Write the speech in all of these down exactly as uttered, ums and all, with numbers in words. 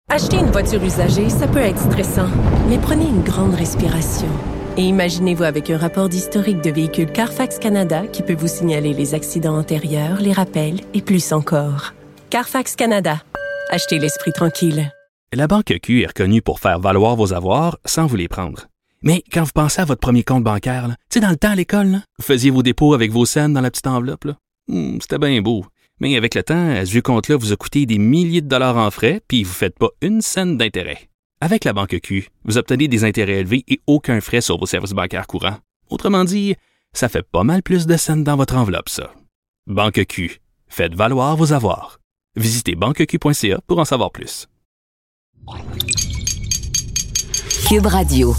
Acheter une voiture usagée, ça peut être stressant, mais prenez une grande respiration. Et imaginez-vous avec un rapport d'historique de véhicule Carfax Canada qui peut vous signaler les accidents antérieurs, les rappels et plus encore. Carfax Canada. Achetez l'esprit tranquille. La Banque Q est reconnue pour faire valoir vos avoirs sans vous les prendre. Mais quand vous pensez à votre premier compte bancaire, tu sais, dans le temps à l'école, là, vous faisiez vos dépôts avec vos scènes dans la petite enveloppe. Là. Hmm, c'était bien beau. Mais avec le temps, ce vieux compte-là vous a coûté des milliers de dollars en frais, puis vous ne faites pas une scène d'intérêt. Avec la Banque Q, vous obtenez des intérêts élevés et aucun frais sur vos services bancaires courants. Autrement dit, ça fait pas mal plus de scènes dans votre enveloppe, ça. Banque Q. Faites valoir vos avoirs. Visitez banque q point c a pour en savoir plus. Cube Radio.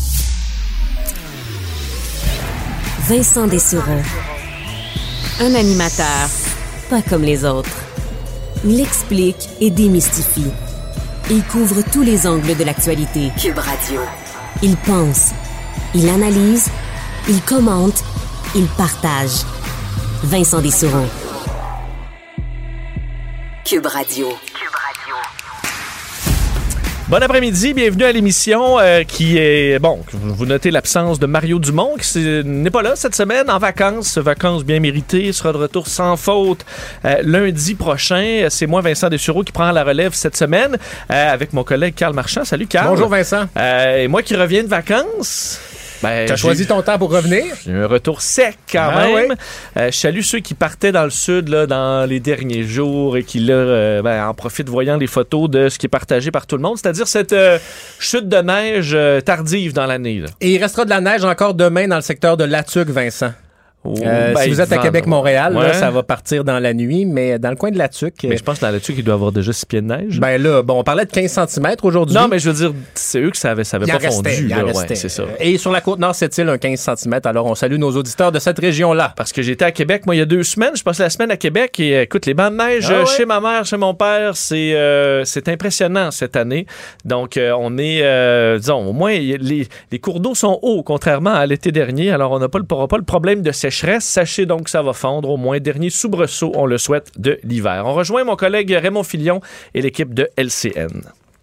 Vincent Dessureau. Un animateur pas comme les autres. Il explique et démystifie. Il couvre tous les angles de l'actualité. Cube Radio. Il pense, il analyse, il commente, il partage. Vincent Dessureau. Cube Radio. Bon après-midi, bienvenue à l'émission euh, qui est... Bon, vous notez l'absence de Mario Dumont qui n'est pas là cette semaine, en vacances, vacances bien méritées, il sera de retour sans faute euh, lundi prochain. C'est moi, Vincent Dessureau, qui prend la relève cette semaine euh, avec mon collègue Carl Marchand. Salut Carl. Bonjour Vincent. Euh, et moi qui reviens de vacances... Ben, tu as choisi ton temps pour revenir? J'ai un retour sec quand ah, même. Oui. Euh, je salue ceux qui partaient dans le sud là, dans les derniers jours et qui là, euh, ben, en profitent voyant les photos de ce qui est partagé par tout le monde, c'est-à-dire cette euh, chute de neige euh, tardive dans l'année. Là. Et il restera de la neige encore demain dans le secteur de Latuc, Vincent. Oh, euh, ben, si vous êtes à Québec-Montréal, ouais. là, ça va partir dans la nuit, mais dans le coin de Latuc... Mais je pense que dans Latuc, il doit avoir déjà six pieds de neige. Ben là, bon, on parlait de quinze centimètres aujourd'hui. Non, mais je veux dire, c'est eux que ça avait, ça avait pas restait, fondu. Il là, restait. Ouais, c'est ça. Et sur la Côte-Nord, c'est-il un quinze centimètres? Alors, on salue nos auditeurs de cette région-là. Parce que j'étais à Québec, moi, il y a deux semaines. Je passais la semaine à Québec et écoute, les bancs de neige ah, ouais. chez ma mère, chez mon père, c'est, euh, c'est impressionnant cette année. Donc, euh, on est, euh, disons, au moins, les, les cours d'eau sont hauts, contrairement à l'été dernier. Alors, on n'a pas, pas le problème de sécheresse. Sachez donc ça va fondre au moins. Dernier soubresaut, on le souhaite, de l'hiver. On rejoint mon collègue Raymond Filion et l'équipe de L C N.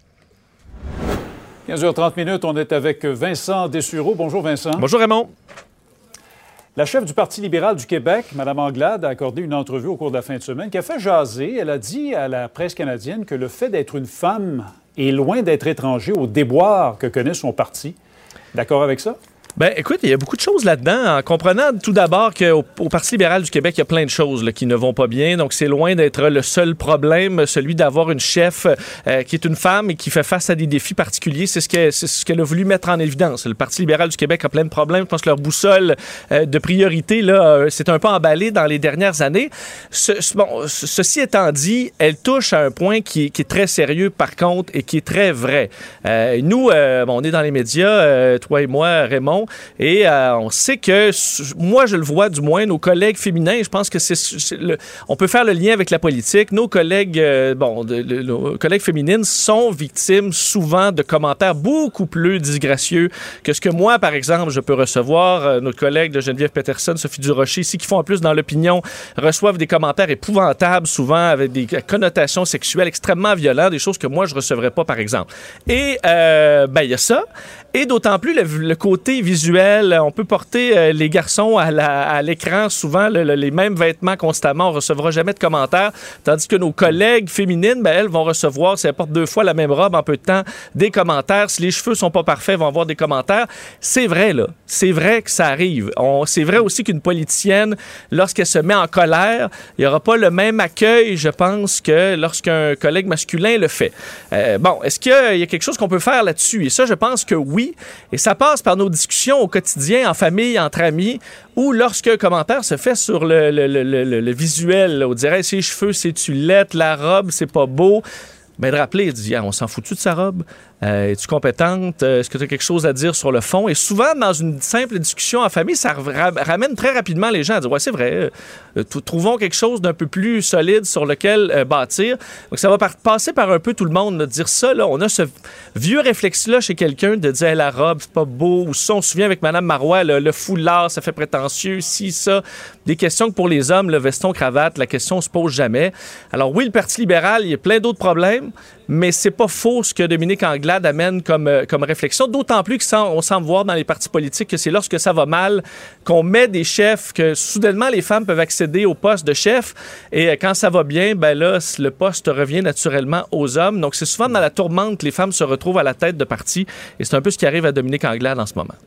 quinze heures trente minutes, on est avec Vincent Dessureau. Bonjour Vincent. Bonjour Raymond. La chef du Parti libéral du Québec, Mme Anglade, a accordé une entrevue au cours de la fin de semaine qui a fait jaser. Elle a dit à la presse canadienne que le fait d'être une femme est loin d'être étranger au déboire que connaît son parti. D'accord avec ça? Ben, écoute, il y a beaucoup de choses là-dedans, en comprenant tout d'abord qu'au au Parti libéral du Québec, il y a plein de choses là, qui ne vont pas bien. Donc, c'est loin d'être le seul problème, celui d'avoir une chef euh, qui est une femme et qui fait face à des défis particuliers. C'est ce qu'elle, c'est ce qu'elle a voulu mettre en évidence. Le Parti libéral du Québec a plein de problèmes. Je pense que leur boussole euh, de priorité, là, euh, c'est un peu emballé dans les dernières années. Ce, bon, ceci étant dit, elle touche à un point qui est, qui est très sérieux, par contre, et qui est très vrai. Euh, nous, euh, bon, on est dans les médias, euh, toi et moi, Raymond, et euh, on sait que, moi je le vois du moins, nos collègues féminins, je pense que c'est, c'est le, on peut faire le lien avec la politique, nos collègues, euh, bon, de, de, nos collègues féminines sont victimes souvent de commentaires beaucoup plus disgracieux que ce que moi, par exemple, je peux recevoir. Euh, nos collègues de Geneviève Peterson, Sophie Durocher, ici, qui font en plus dans l'opinion, reçoivent des commentaires épouvantables, souvent avec des connotations sexuelles extrêmement violentes, des choses que moi je recevrais pas, par exemple. Et, euh, ben, il y a ça. Et d'autant plus le, le côté visuel, on peut porter euh, les garçons à, la, à l'écran souvent le, le, les mêmes vêtements constamment, on ne recevra jamais de commentaires, tandis que nos collègues féminines, ben, elles vont recevoir, si elles portent deux fois la même robe en peu de temps, des commentaires. Si les cheveux sont pas parfaits, elles vont avoir des commentaires. C'est vrai, là. C'est vrai que ça arrive. On, c'est vrai aussi qu'une politicienne, lorsqu'elle se met en colère, il n'y aura pas le même accueil, je pense, que lorsqu'un collègue masculin le fait. Euh, bon, est-ce qu'il y a, il y a quelque chose qu'on peut faire là-dessus? Et ça, je pense que oui. Et ça passe par nos discussions au quotidien, en famille, entre amis, ou lorsqu'un commentaire se fait sur le, le, le, le, le visuel, là, on dirait ses cheveux, c'est tulette, la robe, c'est pas beau. Ben, de rappeler, dit, ah, on s'en fout-tu de sa robe? Euh, es-tu compétente? Euh, est-ce que tu as quelque chose à dire sur le fond? Et souvent, dans une simple discussion en famille, ça ra- ramène très rapidement les gens à dire, ouais, c'est vrai, euh, t- trouvons quelque chose d'un peu plus solide sur lequel euh, bâtir. Donc, ça va par- passer par un peu tout le monde, de dire ça, là. On a ce vieux réflexe-là chez quelqu'un de dire, hey, la robe, c'est pas beau. Ou ça, on se souvient avec Mme Marois, le, le foulard, ça fait prétentieux, si, ça. des questions que pour les hommes, le veston-cravate, la question se pose jamais. Alors oui, le Parti libéral, il y a plein d'autres problèmes, mais c'est pas faux ce que Dominique Anglade amène comme, comme réflexion, d'autant plus qu'on semble voir dans les partis politiques que c'est lorsque ça va mal qu'on met des chefs, que soudainement les femmes peuvent accéder au poste de chef, et quand ça va bien, ben là, le poste revient naturellement aux hommes. Donc c'est souvent dans la tourmente que les femmes se retrouvent à la tête de parti, et c'est un peu ce qui arrive à Dominique Anglade en ce moment.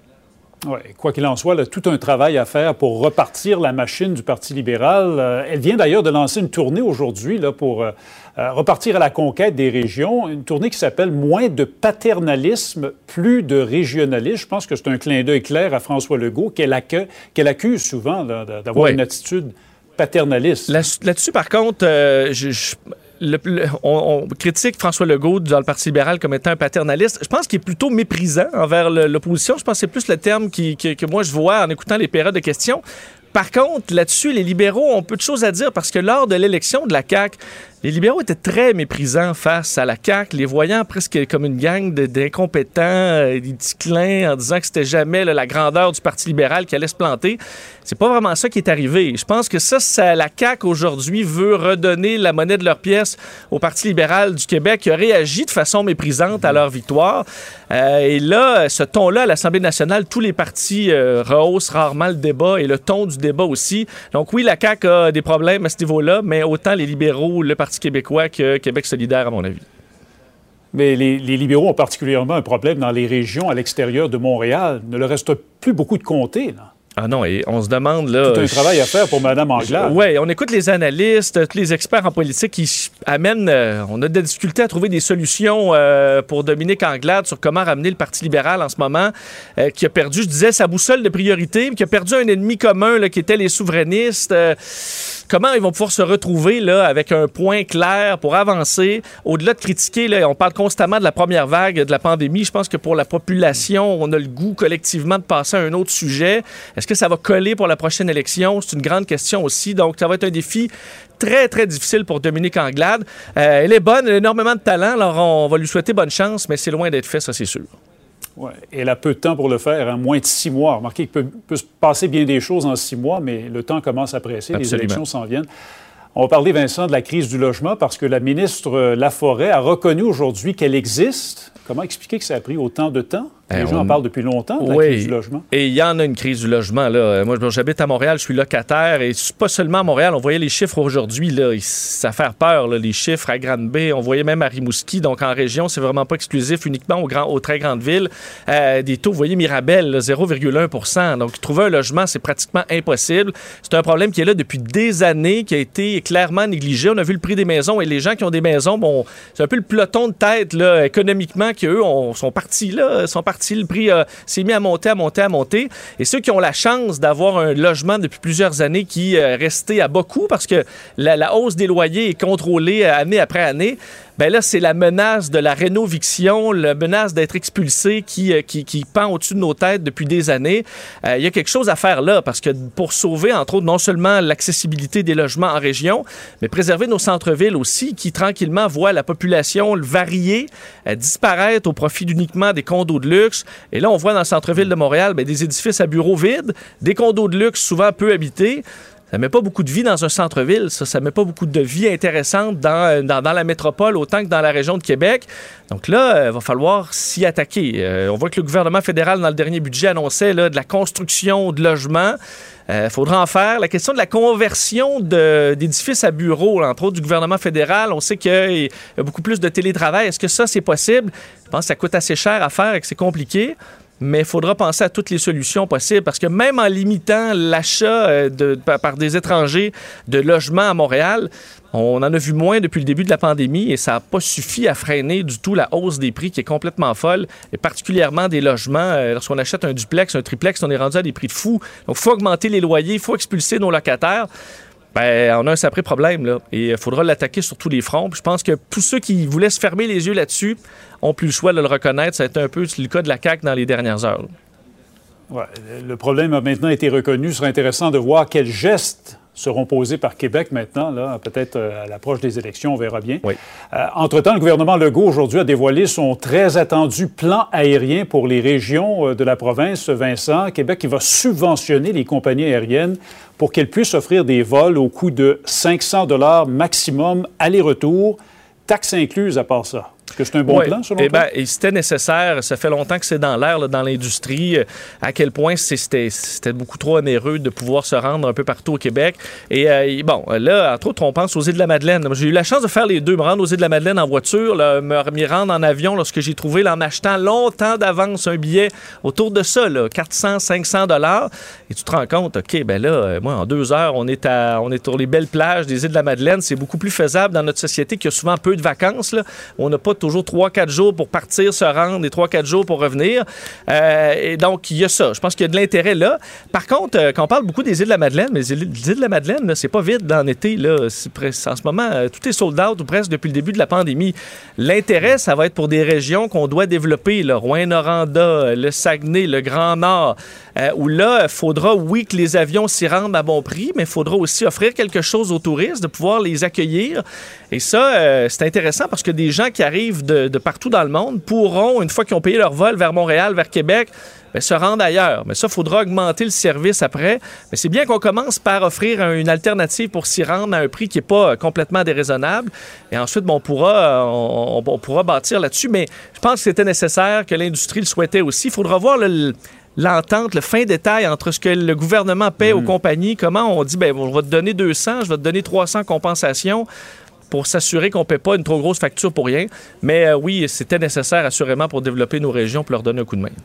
Oui, quoi qu'il en soit, là, tout un travail à faire pour repartir la machine du Parti libéral. Euh, elle vient d'ailleurs de lancer une tournée aujourd'hui là, pour euh, euh, repartir à la conquête des régions, une tournée qui s'appelle « Moins de paternalisme, plus de régionalisme ». Je pense que c'est un clin d'œil clair à François Legault, qu'elle, accue, qu'elle accuse souvent là, d'avoir oui. une attitude paternaliste. Là, là-dessus, par contre, euh, je... je... Le, le, on, on critique François Legault dans le Parti libéral comme étant un paternaliste. Je pense qu'il est plutôt méprisant envers le, l'opposition. Je pense que c'est plus le terme qui, qui, que moi je vois en écoutant les périodes de questions. Par contre, là-dessus, les libéraux ont peu de choses à dire parce que lors de l'élection de la C A Q, les libéraux étaient très méprisants face à la C A Q, les voyant presque comme une gang de, d'incompétents, euh, des petits clins, en disant que c'était jamais là, la grandeur du Parti libéral qui allait se planter. C'est pas vraiment ça qui est arrivé. Je pense que ça, ça la C A Q aujourd'hui veut redonner la monnaie de leur pièce au Parti libéral du Québec qui a réagi de façon méprisante à leur victoire. Euh, et là, ce ton-là, à l'Assemblée nationale, tous les partis euh, rehaussent rarement le débat et le ton du débat aussi. Donc oui, la C A Q a des problèmes à ce niveau-là, mais autant les libéraux, le Parti québécois que Québec solidaire, à mon avis. Mais les, les libéraux ont particulièrement un problème dans les régions à l'extérieur de Montréal. Il ne leur reste plus beaucoup de comtés, là. Ah non, et on se demande là... Tout un travail à faire pour Mme Anglade. Oui, on écoute les analystes, tous les experts en politique qui amènent... Euh, on a des difficultés à trouver des solutions euh, pour Dominique Anglade sur comment ramener le Parti libéral en ce moment, euh, qui a perdu, je disais, sa boussole de priorité, mais qui a perdu un ennemi commun là, qui était les souverainistes. Euh, comment ils vont pouvoir se retrouver là, avec un point clair pour avancer? Au-delà de critiquer, là, on parle constamment de la première vague de la pandémie. Je pense que pour la population, on a le goût collectivement de passer à un autre sujet. Est-ce que ça va coller pour la prochaine élection? C'est une grande question aussi. Donc, ça va être un défi très, très difficile pour Dominique Anglade. Euh, elle est bonne, elle a énormément de talent. Alors, on va lui souhaiter bonne chance, mais c'est loin d'être fait, ça, c'est sûr. Oui, elle a peu de temps pour le faire, hein, moins de six mois. Remarquez qu'il peut, peut se passer bien des choses en six mois, mais le temps commence à presser. Absolument. Les élections s'en viennent. On va parler, Vincent, de la crise du logement parce que la ministre Laforêt a reconnu aujourd'hui qu'elle existe. Comment expliquer que ça a pris autant de temps? Les eh, gens on... en parlent depuis longtemps, de la oui. crise du logement. Et il y en a une crise du logement. Là. Moi, j'habite à Montréal, je suis locataire. Et pas seulement à Montréal. On voyait les chiffres aujourd'hui. Là, ça fait peur, là, les chiffres à Granby. On voyait même à Rimouski. Donc, en région, c'est vraiment pas exclusif uniquement aux, grands, aux très grandes villes. Euh, des taux, vous voyez, Mirabel, là, zéro virgule un pour cent. Donc, trouver un logement, c'est pratiquement impossible. C'est un problème qui est là depuis des années, qui a été clairement négligé. On a vu le prix des maisons et les gens qui ont des maisons, bon, c'est un peu le peloton de tête là, économiquement qu'eux on, sont partis là, sont partis. Le prix euh, s'est mis à monter, à monter, à monter. Et ceux qui ont la chance d'avoir un logement depuis plusieurs années qui est resté à bas coût parce que la, la hausse des loyers est contrôlée année après année, ben là, c'est la menace de la rénoviction, la menace d'être expulsé qui, qui, qui pend au-dessus de nos têtes depuis des années. Euh, il y a quelque chose à faire là, parce que pour sauver, entre autres, non seulement l'accessibilité des logements en région, mais préserver nos centres-villes aussi, qui tranquillement voient la population varier, euh, disparaître au profit uniquement des condos de luxe. Et là, on voit dans le centre-ville de Montréal ben, des édifices à bureaux vides, des condos de luxe souvent peu habités. Ça ne met pas beaucoup de vie dans un centre-ville, ça. Ça ne met pas beaucoup de vie intéressante dans, dans, dans la métropole autant que dans la région de Québec. Donc là, il euh, va falloir s'y attaquer. Euh, on voit que le gouvernement fédéral, dans le dernier budget, annonçait là, de la construction de logements. Il euh, faudra en faire. La question de la conversion de, d'édifices à bureaux, là, entre autres du gouvernement fédéral, on sait qu'il y a beaucoup plus de télétravail. Est-ce que ça, c'est possible? Je pense que ça coûte assez cher à faire et que c'est compliqué. Mais il faudra penser à toutes les solutions possibles parce que même en limitant l'achat de, par des étrangers de logements à Montréal, on en a vu moins depuis le début de la pandémie et ça n'a pas suffi à freiner du tout la hausse des prix qui est complètement folle, et particulièrement des logements. Lorsqu'on achète un duplex, un triplex, on est rendu à des prix de fous. Donc, il faut augmenter les loyers, il faut expulser nos locataires. Ben, on a un sacré problème, là. Et il faudra l'attaquer sur tous les fronts. Puis je pense que tous ceux qui voulaient se fermer les yeux là-dessus ont plus le choix de le reconnaître. Ça a été un peu le cas de la C A Q dans les dernières heures. Ouais, le problème a maintenant été reconnu. Ce serait intéressant de voir quels gestes seront posées par Québec maintenant, là, peut-être à l'approche des élections, on verra bien. Oui. Euh, entre-temps, le gouvernement Legault, aujourd'hui, a dévoilé son très attendu plan aérien pour les régions de la province. Vincent, Québec qui va subventionner les compagnies aériennes pour qu'elles puissent offrir des vols au coût de cinq cents dollars maximum aller-retour, taxes incluses à part ça. Est-ce que c'est un bon ouais. plan, selon eh toi? Ben, et c'était nécessaire. Ça fait longtemps que c'est dans l'air, là, dans l'industrie, à quel point c'était, c'était beaucoup trop onéreux de pouvoir se rendre un peu partout au Québec. Et euh, bon, là, entre autres, on pense aux îles de la Madeleine. J'ai eu la chance de faire les deux, me rendre aux îles de la Madeleine en voiture, là, me m'y rendre en avion lorsque j'ai trouvé, là, en achetant longtemps d'avance un billet autour de ça, là, quatre cents, cinq cents dollars. Et tu te rends compte, OK, ben là, moi, en deux heures, on est, à, on est sur les belles plages des îles de la Madeleine. C'est beaucoup plus faisable dans notre société qui a souvent peu de vacances, là. On n'a pas toujours trois quatre jours pour partir, se rendre et trois quatre jours pour revenir. Euh, et donc, il y a ça. Je pense qu'il y a de l'intérêt là. Par contre, euh, quand on parle beaucoup des îles de la Madeleine, mais les îles, les îles de la Madeleine, là, c'est pas vide dans l'été. Là. C'est presque, en ce moment, euh, tout est sold out ou presque depuis le début de la pandémie. L'intérêt, ça va être pour des régions qu'on doit développer. Là, Rouyn-Noranda, le Saguenay, le Grand Nord, euh, où là, il faudra, oui, que les avions s'y rendent à bon prix, mais il faudra aussi offrir quelque chose aux touristes, de pouvoir les accueillir. Et ça, euh, c'est intéressant parce que des gens qui arrivent de, de partout dans le monde pourront, une fois qu'ils ont payé leur vol vers Montréal, vers Québec, bien, se rendre ailleurs. Mais ça, il faudra augmenter le service après. Mais c'est bien qu'on commence par offrir une alternative pour s'y rendre à un prix qui n'est pas complètement déraisonnable. Et ensuite, bon, on, pourra, on, on pourra bâtir là-dessus. Mais je pense que c'était nécessaire, que l'industrie le souhaitait aussi. Il faudra voir le... l'entente, le fin détail entre ce que le gouvernement paie mmh. aux compagnies, comment on dit, bien, on va te donner deux cents, je vais te donner trois cents compensations pour s'assurer qu'on ne paie pas une trop grosse facture pour rien. Mais euh, oui, c'était nécessaire assurément pour développer nos régions, pour leur donner un coup de main.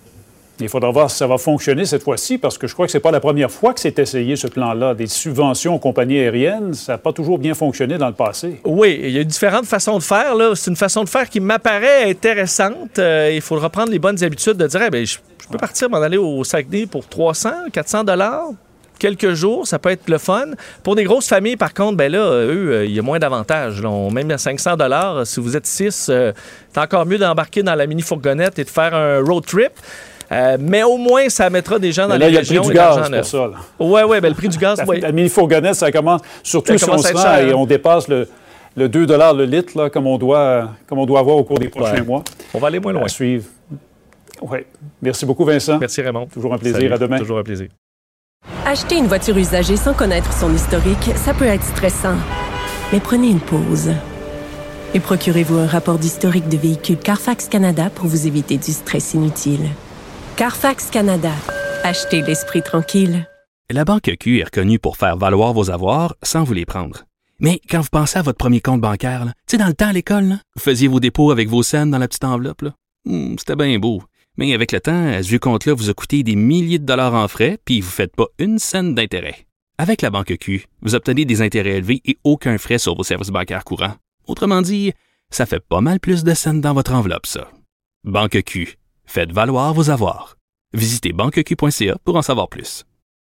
Il faudra voir si ça va fonctionner cette fois-ci, parce que je crois que ce n'est pas la première fois que c'est essayé, ce plan-là. Des subventions aux compagnies aériennes, ça n'a pas toujours bien fonctionné dans le passé. Oui, il y a différentes façons de faire. Là. C'est une façon de faire qui m'apparaît intéressante. Euh, il faudra prendre les bonnes habitudes de dire hey, bien, je, je peux partir m'en aller au Saguenay pour trois cents, quatre cents dollars. Quelques jours, ça peut être le fun. Pour des grosses familles, par contre, ben là, eux, il y a moins d'avantages. Là. On, même à cinq cents dollars, si vous êtes six, euh, c'est encore mieux d'embarquer dans la mini-fourgonnette et de faire un road trip. Euh, mais au moins, ça mettra des gens dans là, les régions. Il y a le prix du gaz pour ça. Oui, oui, ben, le prix du gaz, oui. La, la mini-fourgonnette, ça commence, surtout ça si commence on se rend et on dépasse le, le deux dollars le litre, là, comme, on doit, comme on doit avoir au cours des prochains ouais. mois. On va aller moins loin. À suivre. Oui. Merci beaucoup, Vincent. Merci, Raymond. Toujours un plaisir. Salut. À demain. Toujours un plaisir. Acheter une voiture usagée sans connaître son historique, ça peut être stressant. Mais prenez une pause. Et procurez-vous un rapport d'historique de véhicule Carfax Canada pour vous éviter du stress inutile. Carfax Canada. Achetez l'esprit tranquille. La Banque Q est reconnue pour faire valoir vos avoirs sans vous les prendre. Mais quand vous pensez à votre premier compte bancaire, tu sais, dans le temps à l'école, là, vous faisiez vos dépôts avec vos scènes dans la petite enveloppe. Là. Hum, c'était bien beau. Mais avec le temps, ce vieux compte-là vous a coûté des milliers de dollars en frais, puis vous ne faites pas une scène d'intérêt. Avec la Banque Q, vous obtenez des intérêts élevés et aucun frais sur vos services bancaires courants. Autrement dit, ça fait pas mal plus de scènes dans votre enveloppe, ça. Banque Q. Faites valoir vos avoirs. Visitez banque q point c a pour en savoir plus.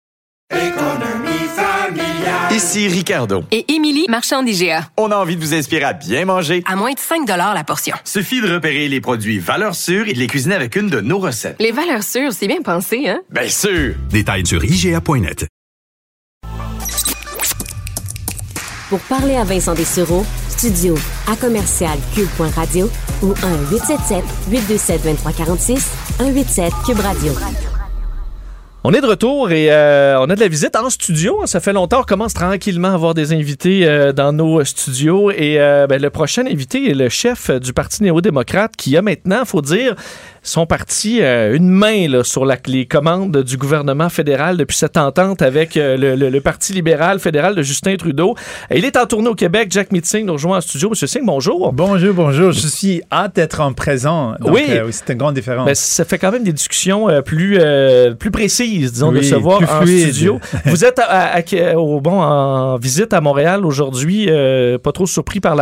Économie familiale. Ici Ricardo. Et Émilie, marchand d'I G A. On a envie de vous inspirer à bien manger. À moins de cinq dollars la portion. Suffit de repérer les produits valeurs sûres et de les cuisiner avec une de nos recettes. Les valeurs sûres, c'est bien pensé, hein? Bien sûr! Détails sur I G A point net. Pour parler à Vincent Dessureau, studio à commercial cube point radio ou un huit sept sept, huit deux sept, deux trois quatre six, un huit sept Cube Radio. On est de retour et euh, on a de la visite en studio. Ça fait longtemps, on commence tranquillement à avoir des invités euh, dans nos studios. Et euh, ben, le prochain invité est le chef du Parti néo-démocrate qui a maintenant, il faut dire, son parti euh, une main là, sur la, les commandes du gouvernement fédéral depuis cette entente avec euh, le, le, le Parti libéral fédéral de Justin Trudeau. Et il est en tournée au Québec. Jack Meeting nous rejoint en studio. Monsieur Singh, bonjour. Bonjour, bonjour. Je suis hâte d'être en présent. Donc, oui. Euh, c'est une grande différence. Ben, ça fait quand même des discussions euh, plus, euh, plus précises, disons, oui, de se voir en fluide. Studio. Vous êtes à, à, à, au, bon, en visite à Montréal aujourd'hui. Euh, pas trop surpris par la...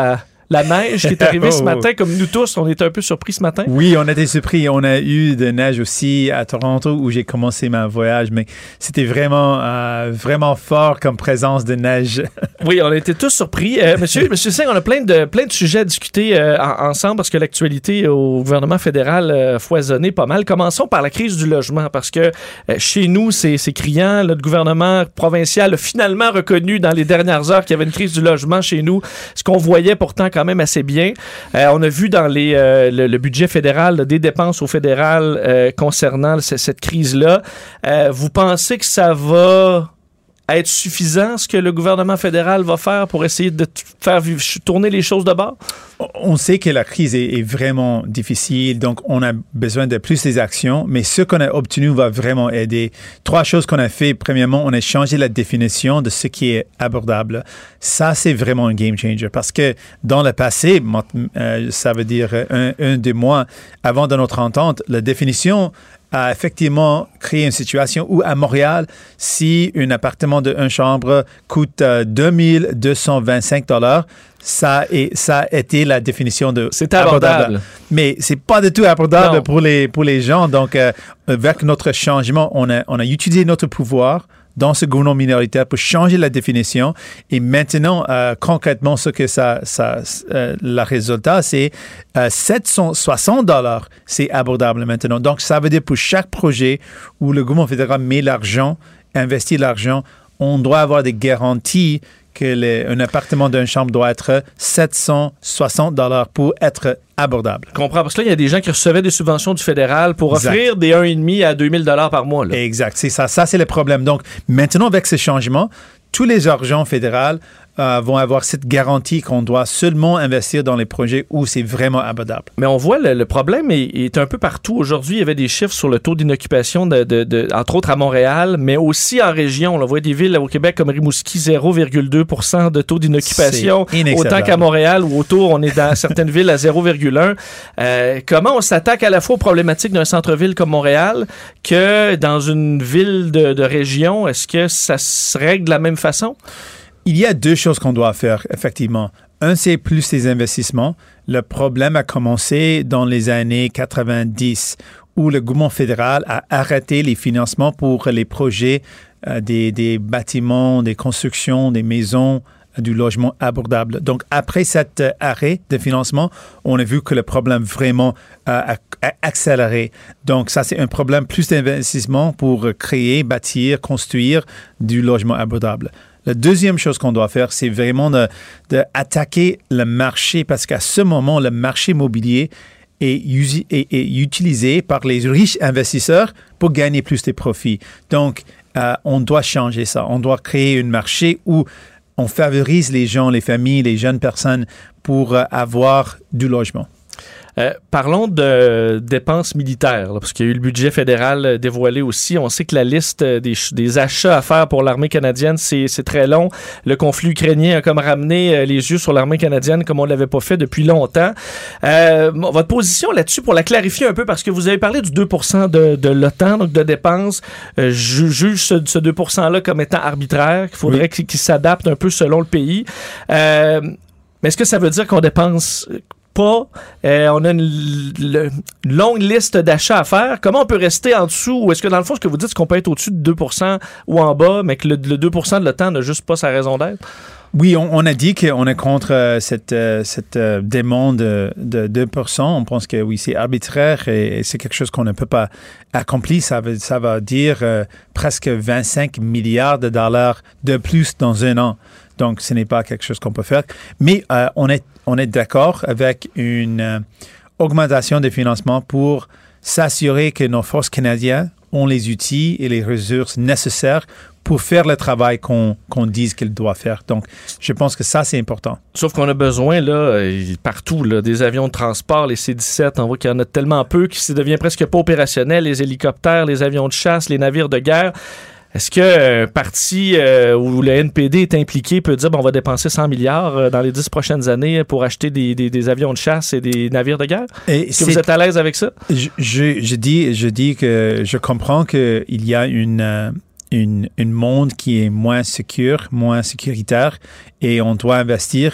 La neige qui est arrivée ce matin, comme nous tous, on était un peu surpris ce matin. Oui, on était surpris. On a eu de neige aussi à Toronto où j'ai commencé mon voyage, mais c'était vraiment, euh, vraiment fort comme présence de neige. Oui, on a été tous surpris. Euh, monsieur, monsieur Singh, on a plein de, plein de sujets à discuter euh, en, ensemble parce que l'actualité au gouvernement fédéral a euh, foisonné pas mal. Commençons par la crise du logement parce que euh, chez nous, c'est, c'est criant. Le gouvernement provincial a finalement reconnu dans les dernières heures qu'il y avait une crise du logement chez nous, ce qu'on voyait pourtant quand même assez bien. Euh, on a vu dans les, euh, le, le budget fédéral là, des dépenses au fédéral euh, concernant c- cette crise-là. Euh, vous pensez que ça va être suffisant, ce que le gouvernement fédéral va faire pour essayer de t- faire vivre, tourner les choses de bord? On sait que la crise est, est vraiment difficile, donc on a besoin de plus des actions, mais ce qu'on a obtenu va vraiment aider. Trois choses qu'on a fait. Premièrement, on a changé la définition de ce qui est abordable. Ça, c'est vraiment un game changer parce que dans le passé, euh, ça veut dire un, un, deux mois avant de notre entente, la définition a effectivement créé une situation où, à Montréal, si un appartement de une chambre coûte euh, deux mille deux cent vingt-cinq dollars, ça, est, ça a été la définition de c'est abordable. abordable. Mais c'est pas du tout abordable non. pour les, pour les gens. Donc, euh, avec notre changement, on a, on a utilisé notre pouvoir dans ce gouvernement minoritaire pour changer la définition. Et maintenant, euh, concrètement, ce que ça, ça, euh, le résultat, c'est euh, sept cent soixante dollars, c'est abordable maintenant. Donc, ça veut dire pour chaque projet où le gouvernement fédéral met l'argent, investit l'argent, on doit avoir des garanties que les, un appartement d'une chambre doit être sept cent soixante dollars pour être abordable. Je comprends, parce que là, il y a des gens qui recevaient des subventions du fédéral pour exact. offrir des un virgule cinq à deux mille dollars par mois. Là. Exact, c'est ça. Ça, c'est le problème. Donc, maintenant, avec ce changement, tous les argents fédéraux euh, vont avoir cette garantie qu'on doit seulement investir dans les projets où c'est vraiment abordable. Mais on voit le, le problème est, est un peu partout. Aujourd'hui, il y avait des chiffres sur le taux d'inoccupation, de, de, de, entre autres à Montréal, mais aussi en région. On voit des villes au Québec comme Rimouski, zéro virgule deux pour cent de taux d'inoccupation. Autant qu'à Montréal, où autour, on est dans certaines villes à zéro virgule un. Euh, comment on s'attaque à la fois aux problématiques d'un centre-ville comme Montréal que dans une ville de, de région? Est-ce que ça se règle de la même façon? Il y a deux choses qu'on doit faire, effectivement. Un, c'est plus les investissements. Le problème a commencé dans les années quatre-vingt-dix, où le gouvernement fédéral a arrêté les financements pour les projets euh, des, des bâtiments, des constructions, des maisons, du logement abordable. Donc, après cet euh, arrêt de financement, on a vu que le problème vraiment euh, a, a accéléré. Donc, ça, c'est un problème plus d'investissement pour créer, bâtir, construire du logement abordable. La deuxième chose qu'on doit faire, c'est vraiment de, de attaquer le marché parce qu'à ce moment, le marché immobilier est, usi- est, est utilisé par les riches investisseurs pour gagner plus de profits. Donc, euh, on doit changer ça. On doit créer un marché où on favorise les gens, les familles, les jeunes personnes pour euh, avoir du logement. Euh, parlons de dépenses militaires, là, parce qu'il y a eu le budget fédéral dévoilé aussi. On sait que la liste des, des achats à faire pour l'armée canadienne, c'est, c'est très long. Le conflit ukrainien a comme ramené les yeux sur l'armée canadienne comme on ne l'avait pas fait depuis longtemps. Euh, votre position là-dessus, pour la clarifier un peu, parce que vous avez parlé du deux pour cent de, de l'OTAN, donc de dépenses. Euh, je juge ce, ce deux pour cent-là comme étant arbitraire, qu'il faudrait oui. qu'il, qu'il s'adapte un peu selon le pays. Euh, mais est-ce que ça veut dire qu'on dépense pas, euh, on a une, une, une longue liste d'achats à faire. Comment on peut rester en dessous? Ou est-ce que dans le fond, ce que vous dites, c'est qu'on peut être au-dessus de deux pour cent ou en bas, mais que le, le deux pour cent de l'OTAN n'a juste pas sa raison d'être? Oui, on, on a dit qu'on est contre euh, cette, euh, cette euh, demande de, de deux pour cent. On pense que oui, c'est arbitraire et, et c'est quelque chose qu'on ne peut pas accomplir. Ça veut, ça va dire euh, presque vingt-cinq milliards de dollars de plus dans un an. Donc, ce n'est pas quelque chose qu'on peut faire. Mais euh, on est, on est d'accord avec une euh, augmentation des financements pour s'assurer que nos forces canadiennes ont les outils et les ressources nécessaires pour faire le travail qu'on, qu'on dise qu'elles doivent faire. Donc, je pense que ça, c'est important. Sauf qu'on a besoin, là, partout, là, des avions de transport, les C dix-sept, on voit qu'il y en a tellement peu que ça devient presque pas opérationnel, les hélicoptères, les avions de chasse, les navires de guerre. Est-ce qu'un parti euh, où le N P D est impliqué peut dire bon, on va dépenser cent milliards euh, dans les dix prochaines années pour acheter des, des, des avions de chasse et des navires de guerre? Et Est-ce que vous êtes à l'aise avec ça? Je, je, je, dis, je dis que je comprends qu'il y a une, euh, une, une monde qui est moins sécure, moins sécuritaire et on doit investir.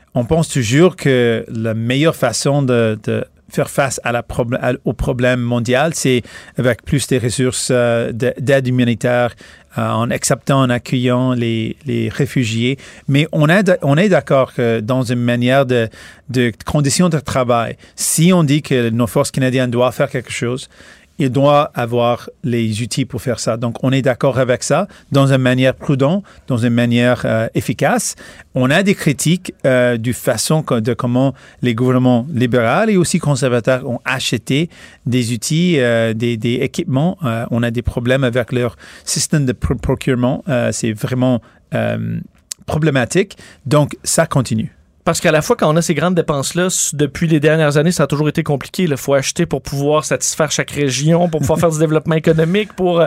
on pense toujours que la meilleure façon de, de faire face à la prob- à, au problème mondial, c'est avec plus de ressources euh, d'aide humanitaire, euh, en acceptant, en accueillant les, les réfugiés. Mais on, a, on est d'accord que dans une manière de, de conditions de travail, si on dit que nos forces canadiennes doivent faire quelque chose, il doit avoir les outils pour faire ça. Donc, on est d'accord avec ça, dans une manière prudente, dans une manière euh, efficace. On a des critiques euh, du façon que, de comment les gouvernements libéraux et aussi conservateurs ont acheté des outils, euh, des, des équipements. Euh, on a des problèmes avec leur système de pro- procurement. Euh, c'est vraiment euh, problématique. Donc, ça continue. Parce qu'à la fois, quand on a ces grandes dépenses-là, depuis les dernières années, ça a toujours été compliqué. Il faut acheter pour pouvoir satisfaire chaque région, pour pouvoir faire du développement économique, pour... Euh,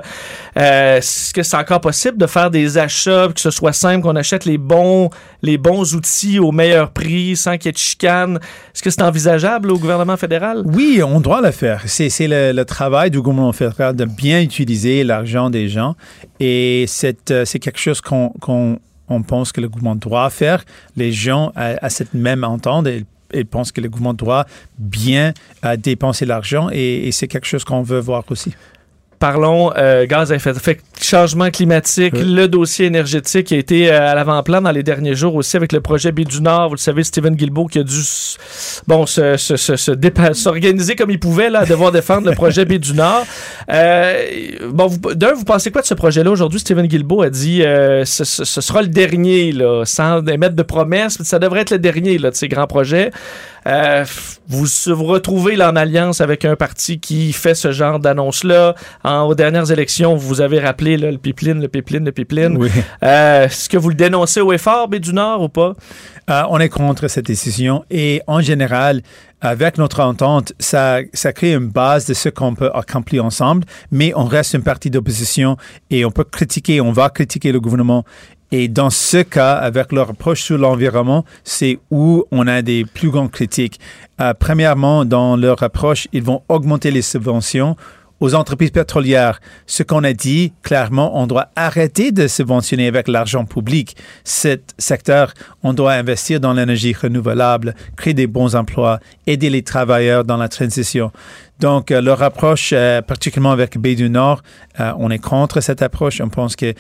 est-ce que c'est encore possible de faire des achats, que ce soit simple, qu'on achète les bons, les bons outils au meilleur prix, sans qu'il y ait de chicane? Est-ce que c'est envisageable au gouvernement fédéral? Oui, on doit le faire. C'est, c'est le, le travail du gouvernement fédéral de bien utiliser l'argent des gens. Et c'est, c'est quelque chose qu'on... qu'on on pense que le gouvernement doit faire. Les gens à, à cette même entente, ils, ils pensent que le gouvernement doit bien euh, dépenser l'argent et, et c'est quelque chose qu'on veut voir aussi. Parlons euh, gaz à effet de serre, changement climatique, oui. Le dossier énergétique a été euh, à l'avant-plan dans les derniers jours aussi avec le projet Baie du Nord. Vous le savez, Stephen Guilbeault qui a dû bon, se, se, se, se dépa- s'organiser comme il pouvait là, à devoir défendre le projet Baie du Nord. Euh, bon, vous, d'un, vous pensez quoi de ce projet-là? Aujourd'hui, Stephen Guilbeault a dit euh, ce, ce, ce sera le dernier, là, sans émettre de promesses, ça devrait être le dernier là, de ces grands projets. Euh, vous vous retrouvez là en alliance avec un parti qui fait ce genre d'annonce-là. En, aux dernières élections, vous vous avez rappelé là, le pipeline, le pipeline, le pipeline. Oui. Euh, est-ce que vous le dénoncez au effort, Baie du Nord, ou pas? Euh, on est contre cette décision et en général, avec notre entente, ça, ça crée une base de ce qu'on peut accomplir ensemble, mais on reste une partie d'opposition et on peut critiquer, on va critiquer le gouvernement. Et dans ce cas, avec leur approche sur l'environnement, c'est où on a des plus grandes critiques. Euh, premièrement, dans leur approche, ils vont augmenter les subventions aux entreprises pétrolières. Ce qu'on a dit, clairement, on doit arrêter de subventionner avec l'argent public cet secteur. On doit investir dans l'énergie renouvelable, créer des bons emplois, aider les travailleurs dans la transition. Donc, euh, leur approche, euh, particulièrement avec Baie du Nord, euh, on est contre cette approche. On pense que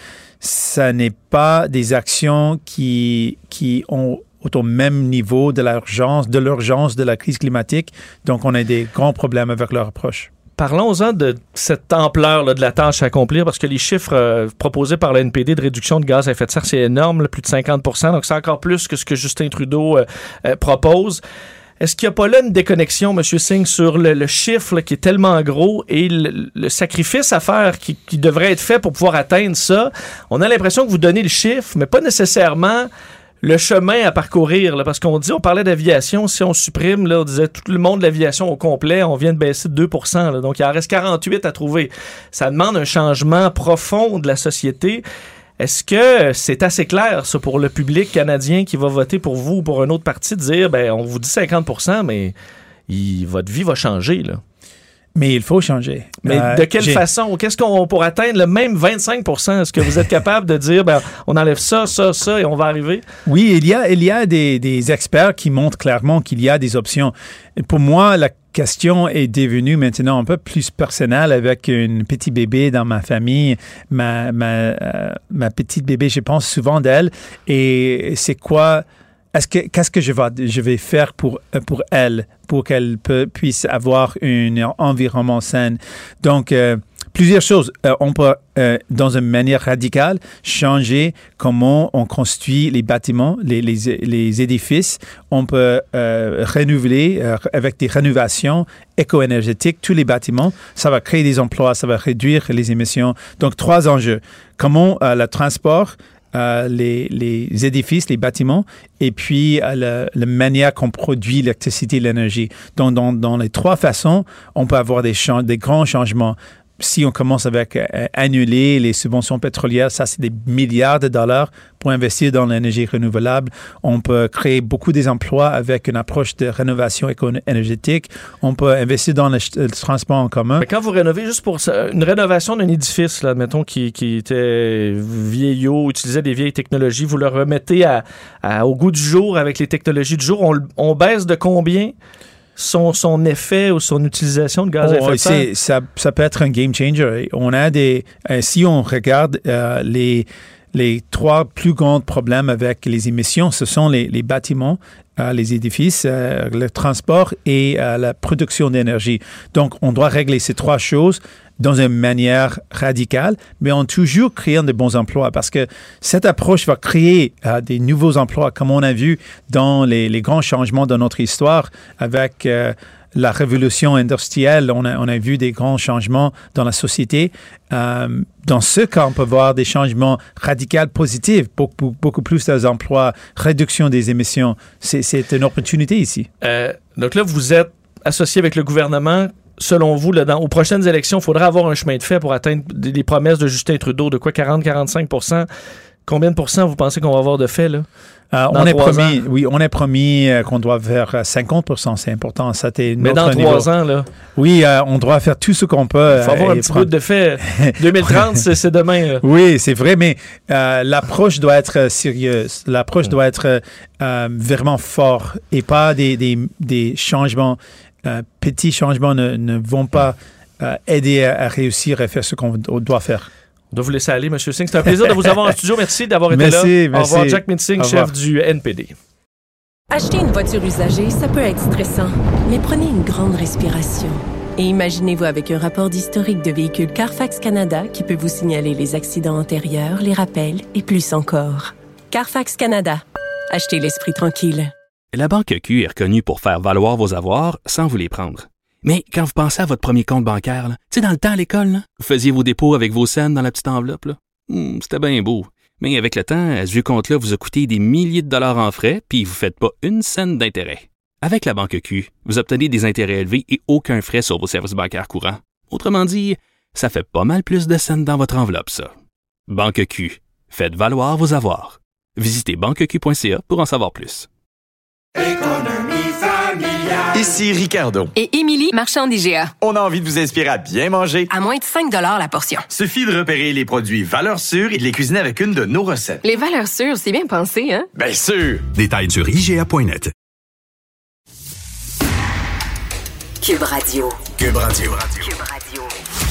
ça n'est pas des actions qui, qui ont au même niveau de l'urgence, de l'urgence de la crise climatique. Donc, on a des grands problèmes avec leur approche. Parlons-en de cette ampleur là, de la tâche à accomplir, parce que les chiffres euh, proposés par le N P D de réduction de gaz à effet de serre, c'est énorme, là, plus de cinquante pour cent, donc c'est encore plus que ce que Justin Trudeau euh, euh, propose. Est-ce qu'il n'y a pas là une déconnexion, M. Singh, sur le, le chiffre là, qui est tellement gros et le, le sacrifice à faire qui, qui devrait être fait pour pouvoir atteindre ça? On a l'impression que vous donnez le chiffre, mais pas nécessairement le chemin à parcourir, là, parce qu'on dit, on parlait d'aviation, si on supprime, là, on disait tout le monde de l'aviation au complet, on vient de baisser de deux pour cent, là, donc il en reste quarante-huit à trouver. Ça demande un changement profond de la société. Est-ce que c'est assez clair, ça, pour le public canadien qui va voter pour vous ou pour un autre parti, de dire, ben, on vous dit cinquante pour cent, mais il, votre vie va changer, là? Mais il faut changer. Mais euh, de quelle j'ai... façon? Qu'est-ce qu'on pour atteindre le même vingt-cinq pour cent? Est-ce que vous êtes capable de dire, ben, on enlève ça, ça, ça et on va arriver? Oui, il y a, il y a des, des experts qui montrent clairement qu'il y a des options. Et pour moi, la question est devenue maintenant un peu plus personnelle avec un petit bébé dans ma famille. Ma, ma, euh, ma petite bébé, je pense souvent d'elle. Et c'est quoi... Est-ce que, qu'est-ce que je vais, je vais faire pour, pour elle, pour qu'elle peut, puisse avoir un environnement sain? Donc, euh, plusieurs choses. Euh, on peut, euh, dans une manière radicale, changer comment on construit les bâtiments, les, les, les édifices. On peut euh, renouveler euh, avec des rénovations éco-énergétiques tous les bâtiments. Ça va créer des emplois, ça va réduire les émissions. Donc, trois enjeux. Comment euh, le transport, Euh, les, les édifices, les bâtiments, et puis euh, la, la manière qu'on produit l'électricité et l'énergie. Donc, dans, dans les trois façons, on peut avoir des, cha- des grands changements. si on commence avec euh, annuler les subventions pétrolières, ça, c'est des milliards de dollars pour investir dans l'énergie renouvelable. On peut créer beaucoup des emplois avec une approche de rénovation énergétique. On peut investir dans le, le transport en commun. Mais quand vous rénovez, juste pour ça, une rénovation d'un édifice, là, mettons, qui, qui était vieillot, utilisait des vieilles technologies, vous le remettez à, à, au goût du jour avec les technologies du jour, on, on baisse de combien son, son effet ou son utilisation de gaz à effet de serre? C'est, ça, ça peut être un game changer. On a des, euh, si on regarde euh, les, les trois plus grands problèmes avec les émissions, ce sont les, les bâtiments, euh, les édifices, euh, le transport et euh, la production d'énergie. Donc, on doit régler ces trois choses dans une manière radicale, mais en toujours créant de bons emplois, parce que cette approche va créer euh, des nouveaux emplois, comme on a vu dans les, les grands changements de notre histoire avec euh, la révolution industrielle. On a, on a vu des grands changements dans la société. Euh, dans ce cas, on peut voir des changements radicaux positifs, beaucoup, beaucoup plus d'emplois, réduction des émissions. C'est, c'est une opportunité ici. Euh, donc là, vous êtes associé avec le gouvernement. Selon vous, là, dans, aux prochaines élections, il faudra avoir un chemin de fait pour atteindre des, des promesses de Justin Trudeau, de quoi quarante à quarante-cinq pour cent. Combien de pourcents vous pensez qu'on va avoir de fait, là? Euh, on est promis, ans? oui, on est promis euh, qu'on doit faire cinquante pour cent, c'est important. Ça, Mais dans trois ans, là? Oui, euh, on doit faire tout ce qu'on peut. Il faut avoir euh, un petit prendre... bout de fait. deux mille trente, c'est, c'est demain. Là. Oui, c'est vrai, mais euh, l'approche doit être sérieuse. L'approche mmh. doit être euh, vraiment forte et pas des, des, des changements. Euh, petits changements ne, ne vont pas euh, aider à, à réussir à faire ce qu'on doit faire. On doit vous laisser aller, M. Singh. C'est un plaisir de vous avoir en studio. Merci d'avoir été merci, là. Merci. Au revoir, Jack Mincing, chef du N P D. Acheter une voiture usagée, ça peut être stressant, mais prenez une grande respiration. Et imaginez-vous avec un rapport d'historique de véhicule Carfax Canada qui peut vous signaler les accidents antérieurs, les rappels et plus encore. Carfax Canada. Achetez l'esprit tranquille. La Banque Q est reconnue pour faire valoir vos avoirs sans vous les prendre. Mais quand vous pensez à votre premier compte bancaire, tu sais, dans le temps à l'école, là, vous faisiez vos dépôts avec vos scènes dans la petite enveloppe. Là. Hum, c'était bien beau. Mais avec le temps, ce vieux compte-là vous a coûté des milliers de dollars en frais, puis vous ne faites pas une scène d'intérêt. Avec la Banque Q, vous obtenez des intérêts élevés et aucun frais sur vos services bancaires courants. Autrement dit, ça fait pas mal plus de scènes dans votre enveloppe, ça. Banque Q. Faites valoir vos avoirs. Visitez banque q point c a pour en savoir plus. Économie familiale. Ici Ricardo. Et Émilie, marchand d'I G A. On a envie de vous inspirer à bien manger. À moins de cinq dollars la portion. Suffit de repérer les produits valeurs sûres et de les cuisiner avec une de nos recettes. Les valeurs sûres, c'est bien pensé, hein? Bien sûr! Détails sur I G A point net. Cube Radio. Cube Radio. Cube Radio.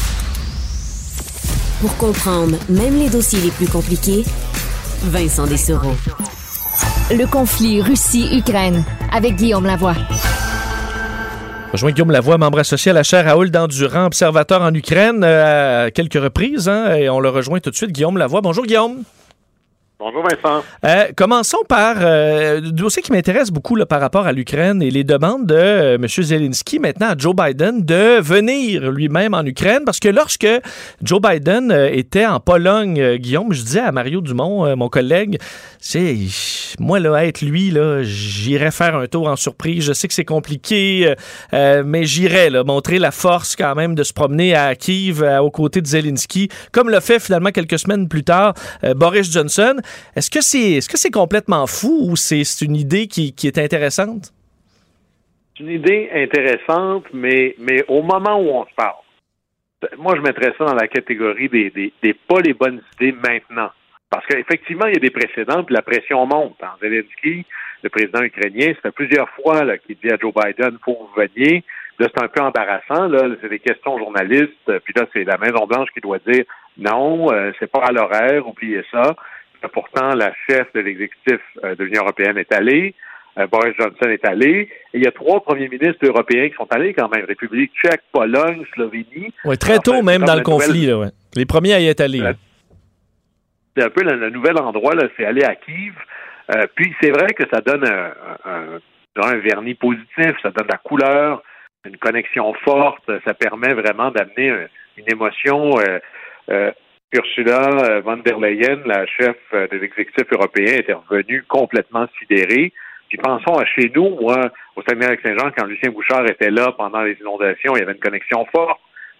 Pour comprendre même les dossiers les plus compliqués, Vincent Dessureau. Le conflit Russie-Ukraine avec Guillaume Lavoie. Rejoint Guillaume Lavoie, membre associé à la chaire Raoul Dandurand, observateur en Ukraine euh, à quelques reprises. Hein, et on le rejoint tout de suite, Guillaume Lavoie. Bonjour Guillaume. Bonjour Vincent. Euh, commençons par euh, le dossier qui m'intéresse beaucoup là, par rapport à l'Ukraine et les demandes de euh, M. Zelensky maintenant à Joe Biden de venir lui-même en Ukraine parce que lorsque Joe Biden euh, était en Pologne, euh, Guillaume, je disais à Mario Dumont, euh, mon collègue, c'est moi là être lui là, j'irais faire un tour en surprise. Je sais que c'est compliqué, euh, mais j'irais là, montrer la force quand même de se promener à Kiev euh, aux côtés de Zelensky, comme l'a fait finalement quelques semaines plus tard euh, Boris Johnson. Est-ce que c'est, est-ce que c'est complètement fou ou c'est, c'est une idée qui, qui est intéressante? C'est une idée intéressante, mais, mais au moment où on se parle, moi, je mettrais ça dans la catégorie des, des, des pas les bonnes idées maintenant. Parce qu'effectivement, il y a des précédents, puis la pression monte. Hein. Zelensky, le président ukrainien, ça fait plusieurs fois là, qu'il dit à Joe Biden, « faut que vous veniez ». Là, c'est un peu embarrassant. Là, c'est des questions journalistes. Puis là, c'est la Maison-Blanche qui doit dire « non, euh, c'est pas à l'horaire, oubliez ça ». Pourtant, la chef de l'exécutif de l'Union européenne est allée, euh, Boris Johnson est allé, et il y a trois premiers ministres européens qui sont allés quand même, République tchèque, Pologne, Slovénie. Oui, très tôt enfin, même dans le conflit, nouvelle... là, ouais. Les premiers à y être allés. La... C'est un peu le, le nouvel endroit, là, c'est aller à Kiev. Euh, puis c'est vrai que ça donne un, un, un vernis positif, ça donne la couleur, une connexion forte, ça permet vraiment d'amener un, une émotion... Euh, euh, Ursula von der Leyen, la chef de l'exécutif européen, était revenue complètement sidérée. Puis pensons à chez nous, moi, au Saguenay-Lac-Saint-Jean, quand Lucien Bouchard était là pendant les inondations, il y avait une connexion forte.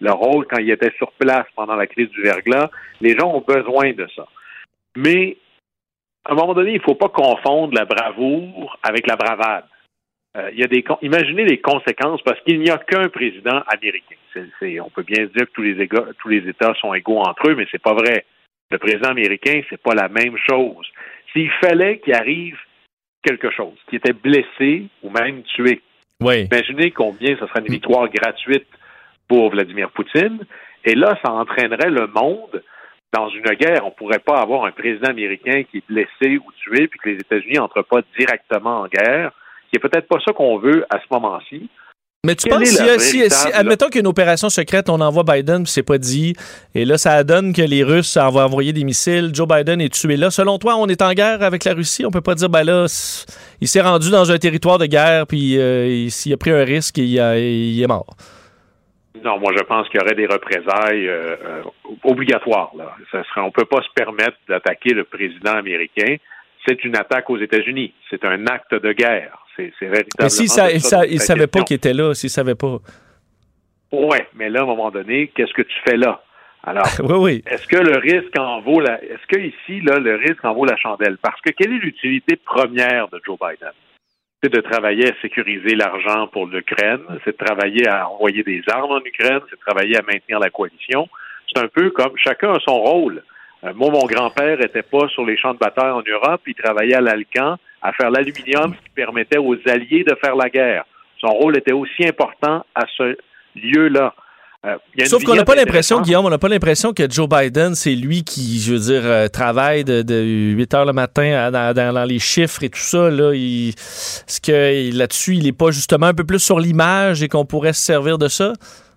le rôle quand il était sur place pendant la crise du verglas. Les gens ont besoin de ça. Mais, à un moment donné, il ne faut pas confondre la bravoure avec la bravade. Euh, il y a des, imaginez les conséquences, parce qu'il n'y a qu'un président américain. C'est, c'est, on peut bien dire que tous les, éga, tous les États sont égaux entre eux, mais c'est pas vrai. Le président américain, c'est pas la même chose. S'il fallait qu'il arrive quelque chose, qu'il était blessé ou même tué, oui. Imaginez combien ce serait une victoire gratuite pour Vladimir Poutine. Et là, ça entraînerait le monde dans une guerre. On ne pourrait pas avoir un président américain qui est blessé ou tué, puis que les États-Unis n'entrent pas directement en guerre. C'est peut-être pas ça qu'on veut à ce moment-ci. Mais tu penses, si, si, si, admettons qu'une opération secrète, on envoie Biden, puis c'est pas dit, et là, ça donne que les Russes vont envoyer des missiles, Joe Biden est tué là. Selon toi, on est en guerre avec la Russie? On peut pas dire, ben là, il s'est rendu dans un territoire de guerre, puis euh, s'il a pris un risque, il, a, il est mort. Non, moi, je pense qu'il y aurait des représailles euh, euh, obligatoires. Là. Ça serait, on peut pas se permettre d'attaquer le président américain. C'est une attaque aux États-Unis. C'est un acte de guerre. C'est, c'est véritablement... Mais s'il ne savait pas qu'il était là, s'il ne savait pas... Oui, mais là, à un moment donné, qu'est-ce que tu fais là? Alors, oui, oui. Est-ce que le risque en vaut la... Est-ce que ici, là, le risque en vaut la chandelle? Parce que quelle est l'utilité première de Joe Biden? C'est de travailler à sécuriser l'argent pour l'Ukraine, c'est de travailler à envoyer des armes en Ukraine, c'est de travailler à maintenir la coalition. C'est un peu comme... Chacun a son rôle. Euh, moi, mon grand-père n'était pas sur les champs de bataille en Europe, il travaillait à l'Alcan à faire l'aluminium qui permettait aux Alliés de faire la guerre. Son rôle était aussi important à ce lieu-là. Euh, Sauf qu'on n'a pas l'impression, Guillaume, on n'a pas l'impression que Joe Biden, c'est lui qui, je veux dire, euh, travaille de, de huit heures le matin à, dans, dans les chiffres et tout ça. Là, il, est-ce que là-dessus, il n'est pas justement un peu plus sur l'image et qu'on pourrait se servir de ça?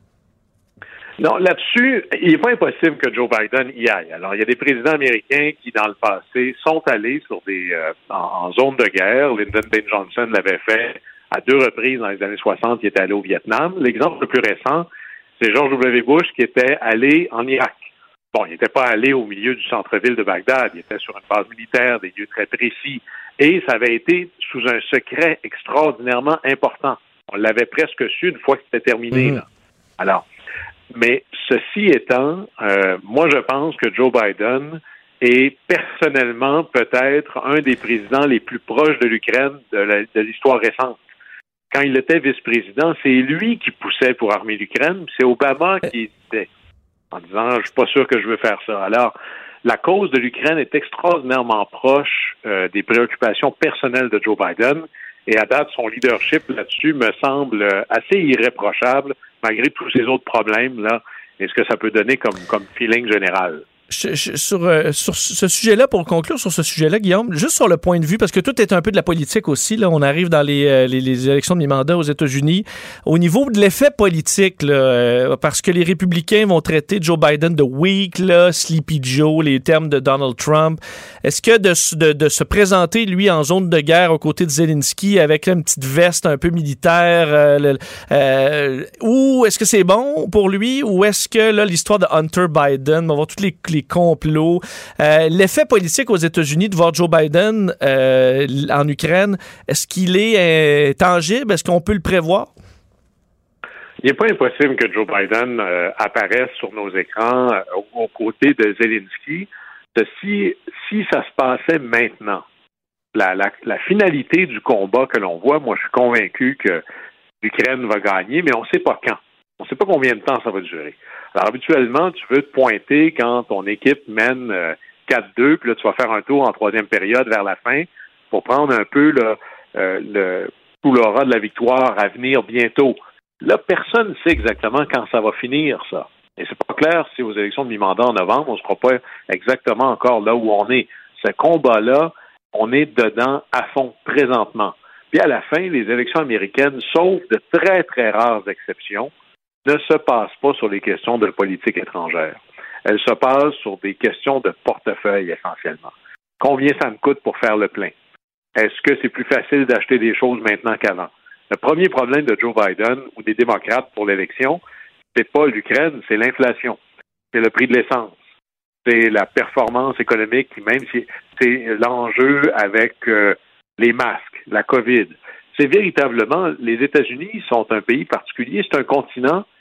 Non, là-dessus, il n'est pas impossible que Joe Biden y aille. Alors, il y a des présidents américains qui, dans le passé, sont allés sur des euh, en, en zone de guerre. Lyndon B. Johnson l'avait fait à deux reprises dans les années soixante. Il était allé au Vietnam. L'exemple le plus récent, c'est George W. Bush qui était allé en Irak. Bon, il n'était pas allé au milieu du centre-ville de Bagdad. Il était sur une base militaire, des lieux très précis. Et ça avait été sous un secret extraordinairement important. On l'avait presque su une fois que c'était terminé. Mmh. Là. Alors, mais ceci étant, euh, moi je pense que Joe Biden est personnellement peut-être un des présidents les plus proches de l'Ukraine de, la, de l'histoire récente. Quand il était vice-président, c'est lui qui poussait pour armer l'Ukraine, c'est Obama qui hésitait en disant « je suis pas sûr que je veux faire ça ». Alors, la cause de l'Ukraine est extraordinairement proche euh, des préoccupations personnelles de Joe Biden. Et à date, son leadership là-dessus me semble assez irréprochable, malgré tous ces autres problèmes, là, et ce que ça peut donner comme, comme feeling général. Je, je, sur, euh, sur ce sujet-là, pour conclure sur ce sujet-là, Guillaume, juste sur le point de vue, parce que tout est un peu de la politique aussi, là, on arrive dans les, euh, les, les élections de mi-mandat aux États-Unis. Au niveau de l'effet politique, là, euh, parce que les républicains vont traiter Joe Biden de weak, là, Sleepy Joe, les termes de Donald Trump, est-ce que de, de, de se présenter, lui, en zone de guerre aux côtés de Zelensky, avec là, une petite veste un peu militaire, euh, le, euh, ou est-ce que c'est bon pour lui, ou est-ce que là, l'histoire de Hunter Biden, on va voir toutes les les complots. Euh, l'effet politique aux États-Unis de voir Joe Biden euh, en Ukraine, est-ce qu'il est euh, tangible? Est-ce qu'on peut le prévoir? Il n'est pas impossible que Joe Biden euh, apparaisse sur nos écrans euh, aux côtés de Zelensky. Si, si ça se passait maintenant, la, la, la finalité du combat que l'on voit, moi je suis convaincu que l'Ukraine va gagner, mais on ne sait pas quand. On ne sait pas combien de temps ça va durer. Alors, habituellement, tu veux te pointer quand ton équipe mène euh, quatre deux, puis là, tu vas faire un tour en troisième période vers la fin pour prendre un peu là, euh, le tout l'aura de la victoire à venir bientôt. Là, personne ne sait exactement quand ça va finir, ça. Et c'est pas clair si aux élections de mi-mandat en novembre, on ne sera pas exactement encore là où on est. Ce combat-là, on est dedans à fond présentement. Puis à la fin, les élections américaines, sauf de très, très rares exceptions, ne se passe pas sur les questions de politique étrangère. Elle se passe sur des questions de portefeuille essentiellement. Combien ça me coûte pour faire le plein? Est-ce que c'est plus facile d'acheter des choses maintenant qu'avant? Le premier problème de Joe Biden ou des démocrates pour l'élection, c'est pas l'Ukraine, c'est l'inflation. C'est le prix de l'essence. C'est la performance économique, même si c'est l'enjeu avec euh, les masques, la COVID. C'est véritablement, les États-Unis sont un pays particulier, c'est un continent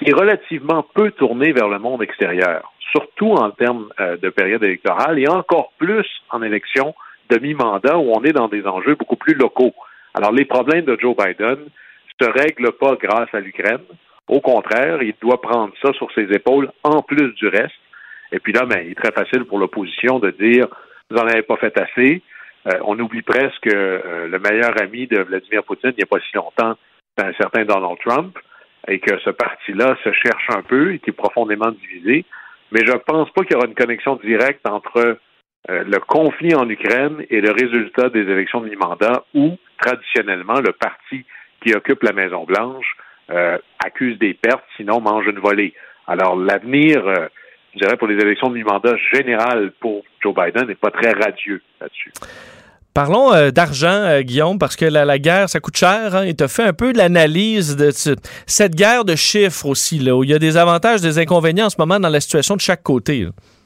qui est relativement peu tourné vers le monde extérieur, surtout en termes euh, de période électorale et encore plus en élection de mi-mandat où on est dans des enjeux beaucoup plus locaux. Alors, les problèmes de Joe Biden ne se règlent pas grâce à l'Ukraine. Au contraire, il doit prendre ça sur ses épaules en plus du reste. Et puis là, ben, il est très facile pour l'opposition de dire « vous n'en avez pas fait assez ». Euh, on oublie presque euh, le meilleur ami de Vladimir Poutine, il n'y a pas si longtemps, c'est un certain Donald Trump, et que ce parti-là se cherche un peu et qui est profondément divisé. Mais je ne pense pas qu'il y aura une connexion directe entre euh, le conflit en Ukraine et le résultat des élections de mi-mandat où, traditionnellement, le parti qui occupe la Maison-Blanche euh, accuse des pertes, sinon mange une volée. Alors, l'avenir, euh, je dirais, pour les élections de mi-mandat générales pour Joe Biden n'est pas très radieux là-dessus. Parlons euh, d'argent, euh, Guillaume, parce que la, la guerre, ça coûte cher. Hein, et tu as fait un peu de l'analyse de ce, cette guerre de chiffres aussi, là, où il y a des avantages, des inconvénients en ce moment dans la situation de chaque côté. Là.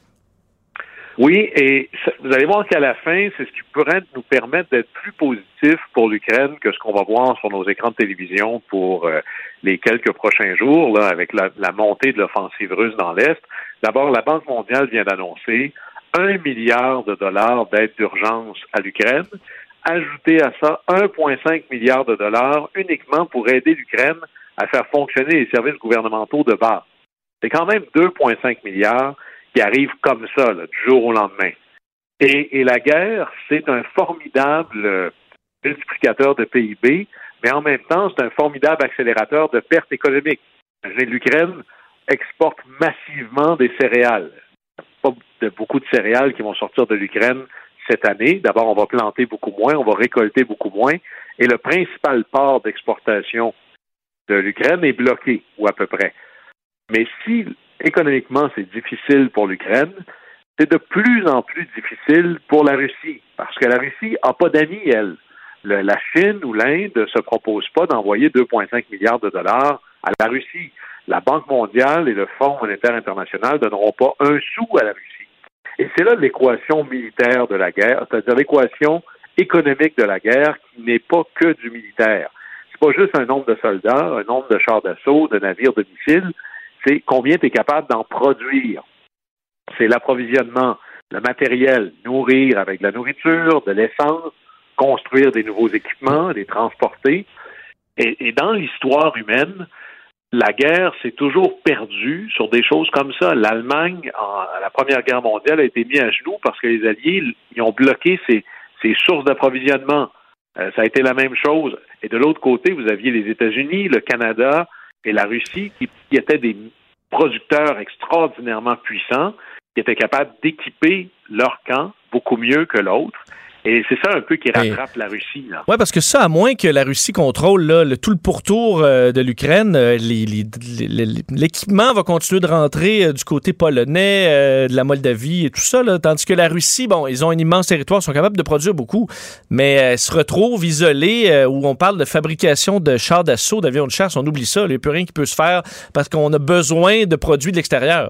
Oui, et ça, vous allez voir qu'à la fin, c'est ce qui pourrait nous permettre d'être plus positif pour l'Ukraine que ce qu'on va voir sur nos écrans de télévision pour euh, les quelques prochains jours, là, avec la, la montée de l'offensive russe dans l'Est. D'abord, la Banque mondiale vient d'annoncer un milliard de dollars d'aide d'urgence à l'Ukraine. Ajouter à ça un virgule cinq milliard de dollars uniquement pour aider l'Ukraine à faire fonctionner les services gouvernementaux de base. C'est quand même deux virgule cinq milliards qui arrivent comme ça, là, du jour au lendemain. Et, et la guerre, c'est un formidable multiplicateur de P I B, mais en même temps, c'est un formidable accélérateur de pertes économiques. L'Ukraine exporte massivement des céréales. Pas de beaucoup de céréales qui vont sortir de l'Ukraine cette année. D'abord, on va planter beaucoup moins, on va récolter beaucoup moins. Et le principal port d'exportation de l'Ukraine est bloqué, ou à peu près. Mais si économiquement c'est difficile pour l'Ukraine, c'est de plus en plus difficile pour la Russie. Parce que la Russie n'a pas d'amis, elle. Le, la Chine ou l'Inde ne se proposent pas d'envoyer deux virgule cinq milliards de dollars à la Russie. La Banque mondiale et le Fonds monétaire international ne donneront pas un sou à la Russie. Et c'est là l'équation militaire de la guerre, c'est-à-dire l'équation économique de la guerre qui n'est pas que du militaire. C'est pas juste un nombre de soldats, un nombre de chars d'assaut, de navires, de missiles, c'est combien tu es capable d'en produire. C'est l'approvisionnement, le matériel, nourrir avec de la nourriture, de l'essence, construire des nouveaux équipements, les transporter. Et, et dans l'histoire humaine, la guerre s'est toujours perdue sur des choses comme ça. L'Allemagne, en, à la Première Guerre mondiale, a été mise à genoux parce que les Alliés ils ont bloqué ses, ses sources d'approvisionnement. Euh, ça a été la même chose. Et de l'autre côté, vous aviez les États-Unis, le Canada et la Russie qui, qui étaient des producteurs extraordinairement puissants, qui étaient capables d'équiper leur camp beaucoup mieux que l'autre. Et c'est ça un peu qui rattrape et... la Russie. Oui, parce que ça, à moins que la Russie contrôle là, le, tout le pourtour euh, de l'Ukraine, euh, les, les, les, l'équipement va continuer de rentrer euh, du côté polonais, euh, de la Moldavie et tout ça. Là, tandis que la Russie, bon, ils ont un immense territoire, ils sont capables de produire beaucoup, mais euh, se retrouvent isolés euh, où on parle de fabrication de chars d'assaut, d'avions de chasse. On oublie ça. Il n'y a plus rien qui peut se faire parce qu'on a besoin de produits de l'extérieur.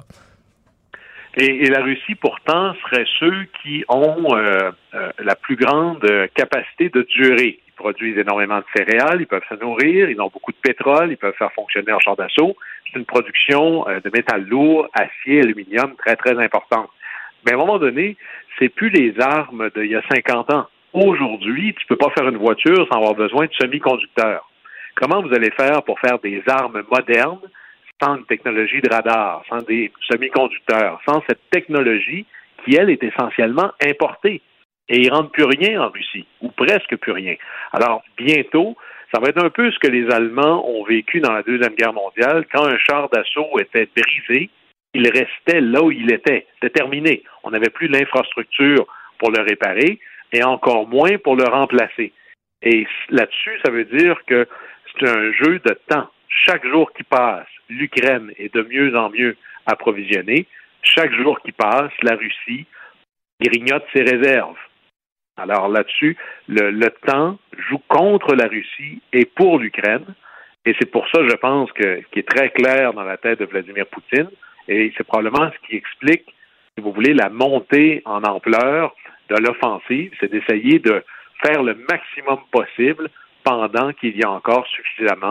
Et, et la Russie, pourtant, serait ceux qui ont euh, euh, la plus grande capacité de durer. Ils produisent énormément de céréales, ils peuvent se nourrir, ils ont beaucoup de pétrole, ils peuvent faire fonctionner un char d'assaut. C'est une production euh, de métal lourd, acier, aluminium très, très importante. Mais à un moment donné, c'est plus les armes d'il y a cinquante ans. Aujourd'hui, tu peux pas faire une voiture sans avoir besoin de semi-conducteurs. Comment vous allez faire pour faire des armes modernes sans une technologie de radar, sans des semi-conducteurs, sans cette technologie qui, elle, est essentiellement importée. Et ils ne rendent plus rien en Russie, ou presque plus rien. Alors, bientôt, ça va être un peu ce que les Allemands ont vécu dans la Deuxième Guerre mondiale. Quand un char d'assaut était brisé, il restait là où il était. C'était terminé. On n'avait plus l'infrastructure pour le réparer, et encore moins pour le remplacer. Et là-dessus, ça veut dire que c'est un jeu de temps. Chaque jour qui passe, l'Ukraine est de mieux en mieux approvisionnée. Chaque jour qui passe, la Russie grignote ses réserves. Alors là-dessus, le, le temps joue contre la Russie et pour l'Ukraine. Et c'est pour ça, je pense, que qui est très clair dans la tête de Vladimir Poutine. Et c'est probablement ce qui explique, si vous voulez, la montée en ampleur de l'offensive. C'est d'essayer de faire le maximum possible pendant qu'il y a encore suffisamment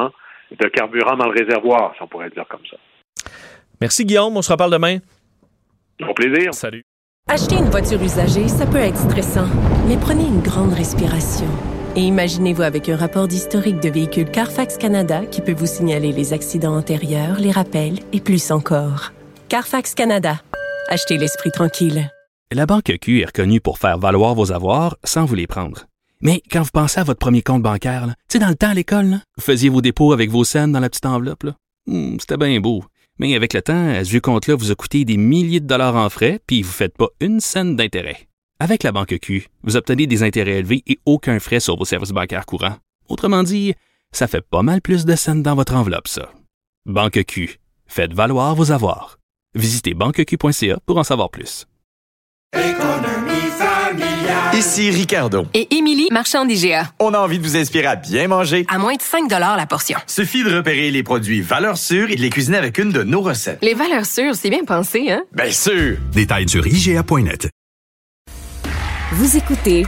de carburant dans le réservoir, si on pourrait dire comme ça. Merci Guillaume, on se reparle demain. Au plaisir. Salut. Acheter une voiture usagée, ça peut être stressant, mais prenez une grande respiration. Et imaginez-vous avec un rapport d'historique de véhicule Carfax Canada qui peut vous signaler les accidents antérieurs, les rappels et plus encore. Carfax Canada. Achetez l'esprit tranquille. La Banque Q est reconnue pour faire valoir vos avoirs sans vous les prendre. Mais quand vous pensez à votre premier compte bancaire, tu sais, dans le temps à l'école, là, vous faisiez vos dépôts avec vos scènes dans la petite enveloppe. Là. Hum, c'était bien beau. Mais avec le temps, ce vieux compte-là vous a coûté des milliers de dollars en frais, puis vous ne faites pas une scène d'intérêt. Avec la Banque Q, vous obtenez des intérêts élevés et aucun frais sur vos services bancaires courants. Autrement dit, ça fait pas mal plus de scènes dans votre enveloppe, ça. Banque Q. Faites valoir vos avoirs. Visitez banque q point c a pour en savoir plus. Économie familiale. Ici Ricardo. Et Émilie, marchand d'I G A. On a envie de vous inspirer à bien manger. À moins de cinq dollars la portion. Suffit de repérer les produits valeurs sûres et de les cuisiner avec une de nos recettes. Les valeurs sûres, c'est bien pensé, hein? Bien sûr! Détails sur I G A point net. Vous écoutez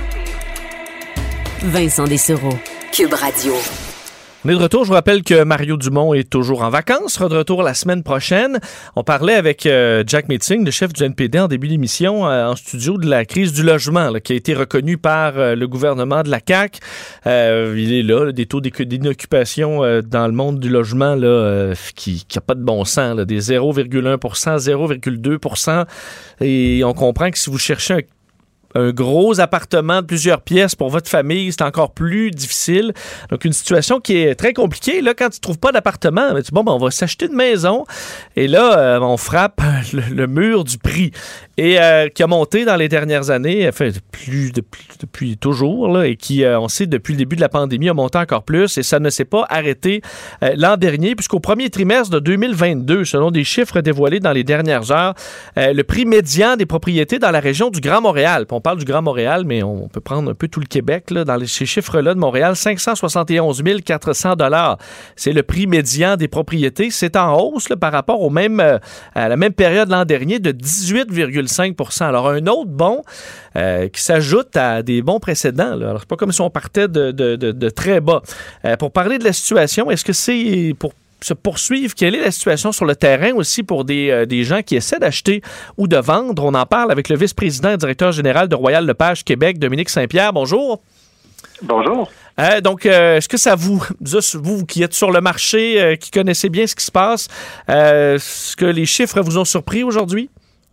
Vincent Dessereau, Cube Radio. On est de retour. Je vous rappelle que Mario Dumont est toujours en vacances. Sera de retour la semaine prochaine. On parlait avec euh, Jack Metzing, le chef du N P D, en début d'émission, euh, en studio, de la crise du logement là, qui a été reconnue par euh, le gouvernement de la C A Q. Euh, il est là, là des taux d'inoccupation euh, dans le monde du logement là, euh, qui n'a pas de bon sens. Là, des zéro virgule un pour cent, zéro virgule deux pour cent. Et on comprend que si vous cherchez un un gros appartement de plusieurs pièces pour votre famille, c'est encore plus difficile. Donc, une situation qui est très compliquée. Là, quand tu ne trouves pas d'appartement, tu dis, bon, ben, on va s'acheter une maison. Et là, euh, on frappe le, le mur du prix. Et euh, qui a monté dans les dernières années, enfin, plus depuis, depuis toujours, là, et qui, euh, on sait, depuis le début de la pandémie, a monté encore plus. Et ça ne s'est pas arrêté euh, l'an dernier, puisqu'au premier trimestre de deux mille vingt-deux, selon des chiffres dévoilés dans les dernières heures, euh, le prix médian des propriétés dans la région du Grand Montréal, on parle du Grand Montréal, mais on peut prendre un peu tout le Québec, là, dans les, ces chiffres-là de Montréal, cinq cent soixante et onze mille quatre cents dollars. C'est le prix médian des propriétés. C'est en hausse là, par rapport au même, euh, à la même période l'an dernier de dix-huit virgule cinq pour cent. Alors, un autre bon euh, qui s'ajoute à des bons précédents. Là. Alors, c'est pas comme si on partait de, de, de, de très bas. Euh, pour parler de la situation, est-ce que c'est pour se poursuivre? Quelle est la situation sur le terrain aussi pour des, euh, des gens qui essaient d'acheter ou de vendre? On en parle avec le vice-président et directeur général de Royal Lepage Québec, Dominique Saint-Pierre. Bonjour. Bonjour. Euh, donc, euh, est-ce que ça vous, vous qui êtes sur le marché, euh, qui connaissez bien ce qui se passe, euh, est-ce que les chiffres vous ont surpris aujourd'hui?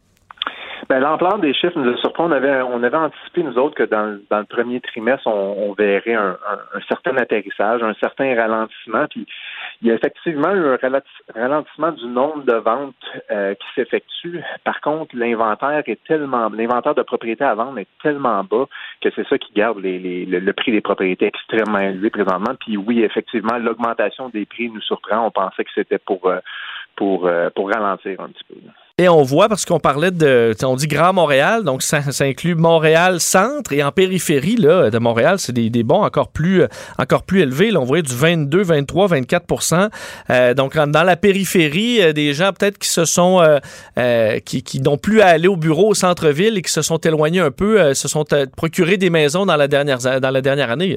Ben, l'ampleur des chiffres nous a surpris. On avait, on avait anticipé, nous autres, que dans, dans le premier trimestre, on, on verrait un, un, un certain atterrissage, un certain ralentissement. Puis, il y a effectivement eu un ralentissement du nombre de ventes euh, qui s'effectuent. Par contre, l'inventaire est tellement, l'inventaire de propriétés à vendre est tellement bas que c'est ça qui garde les, les, le, le prix des propriétés extrêmement élevé présentement. Puis oui, effectivement, l'augmentation des prix nous surprend. On pensait que c'était pour, euh, pour, euh, pour ralentir un petit peu. Et on voit, parce qu'on parlait de, on dit Grand Montréal, donc ça, ça inclut Montréal-Centre, et en périphérie là, de Montréal, c'est des, des bons encore plus, encore plus élevés. Là, on voyait du vingt-deux, vingt-trois, vingt-quatre pour cent. Euh, donc, dans la périphérie, euh, des gens peut-être qui se sont, euh, euh, qui, qui n'ont plus à aller au bureau au centre-ville et qui se sont éloignés un peu, euh, se sont euh, procurés des maisons dans la dernière, dans la dernière année.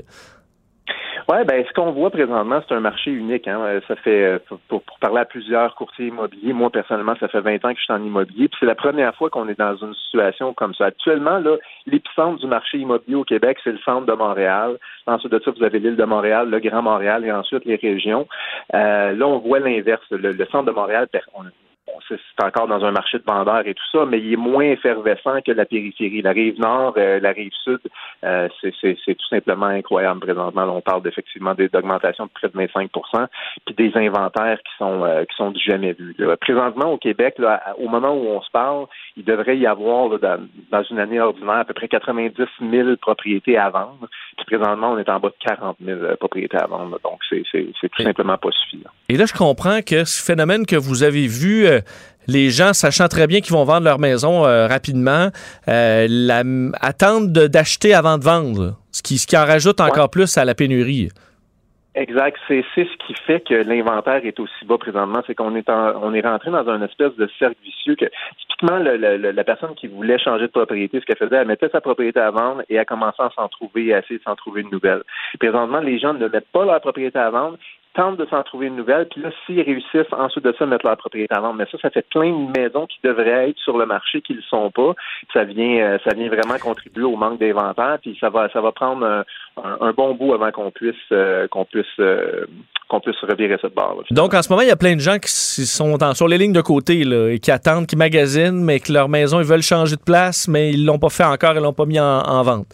Oui, ben ce qu'on voit présentement, c'est un marché unique. Hein. Ça fait, pour, pour parler à plusieurs courtiers immobiliers, moi personnellement, ça fait vingt ans que je suis en immobilier, puis c'est la première fois qu'on est dans une situation comme ça. Actuellement, là, l'épicentre du marché immobilier au Québec, c'est le centre de Montréal. Ensuite de ça, vous avez l'île de Montréal, le Grand Montréal et ensuite les régions. Euh, là, on voit l'inverse. Le, le centre de Montréal, on c'est encore dans un marché de vendeurs et tout ça, mais il est moins effervescent que la périphérie. La rive nord, euh, la rive sud, euh, c'est, c'est, c'est tout simplement incroyable présentement. Là, on parle effectivement d'augmentation de près de vingt-cinq pour cent, puis des inventaires qui sont euh, qui sont du jamais vus. Là. Présentement, au Québec, là, au moment où on se parle, il devrait y avoir là, dans, dans une année ordinaire à peu près quatre-vingt-dix mille propriétés à vendre. Puis présentement, on est en bas de quarante mille propriétés à vendre. Là. Donc, c'est, c'est, c'est tout simplement pas suffisant. Et là, je comprends que ce phénomène que vous avez vu, euh, les gens sachant très bien qu'ils vont vendre leur maison euh, rapidement, euh, la, attendent de, d'acheter avant de vendre, ce qui, ce qui en rajoute encore ouais. plus à la pénurie. Exact. C'est, c'est ce qui fait que l'inventaire est aussi bas présentement. C'est qu'on est en, on est rentré dans un espèce de cercle vicieux que, typiquement, le, le, la personne qui voulait changer de propriété, ce qu'elle faisait, elle mettait sa propriété à vendre et elle commençait à s'en trouver, à essayer de s'en trouver une nouvelle. Présentement, les gens ne mettent pas leur propriété à vendre, tentent de s'en trouver une nouvelle, puis là, s'ils réussissent ensuite de ça, mettre leur propriété à vendre. Mais ça, ça fait plein de maisons qui devraient être sur le marché qui ne le sont pas. Ça vient, euh, ça vient vraiment contribuer au manque d'inventaire, puis ça va, ça va prendre un, un, un bon bout avant qu'on puisse, euh, qu'on puisse, euh, qu'on puisse revirer cette barre. Là. Donc, en ce moment, il y a plein de gens qui sont dans, sur les lignes de côté là, et qui attendent, qui magasinent, mais que leur maison, ils veulent changer de place, mais ils l'ont pas fait encore, ils l'ont pas mis en, en vente.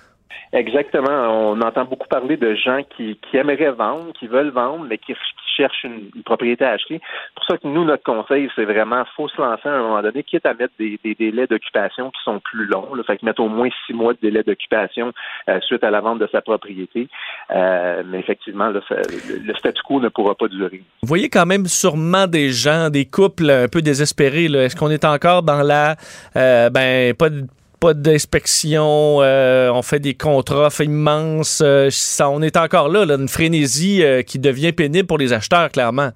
Exactement. On entend beaucoup parler de gens qui, qui aimeraient vendre, qui veulent vendre, mais qui, qui cherchent une, une propriété à acheter. C'est pour ça que nous, notre conseil, c'est vraiment, faut se lancer à un moment donné, quitte à mettre des, des délais d'occupation qui sont plus longs. Là, fait que mettre au moins six mois de délai d'occupation euh, suite à la vente de sa propriété. Euh, mais effectivement, là, ça, le, le statu quo ne pourra pas durer. Vous voyez quand même sûrement des gens, des couples un peu désespérés. Là. Est-ce qu'on est encore dans la, euh, ben, pas de pas d'inspection, euh, on fait des contrats immenses. Euh, ça, on est encore là, là une frénésie euh, qui devient pénible pour les acheteurs, clairement.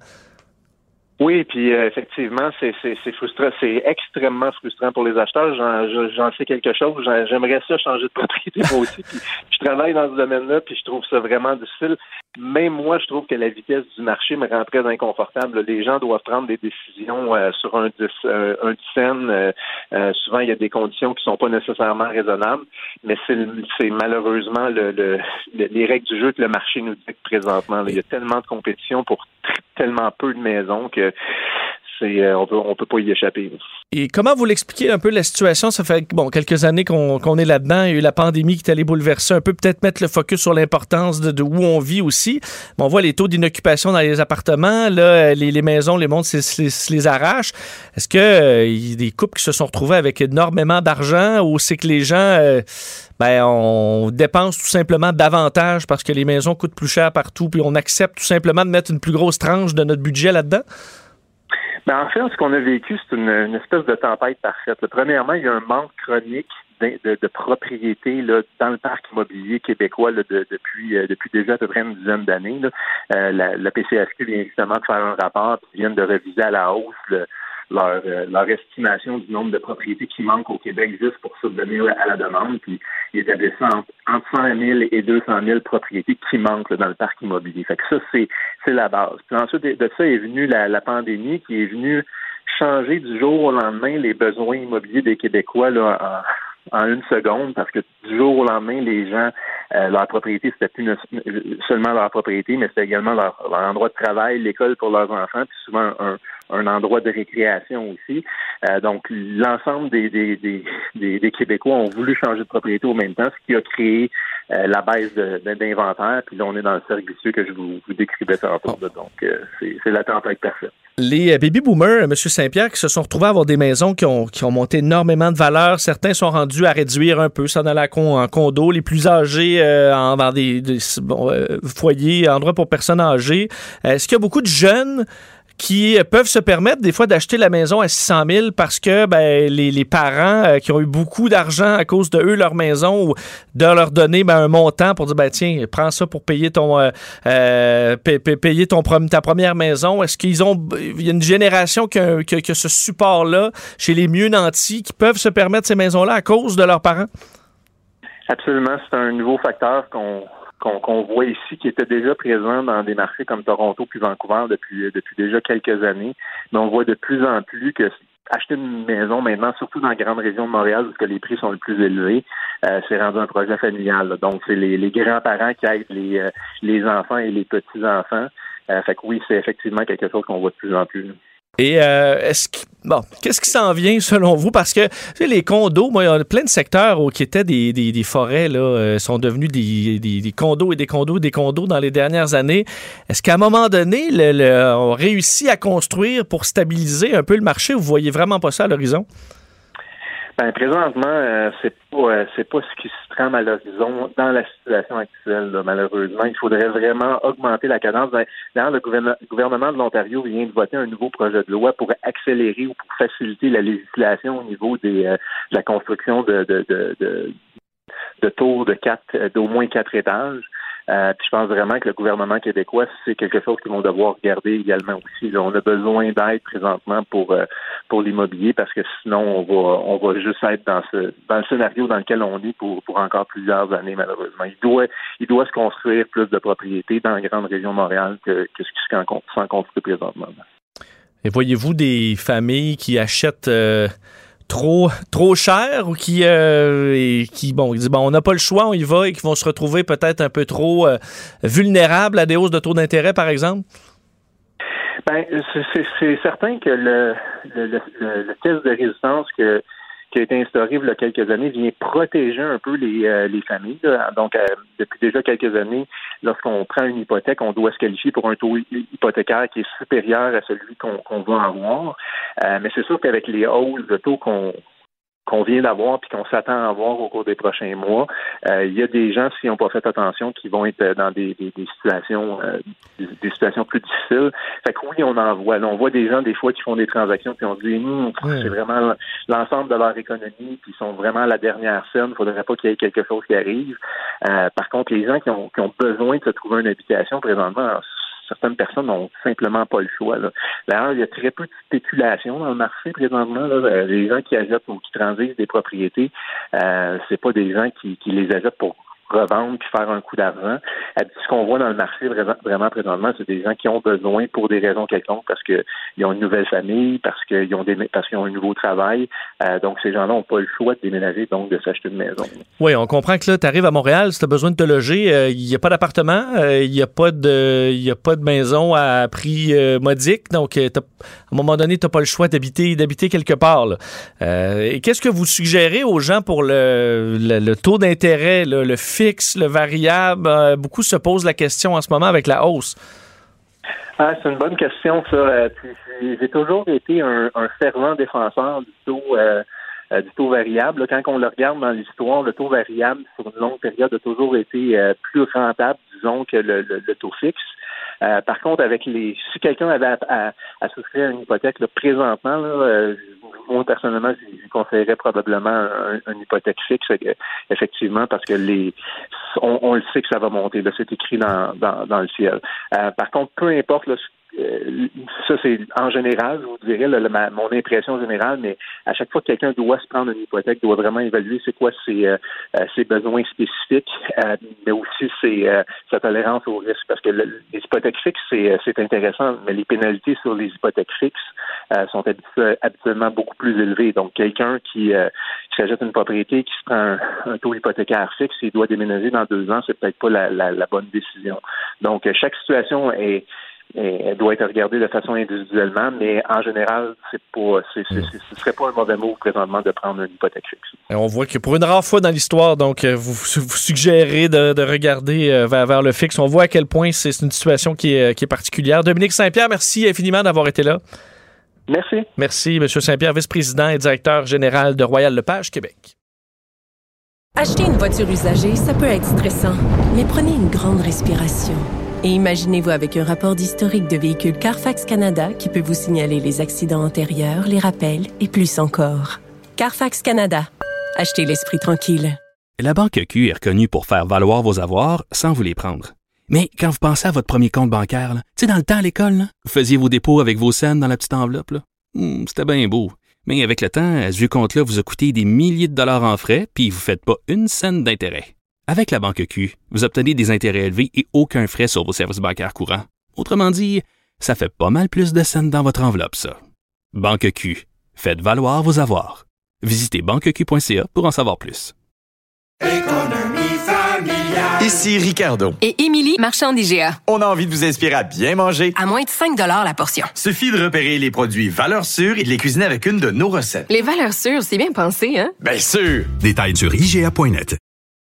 Oui, puis euh, effectivement, c'est, c'est, c'est frustrant, c'est extrêmement frustrant pour les acheteurs. J'en, j'en sais quelque chose. J'en, j'aimerais ça changer de propriété moi aussi. Puis je travaille dans ce domaine-là, puis je trouve ça vraiment difficile. Même moi, je trouve que la vitesse du marché me rend très inconfortable. Les gens doivent prendre des décisions euh, sur un dix, euh, un dizaine. Euh, euh, souvent, il y a des conditions qui sont pas nécessairement raisonnables, mais c'est, c'est malheureusement le, le, le, les règles du jeu que le marché nous dicte présentement. Là. Il y a tellement de compétition pour tellement peu de maisons que c'est, euh, on peut, on peut pas y échapper. Et comment vous l'expliquez un peu la situation? Ça fait bon quelques années qu'on, qu'on est là-dedans. Il y a eu la pandémie qui est allée bouleverser un peu, peut-être mettre le focus sur l'importance de, de où on vit aussi. Mais on voit les taux d'inoccupation dans les appartements. Là, les, les maisons, les mondes se les, se les arrachent. Est-ce que euh, il y a des couples qui se sont retrouvés avec énormément d'argent ou c'est que les gens... Euh, ben, on dépense tout simplement davantage parce que les maisons coûtent plus cher partout, puis on accepte tout simplement de mettre une plus grosse tranche de notre budget là-dedans? Ben, en fait, ce qu'on a vécu, c'est une, une espèce de tempête parfaite. Là, premièrement, il y a un manque chronique de, de, de propriété là, dans le parc immobilier québécois là, de, depuis, euh, depuis déjà à peu près une dizaine d'années. Là. Euh, la, la P C S Q vient justement de faire un rapport qui vient de réviser à la hausse le, Leur, euh, leur estimation du nombre de propriétés qui manquent au Québec juste pour subvenir à la demande. Puis ils établissent entre, entre cent mille et deux cent mille propriétés qui manquent là, dans le parc immobilier. Fait que ça, c'est, c'est la base. Puis ensuite de ça est venue la, la pandémie qui est venue changer du jour au lendemain les besoins immobiliers des Québécois là, en, en une seconde, parce que du jour au lendemain, les gens, euh, leur propriété, c'était plus ne- seulement leur propriété, mais c'était également leur, leur endroit de travail, l'école pour leurs enfants, puis souvent un un endroit de récréation aussi. Euh, donc, l'ensemble des, des, des, des, des Québécois ont voulu changer de propriété au même temps, ce qui a créé euh, la baisse de, de, d'inventaire. Puis là, on est dans le cercle vicieux que je vous, vous décrivais tantôt. Oh. Donc, euh, c'est, c'est la tempête parfaite. Les baby boomers, M. Saint-Pierre, qui se sont retrouvés à avoir des maisons qui ont, qui ont monté énormément de valeur. Certains sont rendus à réduire un peu, s'en aller en condo. Les plus âgés, euh, en, dans des, des bon, euh, foyers, endroits pour personnes âgées. Est-ce qu'il y a beaucoup de jeunes qui peuvent se permettre des fois d'acheter la maison à six cent mille parce que ben, les, les parents euh, qui ont eu beaucoup d'argent à cause de eux, leur maison, ou de leur donner ben, un montant pour dire, ben, tiens, prends ça pour payer ton euh, euh, payer, payer ton, ta première maison. Est-ce qu'ils ont, il y a une génération qui a, qui a, qui a ce support-là chez les mieux nantis qui peuvent se permettre ces maisons-là à cause de leurs parents? Absolument, c'est un nouveau facteur qu'on Qu'on, qu'on voit ici, qui était déjà présent dans des marchés comme Toronto puis Vancouver depuis depuis déjà quelques années. Mais on voit de plus en plus que acheter une maison maintenant, surtout dans la grande région de Montréal, où les prix sont les plus élevés, euh, c'est rendu un projet familial. Là. Donc, c'est les, les grands-parents qui aident les, euh, les enfants et les petits-enfants. Euh, fait que oui, c'est effectivement quelque chose qu'on voit de plus en plus. Là. Et euh, est-ce que, bon, qu'est-ce qui s'en vient selon vous? Parce que tu sais, les condos, moi, il y a plein de secteurs où, qui étaient des, des, des forêts, là, euh, sont devenus des, des, des condos et des condos et des condos dans les dernières années. Est-ce qu'à un moment donné, le, le, on réussit à construire pour stabiliser un peu le marché? Vous voyez vraiment pas ça à l'horizon? Ben, présentement, euh, c'est pas euh, c'est pas ce qui se trame à l'horizon dans la situation actuelle, là, malheureusement. Il faudrait vraiment augmenter la cadence. D'ailleurs, le gouvernement, gouvernement de l'Ontario vient de voter un nouveau projet de loi pour accélérer ou pour faciliter la législation au niveau des euh, de la construction de de, de, de, de tours de quatre d'au moins quatre étages. Euh, puis je pense vraiment que le gouvernement québécois, c'est quelque chose qu'ils vont devoir regarder également aussi. Là, on a besoin d'aide présentement pour euh, pour l'immobilier, parce que sinon, on va on va juste être dans ce dans le scénario dans lequel on est pour, pour encore plusieurs années, malheureusement. Il doit il doit se construire plus de propriétés dans la grande région de Montréal que, que ce qui s'en construit présentement. Et voyez-vous des familles qui achètent euh, trop trop cher ou qui euh, et qui bon ils disent bon on n'a pas le choix, on y va, et qui vont se retrouver peut-être un peu trop euh, vulnérables à des hausses de taux d'intérêt, par exemple? Ben c'est, c'est, c'est certain que le, le, le, le test de résistance que qui a été instauré il y a quelques années vient protéger un peu les, euh, les familles. Là. Donc, euh, depuis déjà quelques années, lorsqu'on prend une hypothèque, on doit se qualifier pour un taux hypothécaire qui est supérieur à celui qu'on, qu'on va avoir. Euh, mais c'est sûr qu'avec les hausses de taux qu'on qu'on vient d'avoir puis qu'on s'attend à avoir au cours des prochains mois, euh, il y a des gens, s'ils n'ont pas fait attention, qui vont être dans des, des, des situations euh, des, des situations plus difficiles. Fait que oui, on en voit. Là, on voit des gens, des fois, qui font des transactions puis on se dit, hum, ouais. c'est vraiment l'ensemble de leur économie puis ils sont vraiment à la dernière scène. Il ne faudrait pas qu'il y ait quelque chose qui arrive. Euh, par contre, les gens qui ont, qui ont besoin de se trouver une habitation présentement, certaines personnes n'ont simplement pas le choix. Là. D'ailleurs, il y a très peu de spéculation dans le marché présentement. Là. Les gens qui achètent ou qui transigent des propriétés, euh, c'est pas des gens qui, qui les achètent pour revendre puis faire un coup d'argent. Ce qu'on voit dans le marché vraiment présentement, c'est des gens qui ont besoin pour des raisons quelconques, parce qu'ils ont une nouvelle famille, parce qu'ils ont des parce qu'ils ont un nouveau travail. Euh, donc ces gens-là n'ont pas le choix de déménager, donc de s'acheter une maison. Oui, on comprend que là, tu arrives à Montréal, si tu as besoin de te loger, il euh, n'y a pas d'appartement, il euh, n'y a pas de il y a pas de maison à prix euh, modique, donc euh, à un moment donné, tu n'as pas le choix d'habiter d'habiter quelque part. Là. Euh, et qu'est-ce que vous suggérez aux gens pour le, le, le taux d'intérêt, là, le fixe, le variable? Euh, beaucoup se posent la question en ce moment avec la hausse. Ah, c'est une bonne question, ça. Euh, j'ai toujours été un, un fervent défenseur du taux, euh, euh, du taux variable. Là, quand on le regarde dans l'histoire, le taux variable sur une longue période a toujours été euh, plus rentable, disons, que le, le, le taux fixe. Euh, par contre, avec les, si quelqu'un avait à, à, à souscrire une hypothèque là, présentement, là, euh, moi personnellement, je conseillerais probablement un, une hypothèque fixe, euh, effectivement, parce que les, on, on le sait que ça va monter. Là, c'est écrit dans, dans, dans le ciel. Euh, par contre, peu importe là, Euh, ça, c'est en général, je vous dirais, là, ma, mon impression générale, mais à chaque fois que quelqu'un doit se prendre une hypothèque, doit vraiment évaluer c'est quoi ses, euh, ses besoins spécifiques, euh, mais aussi ses, euh, sa tolérance au risque. Parce que le, les hypothèques fixes, c'est, c'est intéressant, mais les pénalités sur les hypothèques fixes euh, sont habitu- habituellement beaucoup plus élevées. Donc, quelqu'un qui, euh, qui s'achète une propriété, qui se prend un, un taux hypothécaire fixe, il doit déménager dans deux ans, c'est peut-être pas la, la, la bonne décision. Donc, chaque situation est elle doit être regardée de façon individuellement, mais en général, c'est pas, c'est, c'est, c'est, ce serait pas un mauvais mot présentement de prendre une hypothèque fixe. Et on voit que pour une rare fois dans l'histoire, donc vous, vous suggérez de, de regarder vers, vers le fixe. On voit à quel point c'est une situation qui est, qui est particulière. Dominique Saint-Pierre, merci infiniment d'avoir été là. Merci. Merci, M. Saint-Pierre, vice-président et directeur général de Royal Lepage Québec. Acheter une voiture usagée, ça peut être stressant, mais prenez une grande respiration. Et imaginez-vous avec un rapport d'historique de véhicule Carfax Canada qui peut vous signaler les accidents antérieurs, les rappels et plus encore. Carfax Canada. Achetez l'esprit tranquille. La Banque Q est reconnue pour faire valoir vos avoirs sans vous les prendre. Mais quand vous pensez à votre premier compte bancaire, tu sais, dans le temps à l'école, là, vous faisiez vos dépôts avec vos scènes dans la petite enveloppe. Là. Hum, c'était bien beau. Mais avec le temps, ce vieux compte-là vous a coûté des milliers de dollars en frais, puis vous ne faites pas une scène d'intérêt. Avec la Banque Q, vous obtenez des intérêts élevés et aucun frais sur vos services bancaires courants. Autrement dit, ça fait pas mal plus de scènes dans votre enveloppe, ça. Banque Q, faites valoir vos avoirs. Visitez banque q point c a pour en savoir plus. Économie familiale. Ici Ricardo. Et Émilie, marchand d'I G A. On a envie de vous inspirer à bien manger. À moins de cinq dollars la portion. Suffit de repérer les produits valeurs sûres et de les cuisiner avec une de nos recettes. Les valeurs sûres, c'est bien pensé, hein? Bien sûr! Détails sur I G A point net.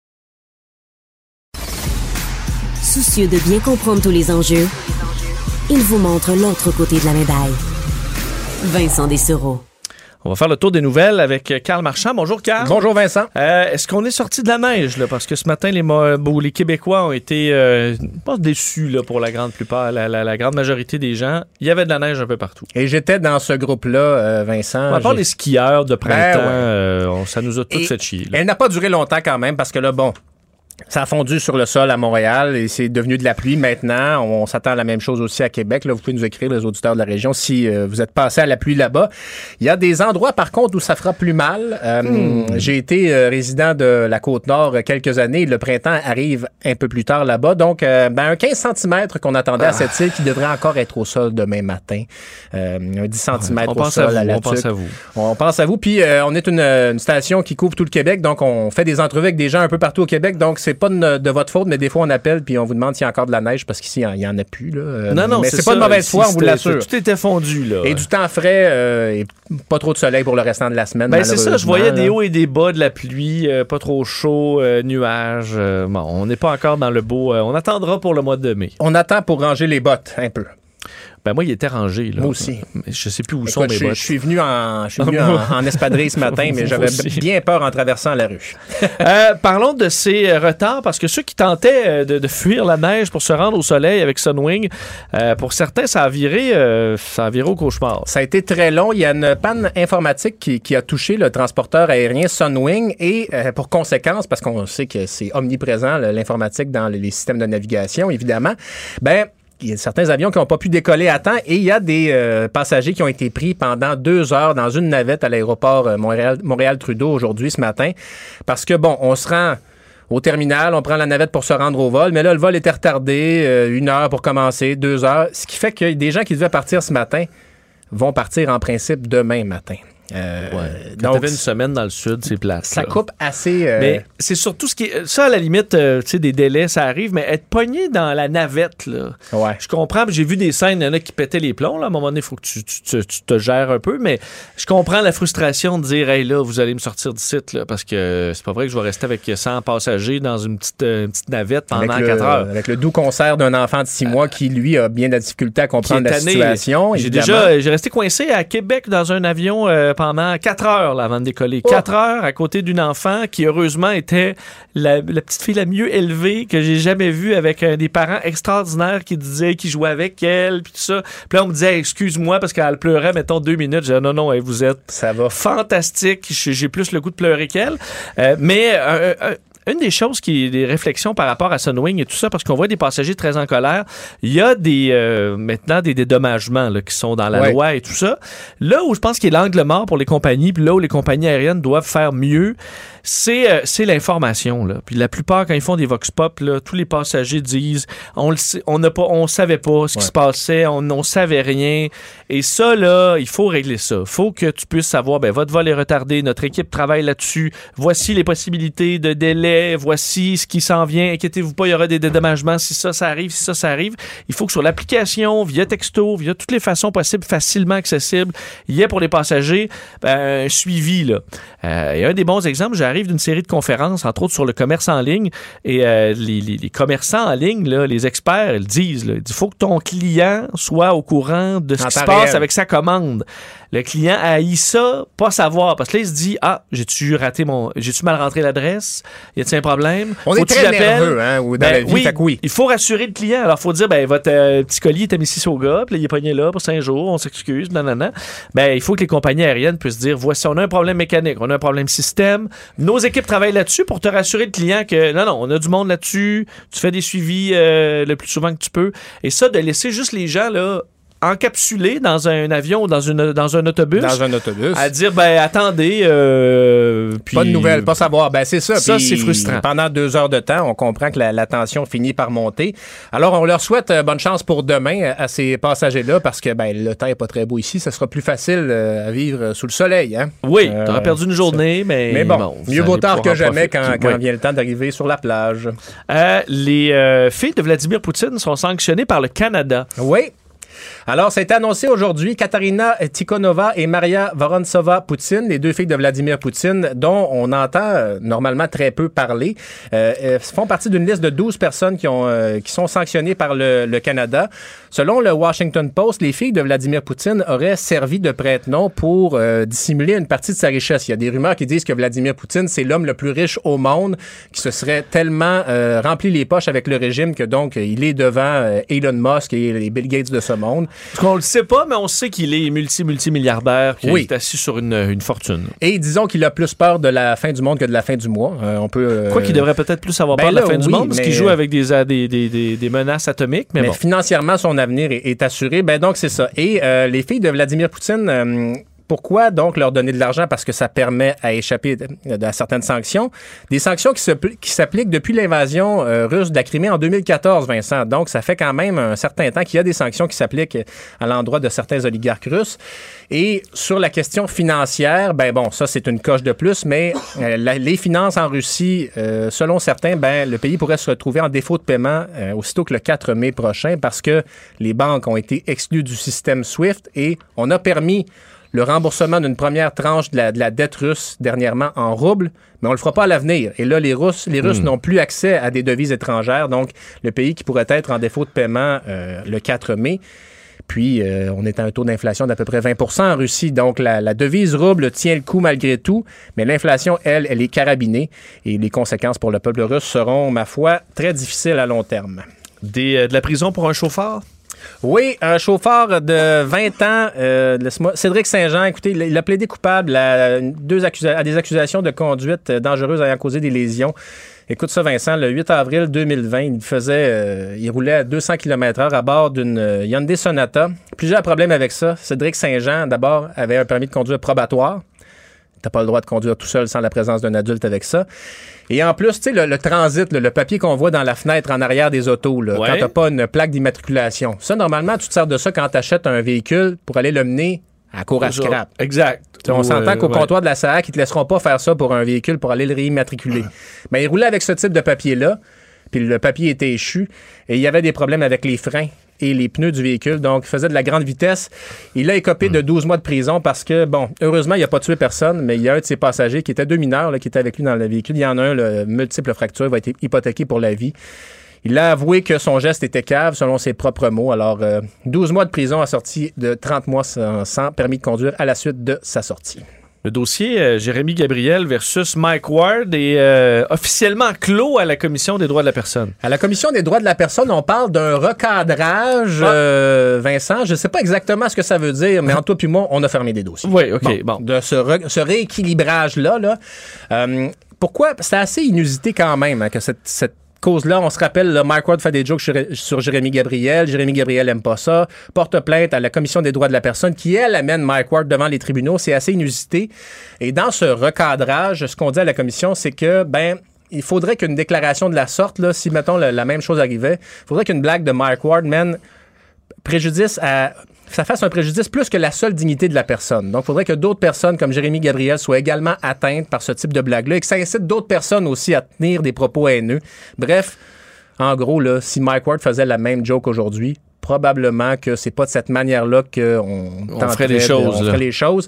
Soucieux de bien comprendre tous les enjeux, il vous montre l'autre côté de la médaille. Vincent Dessureau. On va faire le tour des nouvelles avec Carl Marchand. Bonjour, Carl. Bonjour, Vincent. Euh, est-ce qu'on est sorti de la neige, là? Parce que ce matin, les, bon, les Québécois ont été euh, pas déçus là, pour la grande plupart, la, la, la grande majorité des gens. Il y avait de la neige un peu partout. Et j'étais dans ce groupe-là, euh, Vincent. À part j'ai... les skieurs de printemps, ben ouais. euh, on, ça nous a tous Et fait chier. Là. Elle n'a pas duré longtemps quand même, parce que là, bon... Ça a fondu sur le sol à Montréal et c'est devenu de la pluie maintenant. On s'attend à la même chose aussi à Québec. Là, vous pouvez nous écrire, les auditeurs de la région, si euh, vous êtes passé à la pluie là-bas. Il y a des endroits, par contre, où ça fera plus mal. Euh, mmh. J'ai été euh, résident de la Côte-Nord quelques années. Le printemps arrive un peu plus tard là-bas. Donc, euh, ben, un quinze centimètres qu'on attendait ah. à cette île qui devrait encore être au sol demain matin. Euh, un dix centimètres au sol à, à la On pense à vous. On pense à vous. Puis, euh, on est une, une station qui couvre tout le Québec. Donc, on fait des entrevues avec des gens un peu partout au Québec. Donc, c'est pas de, de votre faute, mais des fois, on appelle puis on vous demande s'il y a encore de la neige parce qu'ici, il n'y en a plus. Là. Non, non, mais c'est, c'est ça, pas de mauvaise foi, on vous l'assure. Tout était fondu, là. Et du temps frais euh, et pas trop de soleil pour le restant de la semaine. Ben, c'est ça, je voyais là. des hauts et des bas de la pluie, euh, pas trop chaud, euh, nuages. Euh, bon, on n'est pas encore dans le beau. Euh, on attendra pour le mois de mai. On attend pour ranger les bottes, un peu. Ben moi, il était rangé. Là. Moi aussi. Je sais plus où Écoute, sont mes je, bottes. Je suis venu en, je suis venu en, en espadrille ce matin, mais j'avais bien peur en traversant la rue. euh, parlons de ces retards, parce que ceux qui tentaient de, de fuir la neige pour se rendre au soleil avec Sunwing, euh, pour certains, ça a viré, euh, ça a viré au cauchemar. Ça a été très long. Il y a une panne informatique qui, qui a touché le transporteur aérien Sunwing et euh, pour conséquence, parce qu'on sait que c'est omniprésent, l'informatique dans les systèmes de navigation, évidemment, ben il y a certains avions qui n'ont pas pu décoller à temps et il y a des euh, passagers qui ont été pris pendant deux heures dans une navette à l'aéroport euh, Montréal, Montréal-Trudeau aujourd'hui, ce matin. Parce que, bon, on se rend au terminal, on prend la navette pour se rendre au vol, mais là, le vol était retardé, euh, une heure pour commencer, deux heures, ce qui fait que des gens qui devaient partir ce matin vont partir en principe demain matin. Euh, ouais. Quand t'avais une semaine dans le sud, c'est place. Ça là. coupe assez... Euh... Mais c'est surtout ce qui est... Ça, à la limite, euh, tu sais, des délais, ça arrive, mais être pogné dans la navette, là... Ouais. Je comprends, j'ai vu des scènes, il y en a qui pétaient les plombs, là. À un moment donné, il faut que tu, tu, tu, tu te gères un peu, mais je comprends la frustration de dire, hey, là, vous allez me sortir d'ici, là, parce que c'est pas vrai que je vais rester avec cent passagers dans une petite, une petite navette pendant avec quatre le, heures. Avec le doux concert d'un enfant de six mois qui, lui, a bien de la difficulté à comprendre la tanné. situation. J'ai évidemment. déjà... J'ai resté coincé à Québec dans un avion euh, pendant quatre heures. Là, avant de décoller. Oh. Quatre heures à côté d'une enfant qui, heureusement, était la, la petite fille la mieux élevée que j'ai jamais vue, avec euh, des parents extraordinaires qui disaient qu'ils jouaient avec elle, puis tout ça. Puis là, on me disait, excuse-moi, parce qu'elle pleurait, mettons, deux minutes. Je disais, non, non, hey, vous êtes ça va fantastique. J'ai plus le goût de pleurer qu'elle. Euh, mais... Euh, euh, Une des choses qui des réflexions par rapport à Sunwing et tout ça, parce qu'on voit des passagers très en colère, il y a des euh, maintenant des dédommagements là, qui sont dans la ouais. loi et tout ça. Là où je pense qu'il y a l'angle mort pour les compagnies, puis là où les compagnies aériennes doivent faire mieux, c'est euh, c'est l'information là. Puis la plupart, quand ils font des vox pop, là, tous les passagers disent on le sait, on n'a pas, on savait pas ce qui ouais. se passait, on on savait rien. Et ça là, il faut régler ça. Il faut que tu puisses savoir, ben votre vol est retardé, notre équipe travaille là-dessus. Voici les possibilités de délai. Voici ce qui s'en vient. Inquiétez-vous pas, il y aura des dédommagements si ça, ça arrive, si ça, ça arrive. Il faut que sur l'application, via texto, via toutes les façons possibles, facilement accessibles, il y ait pour les passagers ben, un suivi. Là. Euh, et un des bons exemples, j'arrive d'une série de conférences, entre autres sur le commerce en ligne, et euh, les, les, les commerçants en ligne, là, les experts, ils disent, là, il faut que ton client soit au courant de ce en qui se passe réel. Avec sa commande. Le client haït ça, pas savoir, parce que là, il se dit, ah, j'ai-tu raté mon... J'ai-tu mal rentré l'adresse? Y a-t-il un problème? On faut est très nerveux, hein, ou dans ben, la vie, oui, fait que oui. Il faut rassurer le client. Alors, il faut dire, ben, votre euh, petit colis était mis ici au gars, puis là, il est pogné là pour cinq jours, on s'excuse, non, non, non. Ben, il faut que les compagnies aériennes puissent dire, voici, on a un problème mécanique, on a un problème système. Nos équipes travaillent là-dessus pour te rassurer le client que, non, non, on a du monde là-dessus, tu fais des suivis euh, le plus souvent que tu peux. Et ça, de laisser juste les gens, là, encapsulé dans un avion ou dans, une, dans un autobus. Dans un autobus. À dire, ben attendez. Euh, puis... Pas de nouvelles, pas savoir. Ben c'est ça. Ça, puis, c'est frustrant. Pendant deux heures de temps, on comprend que la, la tension finit par monter. Alors, on leur souhaite euh, bonne chance pour demain à, à ces passagers-là parce que ben, le temps n'est pas très beau ici. Ça sera plus facile euh, à vivre sous le soleil. Hein? Oui, euh, t'auras perdu une journée, ça. mais... Mais bon, bon mieux vaut tard que jamais quand, quand oui. vient le temps d'arriver sur la plage. Euh, les euh, filles de Vladimir Poutine sont sanctionnées par le Canada. Oui. Alors, ça a été annoncé aujourd'hui. Katarina Tikhonova et Maria Vorontsova-Poutine, les deux filles de Vladimir Poutine, dont on entend euh, normalement très peu parler, euh, font partie d'une liste de douze personnes qui, ont, euh, qui sont sanctionnées par le, le Canada. Selon le Washington Post, les filles de Vladimir Poutine auraient servi de prête-nom pour euh, dissimuler une partie de sa richesse. Il y a des rumeurs qui disent que Vladimir Poutine, c'est l'homme le plus riche au monde, qui se serait tellement euh, rempli les poches avec le régime que donc il est devant euh, Elon Musk et les Bill Gates de ce monde. monde. On le sait pas, mais on sait qu'il est multi-multimilliardaire, qu'il oui. est assis sur une, une fortune. Et disons qu'il a plus peur de la fin du monde que de la fin du mois. Euh, on peut. Euh... Quoi qu'il devrait peut-être plus avoir ben peur là, de la fin oui, du monde, parce mais... qu'il joue avec des, des, des, des, des menaces atomiques. Mais, mais bon. financièrement, son avenir est, est assuré. Ben donc c'est ça. Et euh, les filles de Vladimir Poutine. Euh, Pourquoi donc leur donner de l'argent? Parce que ça permet à échapper à certaines sanctions. Des sanctions qui, se, qui s'appliquent depuis l'invasion euh, russe de la Crimée en deux mille quatorze, Vincent. Donc, ça fait quand même un certain temps qu'il y a des sanctions qui s'appliquent à l'endroit de certains oligarques russes. Et sur la question financière, ben bon, ça, c'est une coche de plus, mais euh, la, les finances en Russie, euh, selon certains, ben le pays pourrait se retrouver en défaut de paiement euh, aussitôt que le quatre mai prochain parce que les banques ont été exclues du système SWIFT et on a permis le remboursement d'une première tranche de la, de la dette russe dernièrement en roubles, mais on le fera pas à l'avenir. Et là, les Russes, les Russes mmh. n'ont plus accès à des devises étrangères, donc le pays qui pourrait être en défaut de paiement euh, le quatre mai. Puis, euh, on est à un taux d'inflation d'à peu près vingt pour cent en Russie. Donc, la, la devise rouble tient le coup malgré tout, mais l'inflation, elle, elle est carabinée. Et les conséquences pour le peuple russe seront, ma foi, très difficiles à long terme. Des, euh, de la prison pour un chauffeur? Oui, un chauffeur de vingt ans, euh, laisse-moi, Cédric Saint-Jean, écoutez, il a plaidé coupable à, deux accusa- à des accusations de conduite dangereuse ayant causé des lésions. Écoute ça, Vincent, le huit avril deux mille vingt, il faisait, euh, il roulait à deux cents kilomètres heure à bord d'une euh, Hyundai Sonata. Plusieurs problèmes avec ça. Cédric Saint-Jean, d'abord, avait un permis de conduire probatoire. T'as pas le droit de conduire tout seul sans la présence d'un adulte avec ça. Et en plus, tu sais, le, le transit, le, le papier qu'on voit dans la fenêtre en arrière des autos, là, ouais. quand t'as pas une plaque d'immatriculation. Ça, normalement, tu te sers de ça quand t'achètes un véhicule pour aller le mener à cour à scrap. Exact. T'sais, on Ou, s'entend euh, qu'au ouais. comptoir de la S A A C, ils te laisseront pas faire ça pour un véhicule pour aller le réimmatriculer. Mais il roulait avec ce type de papier-là, puis le papier était échu, et il y avait des problèmes avec les freins et les pneus du véhicule, donc il faisait de la grande vitesse. Il a écopé mmh. de douze mois de prison parce que, bon, heureusement, il n'a pas tué personne, mais il y a un de ses passagers qui était deux mineurs, là, qui était avec lui dans le véhicule. Il y en a un, le multiple fracture, va être hypothéqué pour la vie. Il a avoué que son geste était cave, selon ses propres mots. Alors, euh, douze mois de prison assorti de trente mois sans, sans permis de conduire à la suite de sa sortie. Le dossier euh, Jérémy Gabriel versus Mike Ward est euh, officiellement clos à la Commission des droits de la personne. À la Commission des droits de la personne, on parle d'un recadrage, ah. euh, Vincent. Je ne sais pas exactement ce que ça veut dire, mais entre toi et moi, on a fermé des dossiers. Oui, OK, bon. bon. De ce, re- ce rééquilibrage-là, là, euh, pourquoi? C'est assez inusité quand même hein, que cette, cette cause-là, on se rappelle, là, Mike Ward fait des jokes sur, sur Jérémy Gabriel. Jérémy Gabriel aime pas ça. Porte plainte à la Commission des droits de la personne qui, elle, amène Mike Ward devant les tribunaux. C'est assez inusité. Et dans ce recadrage, ce qu'on dit à la Commission, c'est que, ben, il faudrait qu'une déclaration de la sorte, là, si, mettons, la, la même chose arrivait, il faudrait qu'une blague de Mike Ward mène préjudice à... ça fasse un préjudice plus que la seule dignité de la personne. Donc, il faudrait que d'autres personnes comme Jérémy Gabriel soient également atteintes par ce type de blague-là et que ça incite d'autres personnes aussi à tenir des propos haineux. Bref, en gros, là, si Mike Ward faisait la même joke aujourd'hui, probablement que c'est pas de cette manière-là qu'on on ferait les choses. De, on ferait les choses.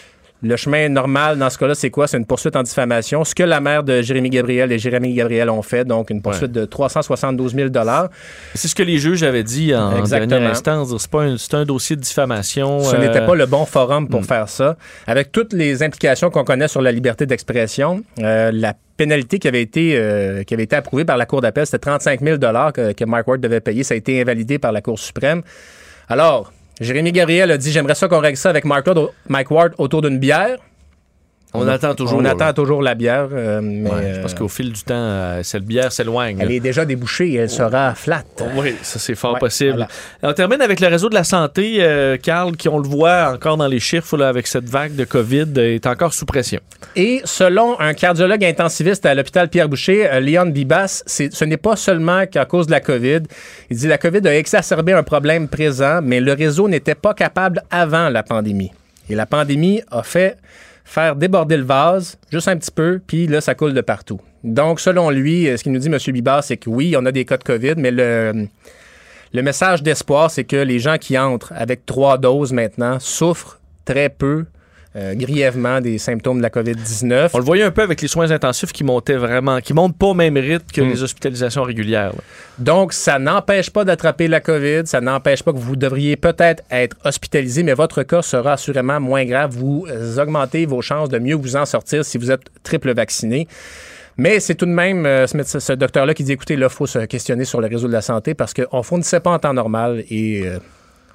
Le chemin normal dans ce cas-là, c'est quoi? C'est une poursuite en diffamation. Ce que la mère de Jérémy Gabriel et Jérémy Gabriel ont fait, donc une poursuite ouais. de trois cent soixante-douze mille dollars. C'est ce que les juges avaient dit en Exactement. dernière instance. C'est pas un, c'est un dossier de diffamation. Ce euh... n'était pas le bon forum pour mm. faire ça. Avec toutes les implications qu'on connaît sur la liberté d'expression, euh, la pénalité qui avait été euh, qui avait été approuvée par la Cour d'appel, c'était trente-cinq mille dollars que, que Mike Ward devait payer. Ça a été invalidé par la Cour suprême. Alors, Jérémy Gabriel a dit « J'aimerais ça qu'on règle ça avec Mike Ward, Mike Ward autour d'une bière. » On, on attend toujours. On là. attend toujours la bière. Euh, mais ouais, je pense qu'au fil du temps, euh, cette bière s'éloigne. Elle là. est déjà débouchée et elle sera flat. Oui, ça c'est fort ouais, possible. Voilà. On termine avec le réseau de la santé, euh, Carl, qui on le voit encore dans les chiffres là, avec cette vague de COVID, est encore sous pression. Et selon un cardiologue intensiviste à l'hôpital Pierre-Boucher, euh, Léon Bibas, c'est, ce n'est pas seulement qu'à cause de la COVID. Il dit la COVID a exacerbé un problème présent, mais le réseau n'était pas capable avant la pandémie. Et la pandémie a fait faire déborder le vase, juste un petit peu, puis là, ça coule de partout. Donc, selon lui, ce qu'il nous dit, M. Bibas, c'est que oui, on a des cas de COVID, mais le, le message d'espoir, c'est que les gens qui entrent avec trois doses maintenant souffrent très peu, euh, grièvement, des symptômes de la COVID dix-neuf. On le voyait un peu avec les soins intensifs qui montaient vraiment, qui montent pas au même rythme que mmh. les hospitalisations régulières. Là. Donc, ça n'empêche pas d'attraper la COVID, ça n'empêche pas que vous devriez peut-être être hospitalisé, mais votre cas sera assurément moins grave. Vous augmentez vos chances de mieux vous en sortir si vous êtes triple vacciné. Mais c'est tout de même euh, ce, ce docteur-là qui dit, écoutez, là, il faut se questionner sur le réseau de la santé parce qu'on ne fournissait pas en temps normal et... Euh,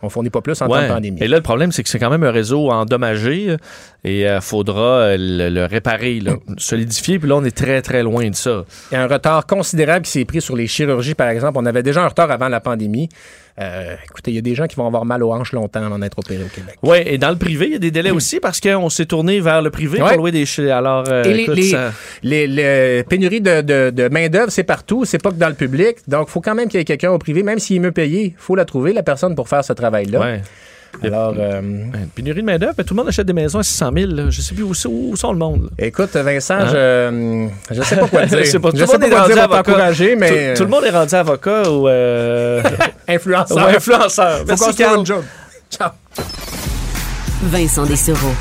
On fournit pas plus en ouais. temps de pandémie. Et là, le problème, c'est que c'est quand même un réseau endommagé et il euh, faudra le, le réparer, là, solidifier. Puis là, on est très, très loin de ça. Il y a un retard considérable qui s'est pris sur les chirurgies, par exemple. On avait déjà un retard avant la pandémie. Euh, écoutez, il y a des gens qui vont avoir mal aux hanches longtemps avant d'être opérés au Québec. Oui, et dans le privé, il y a des délais mmh. aussi parce qu'on s'est tourné vers le privé ouais. pour louer des chais. Alors, euh, et les, écoute, les, ça... les, les pénuries de, de, de main-d'œuvre, c'est partout, c'est pas que dans le public. Donc, il faut quand même qu'il y ait quelqu'un au privé, même s'il est mieux payé, il faut la trouver, la personne, pour faire ce travail-là. Ouais. Alors, euh... pénurie de main-d'œuvre, tout le monde achète des maisons à six cent mille. Là. Je sais plus où, où sont le monde. Là. Écoute, Vincent, hein? je je sais pas quoi dire. je sais pas, tout je le sais monde pas est rendu dire avocat. Mais... Tout, tout le monde est rendu avocat ou euh... influenceur. Ou influenceur. Faut Merci, construire un job. Ciao. Vincent Dessureau.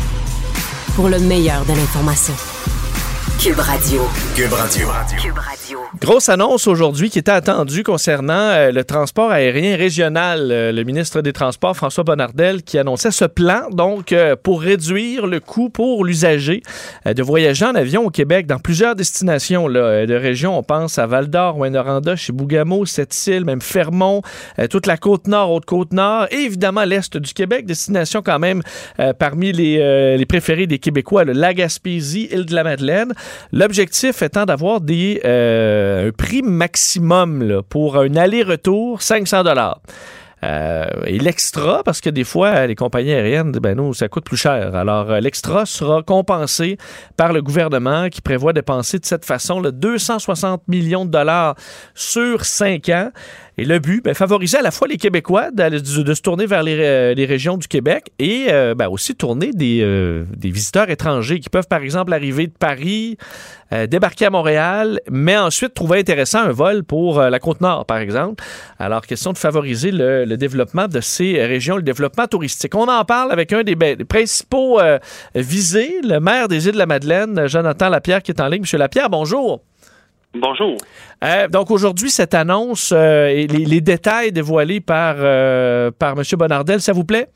Pour le meilleur de l'information. Cube Radio. Cube Radio. Cube Radio. Grosse annonce aujourd'hui qui était attendue concernant euh, le transport aérien régional. Euh, le ministre des Transports, François Bonnardel, qui annonçait ce plan donc euh, pour réduire le coût pour l'usager euh, de voyager en avion au Québec dans plusieurs destinations là, euh, de régions. On pense à Val-d'Or, Rouyn-Noranda, Chibougamau, Sept-Îles, même Fermont, euh, toute la Côte-Nord, Haute-Côte-Nord et évidemment l'Est du Québec. Destination quand même euh, parmi les, euh, les préférés des Québécois, le la Gaspésie, Île-de-la-Madeleine. L'objectif étant d'avoir des, euh, un prix maximum là, pour un aller-retour, cinq cents dollars. Euh, et l'extra, parce que des fois, les compagnies aériennes, ben nous, ça coûte plus cher. Alors, euh, l'extra sera compensé par le gouvernement qui prévoit dépenser de cette façon là, deux cent soixante millions de dollars sur cinq ans. Et le but, ben, favoriser à la fois les Québécois de, de, de se tourner vers les, euh, les régions du Québec et euh, ben, aussi tourner des, euh, des visiteurs étrangers qui peuvent, par exemple, arriver de Paris, euh, débarquer à Montréal, mais ensuite trouver intéressant un vol pour euh, la Côte-Nord, par exemple. Alors, question de favoriser le, le développement de ces régions, le développement touristique. On en parle avec un des, ben, des principaux euh, visés, le maire des Îles-de-la-Madeleine, Jonathan Lapierre, qui est en ligne. Monsieur Lapierre, bonjour. Bonjour. Euh, donc aujourd'hui, cette annonce euh, et les, les détails dévoilés par, euh, par M. Bonnardel, ça vous plaît?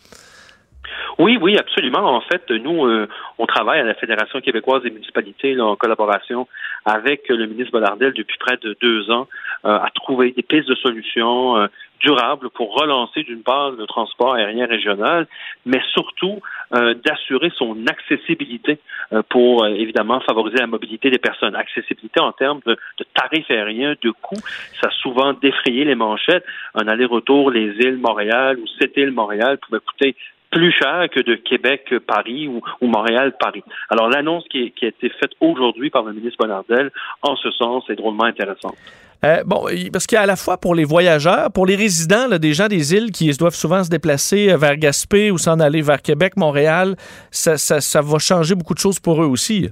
Oui, oui, absolument. En fait, nous, euh, on travaille à la Fédération québécoise des municipalités là, en collaboration avec le ministre Bonnardel depuis près de deux ans euh, à trouver des pistes de solutions euh, durables pour relancer d'une part le transport aérien régional, mais surtout euh, d'assurer son accessibilité euh, pour euh, évidemment favoriser la mobilité des personnes. Accessibilité en termes de, de tarifs aériens, de coûts, ça a souvent défrayé les manchettes. Un aller-retour les îles Montréal ou cette île Montréal pouvait coûter plus cher que de Québec-Paris ou, ou Montréal-Paris. Alors, l'annonce qui, est, qui a été faite aujourd'hui par le ministre Bonnardel, en ce sens, est drôlement intéressante. Euh, bon, parce qu'il y a à la fois pour les voyageurs, pour les résidents, là, des gens des îles qui doivent souvent se déplacer vers Gaspé ou s'en aller vers Québec, Montréal, ça, ça, ça va changer beaucoup de choses pour eux aussi.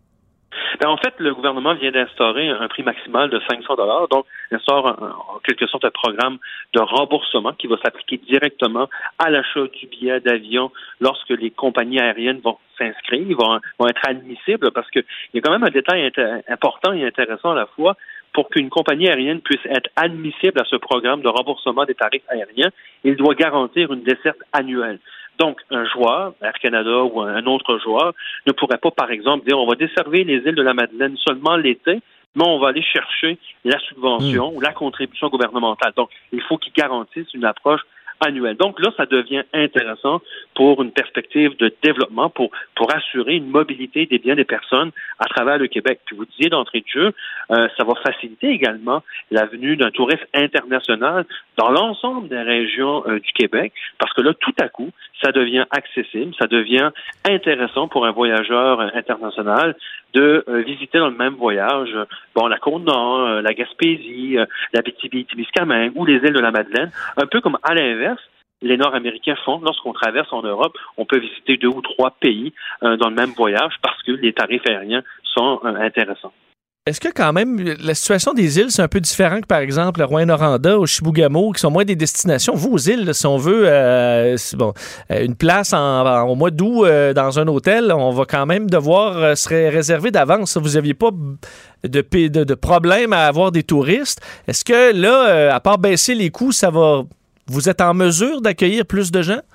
Ben, en fait, le gouvernement vient d'instaurer un prix maximal de cinq cents dollars, donc il instaure un, en quelque sorte un programme de remboursement qui va s'appliquer directement à l'achat du billet d'avion lorsque les compagnies aériennes vont s'inscrire, vont, vont être admissibles, parce qu'il y a quand même un détail inter- important et intéressant à la fois. Pour qu'une compagnie aérienne puisse être admissible à ce programme de remboursement des tarifs aériens, il doit garantir une desserte annuelle. Donc, un joueur, Air Canada ou un autre joueur, ne pourrait pas, par exemple, dire on va desservir les îles de la Madeleine seulement l'été, mais on va aller chercher la subvention mmh. ou la contribution gouvernementale. Donc, il faut qu'ils garantissent une approche annuelle. Donc là, ça devient intéressant pour une perspective de développement, pour pour assurer une mobilité des biens des personnes à travers le Québec. Puis vous disiez d'entrée de jeu, euh, ça va faciliter également la venue d'un tourisme international dans l'ensemble des régions euh, du Québec, parce que là, tout à coup, ça devient accessible, ça devient intéressant pour un voyageur euh, international de euh, visiter dans le même voyage, euh, bon, la Côte-Nord, euh, la Gaspésie, euh, la Abitibi-Témiscamingue ou les îles de la Madeleine, un peu comme à l'inverse, les Nord-Américains font. Lorsqu'on traverse en Europe, on peut visiter deux ou trois pays euh, dans le même voyage parce que les tarifs aériens sont euh, intéressants. Est-ce que quand même, la situation des îles, c'est un peu différent que, par exemple, le Rouyn-Noranda ou Chibougamau, qui sont moins des destinations? Vous, aux îles, si on veut euh, bon, une place en, en, au mois d'août euh, dans un hôtel, on va quand même devoir euh, se réserver d'avance. Vous n'aviez pas de, de, de problème à avoir des touristes. Est-ce que là, euh, à part baisser les coûts, ça va... Vous êtes en mesure d'accueillir plus de gens?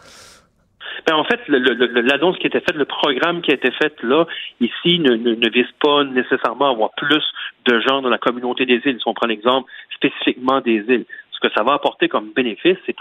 Ben, en fait, le, le, l'annonce qui a été faite, le programme qui a été fait là, ici, ne, ne, ne vise pas nécessairement à avoir plus de gens dans la communauté des îles. Si on prend l'exemple spécifiquement des îles, ce que ça va apporter comme bénéfice, c'est plutôt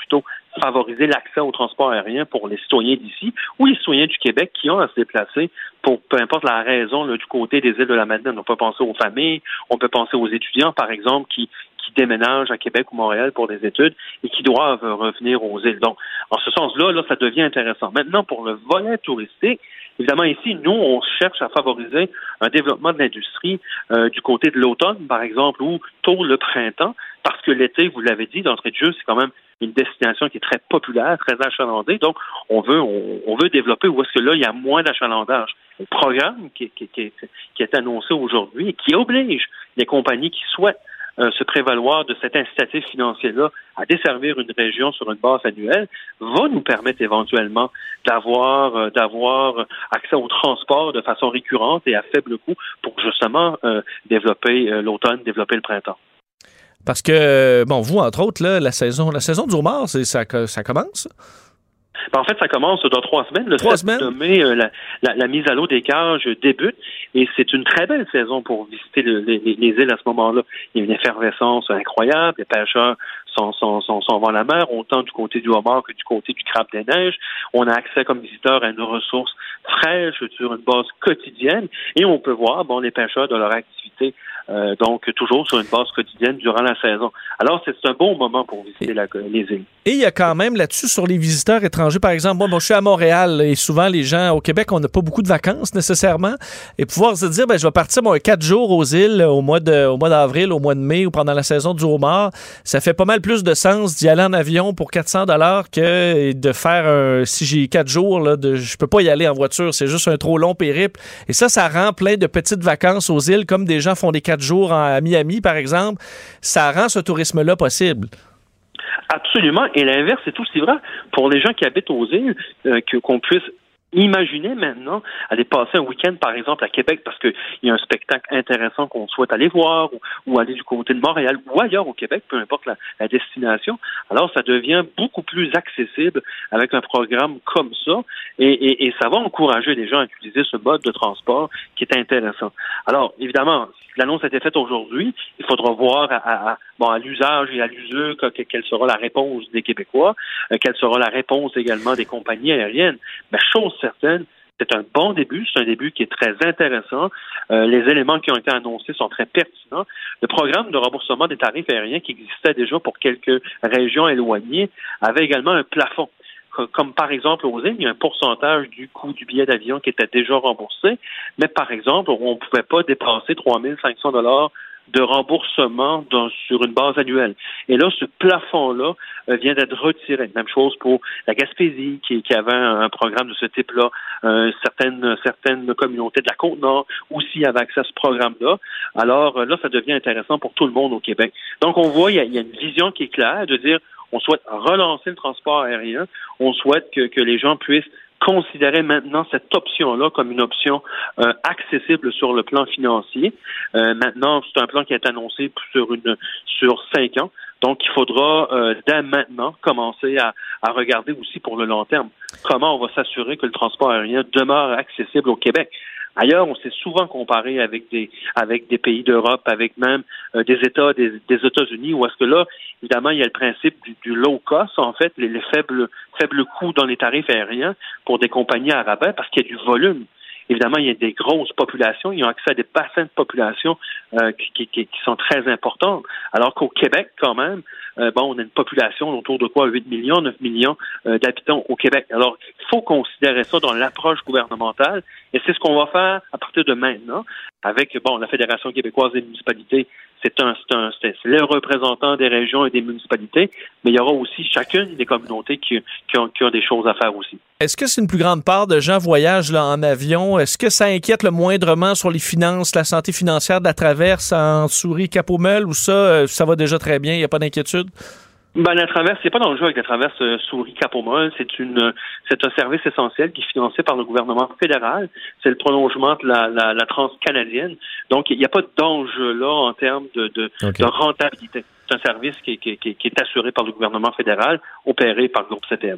favoriser l'accès au transport aérien pour les citoyens d'ici ou les citoyens du Québec qui ont à se déplacer pour peu importe la raison là, du côté des îles de la Madeleine. On peut penser aux familles, on peut penser aux étudiants, par exemple, qui qui déménagent à Québec ou Montréal pour des études et qui doivent revenir aux îles. Donc, en ce sens-là, là, ça devient intéressant. Maintenant, pour le volet touristique, évidemment, ici, nous, on cherche à favoriser un développement de l'industrie euh, du côté de l'automne, par exemple, ou tôt le printemps, parce que l'été, vous l'avez dit, d'entrée de jeu, c'est quand même une destination qui est très populaire, très achalandée. Donc, on veut on, on veut développer où est-ce que là, il y a moins d'achalandage. Le programme qui, qui, qui, qui est annoncé aujourd'hui et qui oblige les compagnies qui souhaitent Euh, se prévaloir de cet incitatif financier-là à desservir une région sur une base annuelle va nous permettre éventuellement d'avoir euh, d'avoir accès au transport de façon récurrente et à faible coût pour justement euh, développer euh, l'automne, développer le printemps. Parce que, bon, vous, entre autres, là, la saison la saison du homard, c'est, ça, ça commence? Ben, en fait, ça commence dans trois semaines. Le trois sept semaines? de mai, euh, la, la, la mise à l'eau des cages débute et c'est une très belle saison pour visiter le, les, les îles à ce moment-là. Il y a une effervescence incroyable. Les pêcheurs sont, sont, sont, sont vont la mer, autant du côté du homard que du côté du crabe des neiges. On a accès comme visiteur à une ressource fraîche sur une base quotidienne et on peut voir bon les pêcheurs de leur activité euh, donc toujours sur une base quotidienne durant la saison. Alors, c'est un bon moment pour visiter la, les îles. Et il y a quand même là-dessus sur les visiteurs étrangers, par exemple, moi, bon, je suis à Montréal et souvent les gens au Québec, on n'a pas beaucoup de vacances nécessairement et pouvoir se dire, ben, je vais partir bon, quatre jours aux îles au mois de, au mois d'avril, au mois de mai ou pendant la saison du homard, ça fait pas mal plus de sens d'y aller en avion pour quatre cents dollars que de faire un, si j'ai quatre jours, là, de, je peux pas y aller en voiture, c'est juste un trop long périple. Et ça, ça rend plein de petites vacances aux îles, comme des gens font des quatre jours en, à Miami, par exemple. Ça rend ce tourisme-là possible. Absolument. Et l'inverse, c'est aussi vrai pour les gens qui habitent aux îles, euh, que, qu'on puisse imaginez maintenant aller passer un week-end, par exemple, à Québec parce qu'il y a un spectacle intéressant qu'on souhaite aller voir ou, ou aller du côté de Montréal ou ailleurs au Québec, peu importe la, la destination. Alors, ça devient beaucoup plus accessible avec un programme comme ça et, et, et ça va encourager les gens à utiliser ce mode de transport qui est intéressant. Alors, évidemment, l'annonce a été faite aujourd'hui. Il faudra voir à, à, à, bon, à l'usage et à l'usure que, que, quelle sera la réponse des Québécois, euh, quelle sera la réponse également des compagnies aériennes. Mais chose certaine, c'est un bon début, c'est un début qui est très intéressant. Euh, les éléments qui ont été annoncés sont très pertinents. Le programme de remboursement des tarifs aériens qui existait déjà pour quelques régions éloignées avait également un plafond. Comme par exemple aux îles, il y a un pourcentage du coût du billet d'avion qui était déjà remboursé, mais par exemple, on ne pouvait pas dépasser trois mille cinq cents dollars de remboursement dans, sur une base annuelle. Et là, ce plafond-là euh, vient d'être retiré. Même chose pour la Gaspésie, qui, qui avait un, un programme de ce type-là. Euh, certaines, certaines communautés de la Côte-Nord aussi avaient accès à ce programme-là. Alors euh, là, ça devient intéressant pour tout le monde au Québec. Donc, on voit, il y a, il y a une vision qui est claire de dire on souhaite relancer le transport aérien, on souhaite que, que les gens puissent considérer maintenant cette option-là comme une option euh, accessible sur le plan financier. Euh, maintenant, c'est un plan qui est annoncé sur une sur cinq ans. Donc, il faudra euh, dès maintenant commencer à, à regarder aussi pour le long terme comment on va s'assurer que le transport aérien demeure accessible au Québec. Ailleurs, on s'est souvent comparé avec des avec des pays d'Europe, avec même euh, des États des, des États-Unis, où est-ce que là, évidemment, il y a le principe du, du low cost, en fait, les, les faibles faibles coûts dans les tarifs aériens pour des compagnies à rabais, parce qu'il y a du volume. Évidemment, il y a des grosses populations, ils ont accès à des bassins de population euh, qui, qui, qui sont très importants. Alors qu'au Québec, quand même, euh, bon, on a une population autour de quoi, huit millions, neuf millions euh, d'habitants au Québec. Alors, il faut considérer ça dans l'approche gouvernementale, et c'est ce qu'on va faire à partir de maintenant, avec, bon, la Fédération québécoise des municipalités. C'est un, c'est un, c'est les représentants des régions et des municipalités, mais il y aura aussi chacune des communautés qui, qui, ont, qui ont des choses à faire aussi. Est-ce que c'est une plus grande part de gens voyagent là, en avion? Est-ce que ça inquiète le moindrement sur les finances, la santé financière de la traverse en Souris-Cap-aux-Meules ou ça, ça va déjà très bien, il n'y a pas d'inquiétude? Ben, la traverse, c'est pas dans le jeu avec la traverse euh, Souris-Cap-aux-Meules. C'est une, c'est un service essentiel qui est financé par le gouvernement fédéral. C'est le prolongement de la, la, la transcanadienne. Donc, il n'y a pas d'enjeu là en termes de, de, okay. de rentabilité. C'est un service qui, qui, qui, qui est assuré par le gouvernement fédéral, opéré par le groupe C P M A.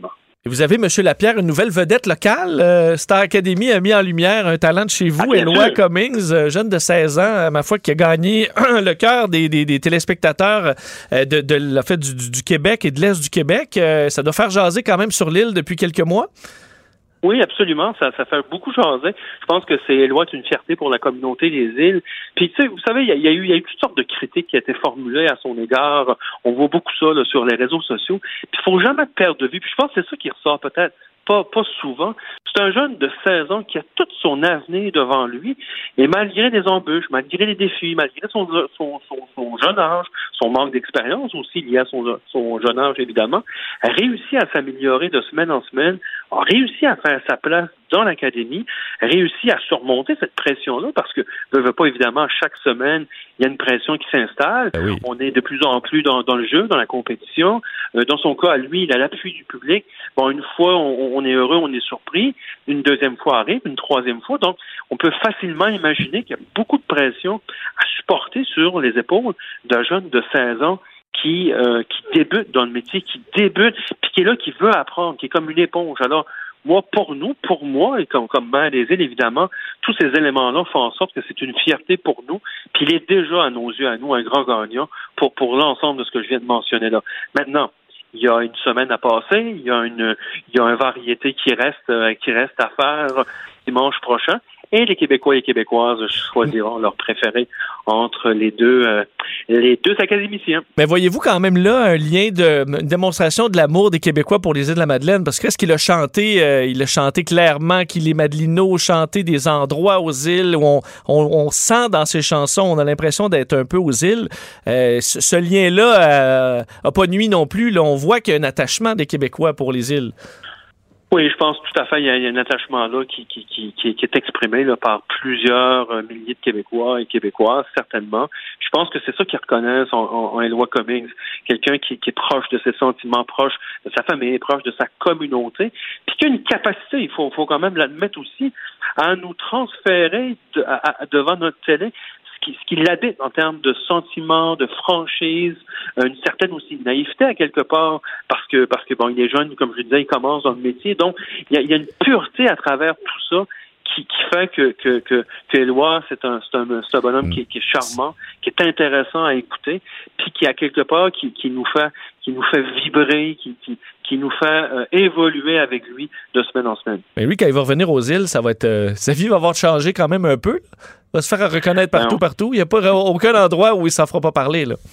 Et vous avez, M. Lapierre, une nouvelle vedette locale. Euh, Star Academy a mis en lumière un talent de chez vous, ah, Éloi Cummings, euh, jeune de seize ans, à ma foi, qui a gagné le cœur des, des, des téléspectateurs euh, de, de, la fait, du, du Québec et de l'Est du Québec. Euh, ça doit faire jaser quand même sur l'île depuis quelques mois. Oui, absolument. Ça, ça fait beaucoup jaser. Je pense que c'est Éloi est une fierté pour la communauté des îles. Puis, tu sais, vous savez, il y a, y a eu, il y a eu toutes sortes de critiques qui étaient formulées à son égard. On voit beaucoup ça là, sur les réseaux sociaux. Puis, il faut jamais perdre de vue. Puis, je pense que c'est ça qui ressort peut-être pas, pas souvent. C'est un jeune de seize ans qui a tout son avenir devant lui. Et malgré des embûches, malgré les défis, malgré son, son, son, son jeune âge, son manque d'expérience aussi lié à son, son jeune âge, évidemment, a réussi à s'améliorer de semaine en semaine, a réussi à faire sa place dans l'académie, a réussi à surmonter cette pression-là parce que, ne veut pas évidemment, chaque semaine, il y a une pression qui s'installe. Ah oui. On est de plus en plus dans, dans le jeu, dans la compétition. Euh, dans son cas, lui, il a l'appui du public. Bon, une fois, on, on est heureux, on est surpris. Une deuxième fois arrive, une troisième fois. Donc, on peut facilement imaginer qu'il y a beaucoup de pression à supporter sur les épaules d'un jeune de seize ans qui, euh, qui débute dans le métier, qui débute, puis qui est là, qui veut apprendre, qui est comme une éponge. Alors, moi, pour nous, pour moi, et comme, comme maire des îles, évidemment, tous ces éléments-là font en sorte que c'est une fierté pour nous, puis il est déjà, à nos yeux, à nous, un grand gagnant pour, pour l'ensemble de ce que je viens de mentionner là. Maintenant, il y a une semaine à passer, il y a une, il y a un variété qui reste, euh, qui reste à faire dimanche prochain. Et les Québécois et les Québécoises choisiront leur préféré entre les deux, euh, les deux académiciens. Mais voyez-vous quand même là un lien de une démonstration de l'amour des Québécois pour les îles de la Madeleine? Parce que est-ce qu'il a chanté, euh, il a chanté clairement qu'il est Madelino, chanté des endroits aux îles où on, on, on sent dans ses chansons, on a l'impression d'être un peu aux îles. Euh, ce, ce lien-là euh, a pas nuit non plus. Là, on voit qu'il y a un attachement des Québécois pour les îles. Oui, je pense tout à fait. Il y a, il y a un attachement là qui, qui, qui, qui est exprimé là, par plusieurs milliers de Québécois et Québécoises, certainement. Je pense que c'est ça qu'ils reconnaissent en, en, en Éloi Cummings. Quelqu'un qui, qui est proche de ses sentiments, proche de sa famille, proche de sa communauté, puis qui a une capacité, il faut, faut quand même l'admettre aussi, à nous transférer de, à, à, devant notre télé ce qui l'habite en termes de sentiments, de franchise, une certaine aussi naïveté à quelque part, parce que parce que bon, il est jeune, comme je le disais, il commence dans le métier, donc il y a, il y a une pureté à travers tout ça qui, qui fait que que que, que Éloi, c'est un c'est un, c'est un bonhomme qui, qui est charmant, qui est intéressant à écouter, puis qui à quelque part qui, qui nous fait qui nous fait vibrer, qui qui qui nous fait euh, évoluer avec lui de semaine en semaine. Mais lui, quand il va revenir aux îles, ça va être euh, sa vie va avoir changé quand même un peu. Là. Il va se faire reconnaître partout, non. partout. Il n'y a pas aucun endroit où il ne s'en fera pas parler. Là.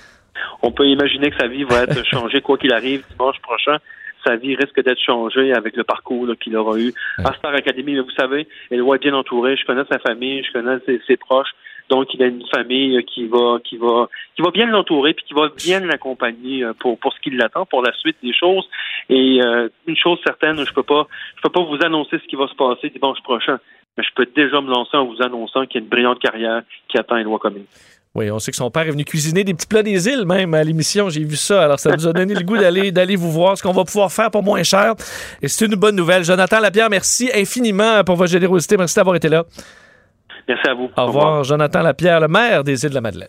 On peut imaginer que sa vie va être changée quoi qu'il arrive dimanche prochain. Sa vie risque d'être changée avec le parcours là, qu'il aura eu ouais. à Star Academy. Mais vous savez, Éloi est bien entouré. Je connais sa famille, je connais ses, ses proches. Donc, il a une famille qui va, qui va, qui va bien l'entourer puis qui va bien l'accompagner pour, pour ce qui l'attend, pour la suite des choses. Et euh, une chose certaine, je peux pas, je peux pas vous annoncer ce qui va se passer dimanche prochain. Mais je peux déjà me lancer en vous annonçant qu'il y a une brillante carrière qui attend Éloi Cummings. Oui, on sait que son père est venu cuisiner des petits plats des îles même à l'émission. J'ai vu ça. Alors, ça nous a donné le goût d'aller, d'aller vous voir ce qu'on va pouvoir faire pour moins cher. Et c'est une bonne nouvelle. Jonathan Lapierre, merci infiniment pour votre générosité. Merci d'avoir été là. Merci à vous. Au, Au revoir. revoir, Jonathan Lapierre, le maire des îles de la Madeleine.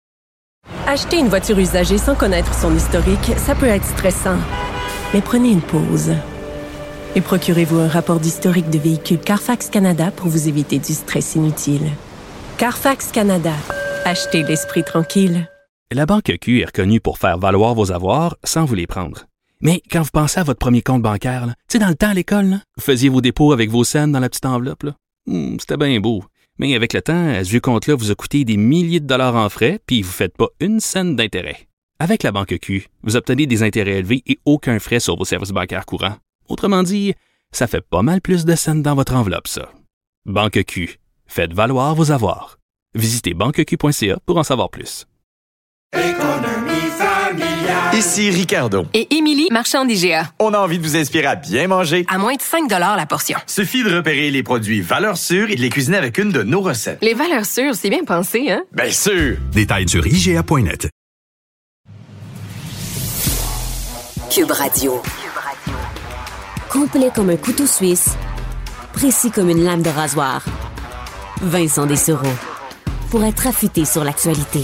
Acheter une voiture usagée sans connaître son historique, ça peut être stressant. Mais prenez une pause. Et procurez-vous un rapport d'historique de véhicule Carfax Canada pour vous éviter du stress inutile. Carfax Canada. Achetez l'esprit tranquille. La Banque Q est reconnue pour faire valoir vos avoirs sans vous les prendre. Mais quand vous pensez à votre premier compte bancaire, tu sais, dans le temps à l'école, là, vous faisiez vos dépôts avec vos scènes dans la petite enveloppe. Là. Hum, c'était bien beau. Mais avec le temps, ce vieux compte-là vous a coûté des milliers de dollars en frais, puis vous ne faites pas une scène d'intérêt. Avec la Banque Q, vous obtenez des intérêts élevés et aucun frais sur vos services bancaires courants. Autrement dit, ça fait pas mal plus de scènes dans votre enveloppe, ça. Banque Q. Faites valoir vos avoirs. Visitez banque q point c a pour en savoir plus. Économie familiale. Ici Ricardo. Et Émilie, marchand d'I G A. On a envie de vous inspirer à bien manger. À moins de cinq dollars la portion. Suffit de repérer les produits valeurs sûres et de les cuisiner avec une de nos recettes. Les valeurs sûres, c'est bien pensé, hein? Bien sûr! Détails sur I G A point net. Cube Radio. Complet comme un couteau suisse, précis comme une lame de rasoir. Vincent Dessureau. Pour être affûté sur l'actualité.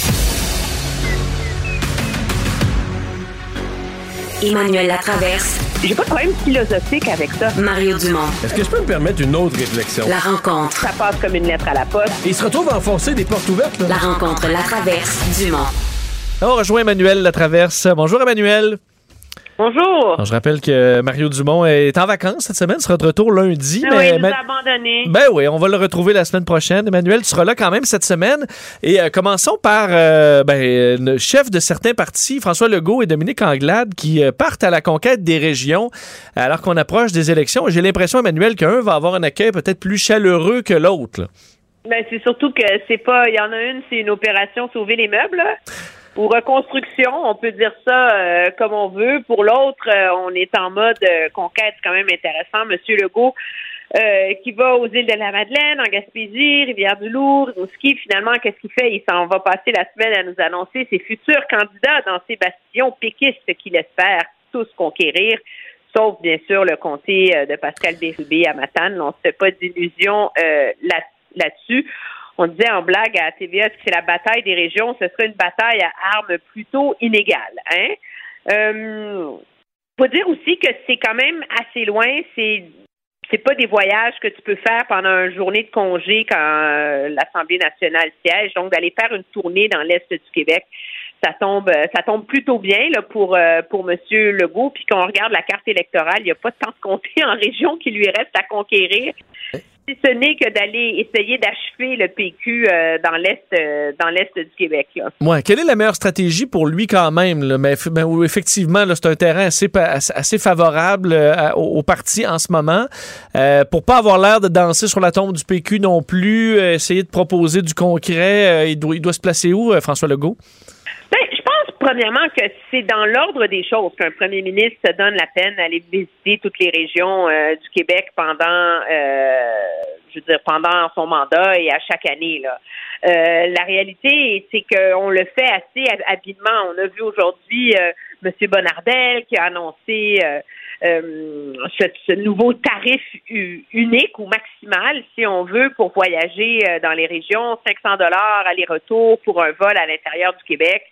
Emmanuel Latraverse. J'ai pas de problème philosophique avec ça. Mario Dumont. Est-ce que je peux me permettre une autre réflexion? La rencontre. Ça passe comme une lettre à la poste. Et il se retrouve à enfoncer des portes ouvertes, là. La rencontre, la traverse, Dumont. On rejoint Emmanuel Latraverse. Bonjour Emmanuel. Bonjour. Alors, je rappelle que Mario Dumont est en vacances cette semaine, sera de retour lundi. Ah mais oui, il nous mais... a abandonnés. Ben oui, on va le retrouver la semaine prochaine. Emmanuel, tu seras là quand même cette semaine. Et euh, commençons par euh, ben, le chef de certains partis, François Legault et Dominique Anglade, qui euh, partent à la conquête des régions alors qu'on approche des élections. J'ai l'impression, Emmanuel, qu'un va avoir un accueil peut-être plus chaleureux que l'autre. Là. Ben, c'est surtout que c'est pas... Il y en a une, c'est une opération sauver les meubles, là. Ou reconstruction, on peut dire ça euh, comme on veut. Pour l'autre, euh, on est en mode euh, conquête, c'est quand même intéressant. Monsieur Legault, euh, qui va aux îles de la Madeleine, en Gaspésie, Rivière-du-Loup, Rimouski, finalement, qu'est-ce qu'il fait? Il s'en va passer la semaine à nous annoncer ses futurs candidats dans ces bastions péquistes qu'il espère tous conquérir, sauf, bien sûr, le comté de Pascal Bérubé à Matane. On ne se fait pas d'illusions euh, là, là-dessus. On disait en blague à T V A que c'est la bataille des régions, ce serait une bataille à armes plutôt inégales. Hein? Euh, faut dire aussi que c'est quand même assez loin. C'est c'est pas des voyages que tu peux faire pendant une journée de congé quand euh, l'Assemblée nationale siège. Donc d'aller faire une tournée dans l'est du Québec, ça tombe ça tombe plutôt bien là pour euh, pour Monsieur Legault. Puis quand on regarde la carte électorale, il n'y a pas tant de comtés en région qui lui reste à conquérir. Si ce n'est que d'aller essayer d'achever le P Q euh, dans l'est euh, dans l'est du Québec. Là. Ouais, quelle est la meilleure stratégie pour lui quand même? Là? Mais, mais effectivement, là, c'est un terrain assez, assez favorable euh, au, au parti en ce moment. Euh, pour pas avoir l'air de danser sur la tombe du P Q non plus, euh, essayer de proposer du concret, euh, il, doit, il doit se placer où, euh, François Legault? Ben, je pense premièrement que c'est dans l'ordre des choses qu'un premier ministre se donne la peine d'aller visiter toutes les régions euh, du Québec pendant, euh, je veux dire, pendant son mandat et à chaque année. Là. Euh, la réalité, c'est qu'on le fait assez habilement. On a vu aujourd'hui euh, M. Bonnardel qui a annoncé euh, euh, ce, ce nouveau tarif u- unique ou maximal, si on veut, pour voyager euh, dans les régions, cinq cents dollars aller-retour pour un vol à l'intérieur du Québec.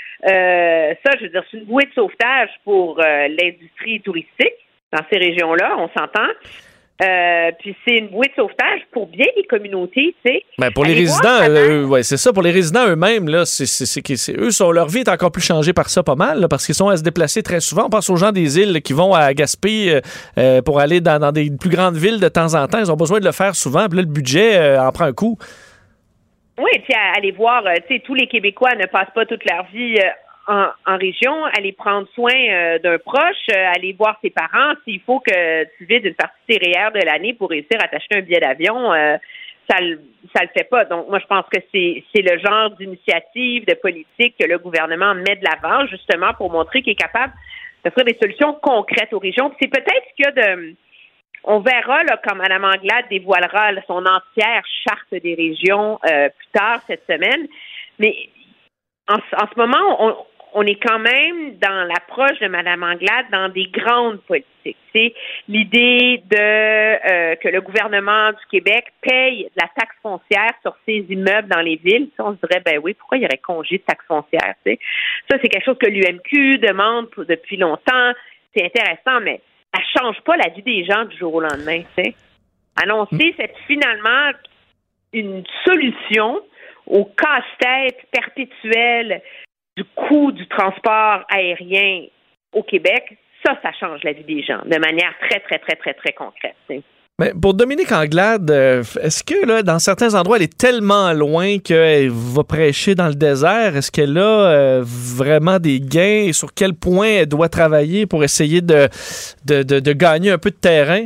Euh, ça, je veux dire, c'est une bouée de sauvetage pour euh, l'industrie touristique dans ces régions-là, on s'entend. Euh, puis c'est une bouée de sauvetage pour bien les communautés, tu sais. Ben pour les résidents, euh, ouais, c'est ça. Pour les résidents eux-mêmes, là, c'est, c'est, c'est, c'est, eux, sont, leur vie est encore plus changée par ça, pas mal, là, parce qu'ils sont à se déplacer très souvent. On pense aux gens des îles là, qui vont à Gaspé euh, pour aller dans, dans des plus grandes villes de temps en temps. Ils ont besoin de le faire souvent. Puis là, le budget euh, en prend un coup. Oui, puis à aller voir, euh, tu sais, tous les Québécois ne passent pas toute leur vie euh, en, en région, aller prendre soin euh, d'un proche, euh, aller voir ses parents. S'il faut que tu vides une partie de tes R E E R de l'année pour réussir à t'acheter un billet d'avion, euh, ça le ça le fait pas. Donc, moi, je pense que c'est c'est le genre d'initiative, de politique que le gouvernement met de l'avant, justement, pour montrer qu'il est capable d'offrir des solutions concrètes aux régions. Puis c'est peut-être ce qu'il y a de... On verra là, quand Mme Anglade dévoilera là, son entière charte des régions euh, plus tard cette semaine. Mais en, en ce moment, on, on est quand même dans l'approche de Mme Anglade dans des grandes politiques. C'est l'idée de euh, que le gouvernement du Québec paye de la taxe foncière sur ses immeubles dans les villes. Ça, on se dirait, ben oui, pourquoi il y aurait congé de taxe foncière? T'sais? Ça, c'est quelque chose que l'U M Q demande pour, depuis longtemps. C'est intéressant, mais ça ne change pas la vie des gens du jour au lendemain. T'sais. Annoncer, c'est finalement une solution au casse-tête perpétuel du coût du transport aérien au Québec. Ça, ça change la vie des gens de manière très, très, très, très, très concrète. T'sais. Mais pour Dominique Anglade, est-ce que là, dans certains endroits, elle est tellement loin qu'elle va prêcher dans le désert? Est-ce qu'elle a euh, vraiment des gains? Et sur quel point elle doit travailler pour essayer de, de, de, de gagner un peu de terrain?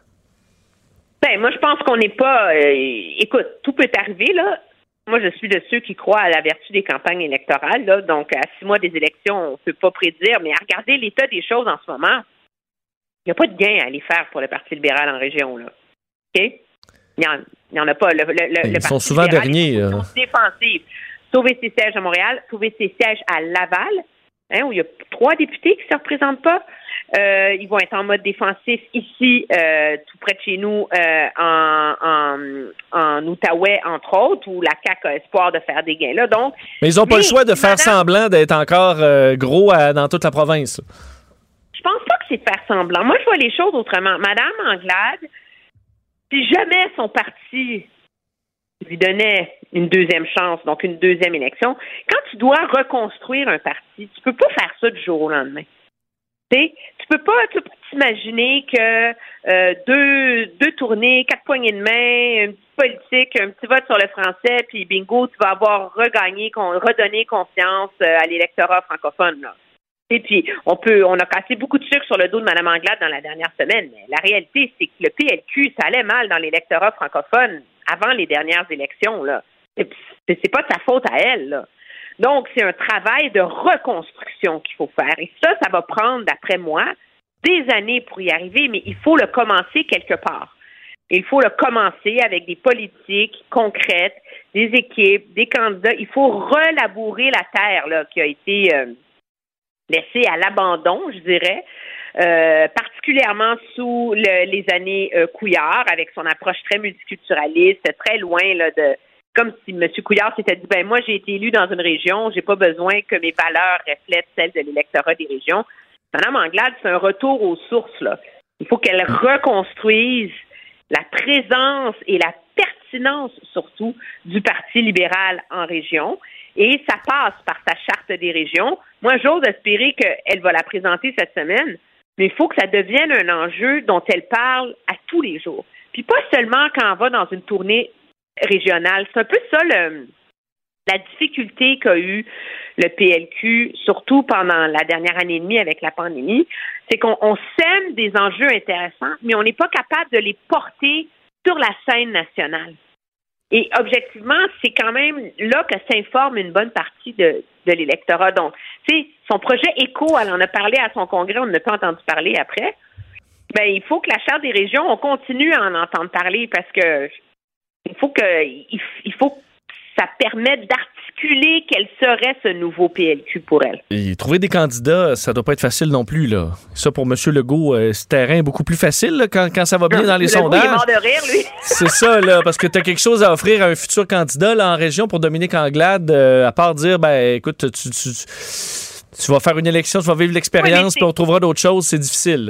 Ben, moi, je pense qu'on n'est pas... Euh, écoute, tout peut arriver, là. Moi, je suis de ceux qui croient à la vertu des campagnes électorales, là. Donc, à six mois des élections, on ne peut pas prédire. Mais à regarder l'état des choses en ce moment, il n'y a pas de gain à aller faire pour le Parti libéral en région, là. OK? Il n'y en, en a pas. Le, le, le, Ils le sont Parti souvent libéral, derniers. Ils sont défensifs. Sauver ses sièges à Montréal, sauver ses sièges à Laval, hein, où il y a trois députés qui ne se représentent pas. Euh, ils vont être en mode défensif ici, euh, tout près de chez nous, euh, en, en, en Outaouais, entre autres, où la C A Q a espoir de faire des gains là. Donc, mais ils n'ont pas le choix de faire madame, semblant d'être encore euh, gros à, dans toute la province. Je pense pas que c'est de faire semblant. Moi, je vois les choses autrement. Madame Anglade, si jamais son parti lui donnait une deuxième chance, donc une deuxième élection, quand tu dois reconstruire un parti, tu peux pas faire ça du jour au lendemain. T'sais, tu peux pas, tu peux pas t'imaginer que euh, deux, deux tournées, quatre poignées de main, une petite politique, un petit vote sur le français, puis bingo, tu vas avoir regagné, redonné confiance à l'électorat francophone, là. Et puis, on peut, on a cassé beaucoup de sucre sur le dos de Mme Anglade dans la dernière semaine, mais la réalité, c'est que le P L Q, ça allait mal dans l'électorat francophone avant les dernières élections, là. C'est, c'est pas de sa faute à elle, là. Donc, c'est un travail de reconstruction qu'il faut faire. Et ça, ça va prendre, d'après moi, des années pour y arriver, mais il faut le commencer quelque part. Il faut le commencer avec des politiques concrètes, des équipes, des candidats. Il faut relabourer la terre, là, qui a été euh, laissée à l'abandon, je dirais, euh, particulièrement sous le, les années euh, Couillard, avec son approche très multiculturaliste, très loin là, de... Comme si M. Couillard s'était dit, ben moi, j'ai été élu dans une région, j'ai pas besoin que mes valeurs reflètent celles de l'électorat des régions. Mme Anglade, c'est un retour aux sources, là. Il faut qu'elle reconstruise la présence et la pertinence, surtout, du Parti libéral en région. Et ça passe par sa charte des régions. Moi, j'ose espérer qu'elle va la présenter cette semaine, mais il faut que ça devienne un enjeu dont elle parle à tous les jours. Puis pas seulement quand on va dans une tournée régionale. C'est un peu ça le, la difficulté qu'a eu le P L Q, surtout pendant la dernière année et demie avec la pandémie, c'est qu'on on sème des enjeux intéressants, mais on n'est pas capable de les porter sur la scène nationale. Et objectivement, c'est quand même là que s'informe une bonne partie de, de l'électorat. Donc, tu sais, son projet éco, elle en a parlé à son congrès, on n'a pas entendu parler après. Ben, il faut que la Charte des régions, on continue à en entendre parler parce que il faut que il, il faut que ça permette d'articuler quel serait ce nouveau P L Q pour elle. Et trouver des candidats, ça doit pas être facile non plus, là. Ça, pour M. Legault, euh, ce terrain est beaucoup plus facile là, quand, quand ça va bien non, dans les Legault, sondages. Il est mort de rire, lui. C'est ça, là, parce que tu as quelque chose à offrir à un futur candidat là, en région pour Dominique Anglade, euh, à part dire, ben écoute, tu, tu, tu, tu vas faire une élection, tu vas vivre l'expérience, oui, puis on trouvera d'autres choses, c'est difficile. Là.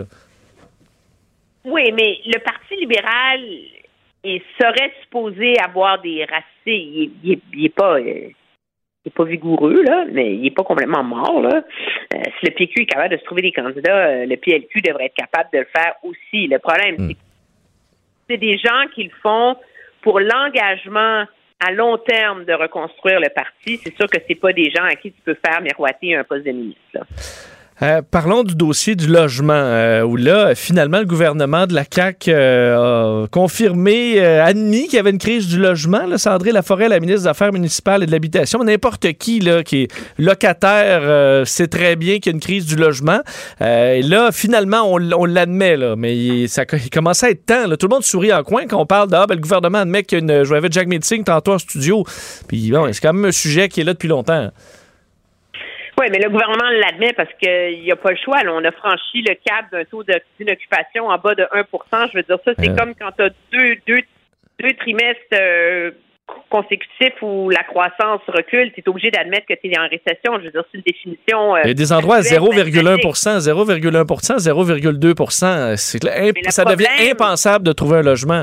Oui, mais le Parti libéral... il serait supposé avoir des racines. Il, il, il est pas, euh, il est pas vigoureux là, mais il est pas complètement mort là. Euh, si le P Q est capable de se trouver des candidats, euh, le P L Q devrait être capable de le faire aussi. Le problème, mm. c'est que c'est des gens qui le font pour l'engagement à long terme de reconstruire le parti. C'est sûr que c'est pas des gens à qui tu peux faire miroiter un poste de ministre. Là. Euh, parlons du dossier du logement, euh, où là, finalement, le gouvernement de la C A Q euh, a confirmé, euh, admis qu'il y avait une crise du logement. Là, Sandrine Laforêt, la ministre des Affaires municipales et de l'Habitation, n'importe qui là, qui est locataire euh, sait très bien qu'il y a une crise du logement. Euh, et là, finalement, on, on l'admet, là, mais il, ça, il commençait à être temps. Là. Tout le monde sourit en coin quand on parle de ah, ben, le gouvernement admet qu'il y a une... Je jouais avec Jack Meeting tantôt en studio. Puis bon, c'est quand même un sujet qui est là depuis longtemps. Oui, mais le gouvernement l'admet parce qu'il n'y a pas le choix. Là. On a franchi le cap d'un taux de, d'inoccupation en bas de un pour cent. Je veux dire, ça, c'est euh... comme quand tu as deux, deux, deux trimestres euh, consécutifs où la croissance recule. Tu es obligé d'admettre que tu es en récession. Je veux dire, c'est une définition... Euh, Il y a des endroits à zéro virgule un pour cent, zéro virgule un pour cent, zéro virgule deux pour cent. C'est, imp- ça problème... devient impensable de trouver un logement.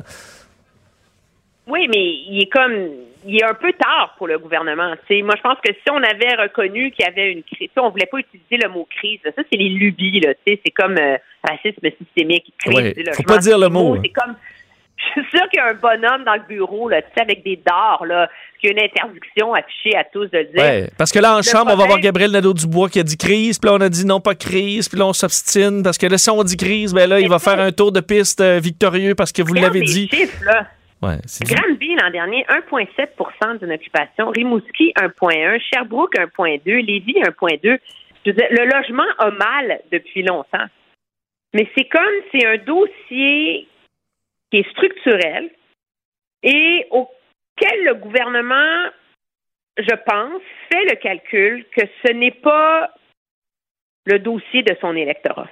Oui, mais il est comme... Il est un peu tard pour le gouvernement. T'sais. Moi, je pense que si on avait reconnu qu'il y avait une crise, on ne voulait pas utiliser le mot crise. Là. Ça, c'est les lubies. Là. C'est comme euh, racisme systémique. Crise ouais, du logement. Faut pas dire le mot. C'est comme, je suis sûre qu'il y a un bonhomme dans le bureau là, avec des dards, là, qui a une interdiction affichée à tous de le dire. Ouais, parce que là, en le chambre, problème... on va voir Gabriel Nadeau-Dubois qui a dit crise, puis là, on a dit non, pas crise, puis là, on s'obstine, parce que là, si on dit crise, ben là, il va faire un tour de piste euh, victorieux parce que vous Regarde l'avez dit. Chiffres, là. Ouais, Granby, l'an dernier, un virgule sept pour cent d'une occupation. Rimouski, un virgule un. Sherbrooke, un virgule deux. Lévis, un virgule deux. Je veux dire, le logement a mal depuis longtemps. Mais c'est comme, c'est un dossier qui est structurel et auquel le gouvernement, je pense, fait le calcul que ce n'est pas le dossier de son électorat.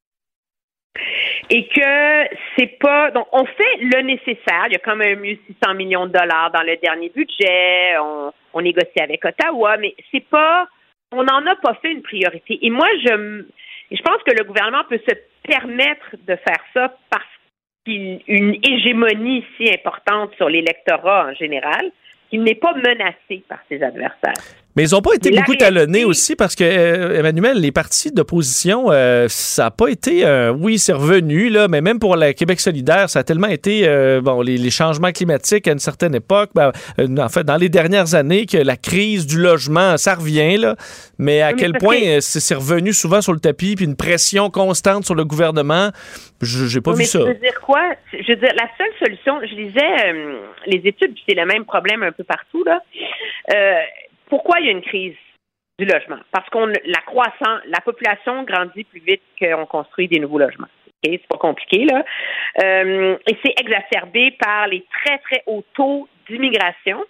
Et que c'est pas... Donc, on fait le nécessaire. Il y a quand même eu six cents millions de dollars dans le dernier budget. On, on négocie avec Ottawa, mais c'est pas... On n'en a pas fait une priorité. Et moi, je Et je pense que le gouvernement peut se permettre de faire ça parce qu'il a une hégémonie si importante sur l'électorat en général qu'il n'est pas menacé par ses adversaires. Mais ils n'ont pas été Mais beaucoup réalité... talonnés aussi parce que, euh, Emmanuel, les partis d'opposition, euh, ça n'a pas été... Euh, oui, c'est revenu, là, mais même pour la Québec solidaire, ça a tellement été... Euh, bon, les, les changements climatiques à une certaine époque, ben, euh, en fait, dans les dernières années, que la crise du logement, ça revient, là, mais à mais quel point que... c'est, c'est revenu souvent sur le tapis, puis une pression constante sur le gouvernement, je j'ai pas mais vu ça. Je veux dire quoi? Je veux dire, la seule solution, je lisais euh, les études, puis c'est le même problème un peu partout, là. Euh, Pourquoi il y a une crise du logement? Parce qu'on la croissance, la population grandit plus vite qu'on construit des nouveaux logements. Okay? C'est pas compliqué, là. Euh, et c'est exacerbé par les très, très hauts taux d'immigration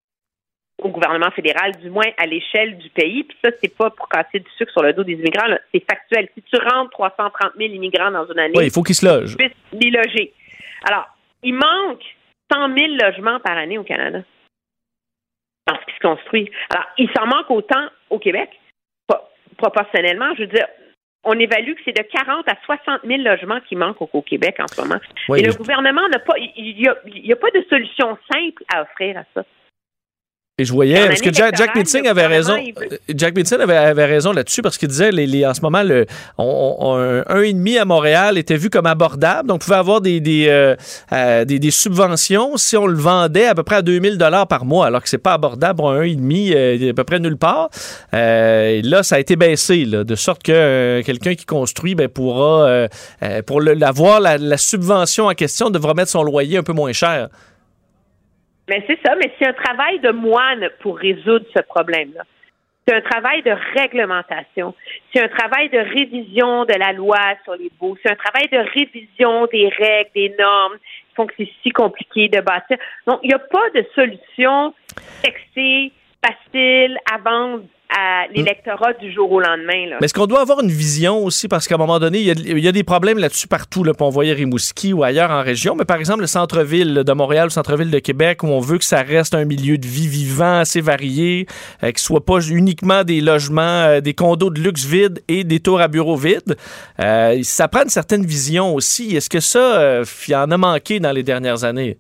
au gouvernement fédéral, du moins à l'échelle du pays. Puis ça, c'est pas pour casser du sucre sur le dos des immigrants, là. C'est factuel. Si tu rentres trois cent trente mille immigrants dans une année, oui, il faut qu'ils se logent. Tu puisses les loger. Alors, il manque cent mille logements par année au Canada. Dans ce qui se construit. Alors, il s'en manque autant au Québec, proportionnellement. Je veux dire, on évalue que c'est de quarante à soixante mille logements qui manquent au, au Québec en ce moment. Oui, et le gouvernement n'a pas, il n'y a, a pas de solution simple à offrir à ça. Et je voyais, parce que Jack, Jack Meeting avait raison. Veut... Jack Meeting avait, avait raison là-dessus parce qu'il disait, les, les, en ce moment, le, on, on, un, un et demi à Montréal était vu comme abordable. Donc, on pouvait avoir des, des, euh, euh, des, des subventions si on le vendait à peu près à deux mille dollars par mois, alors que c'est pas abordable pour un un et demi euh, à peu près nulle part. Euh, et là, ça a été baissé, là, de sorte que euh, quelqu'un qui construit ben, pourra, euh, euh, pour le, l'avoir, la, la subvention en question, devra mettre son loyer un peu moins cher. Mais c'est ça, mais c'est un travail de moine pour résoudre ce problème-là. C'est un travail de réglementation. C'est un travail de révision de la loi sur les baux. C'est un travail de révision des règles, des normes qui font que c'est si compliqué de bâtir. Donc, il n'y a pas de solution sexy, facile à vendre à l'électorat du jour au lendemain. Là. Mais est-ce qu'on doit avoir une vision aussi? Parce qu'à un moment donné, il y a, il y a des problèmes là-dessus partout. Là, on voyait Rimouski ou ailleurs en région. Mais par exemple, le centre-ville de Montréal, le centre-ville de Québec, où on veut que ça reste un milieu de vie vivant, assez varié, euh, qu'il ne soit pas uniquement des logements, euh, des condos de luxe vides et des tours à bureaux vides. Euh, ça prend une certaine vision aussi. Est-ce que ça, euh, il en a manqué dans les dernières années?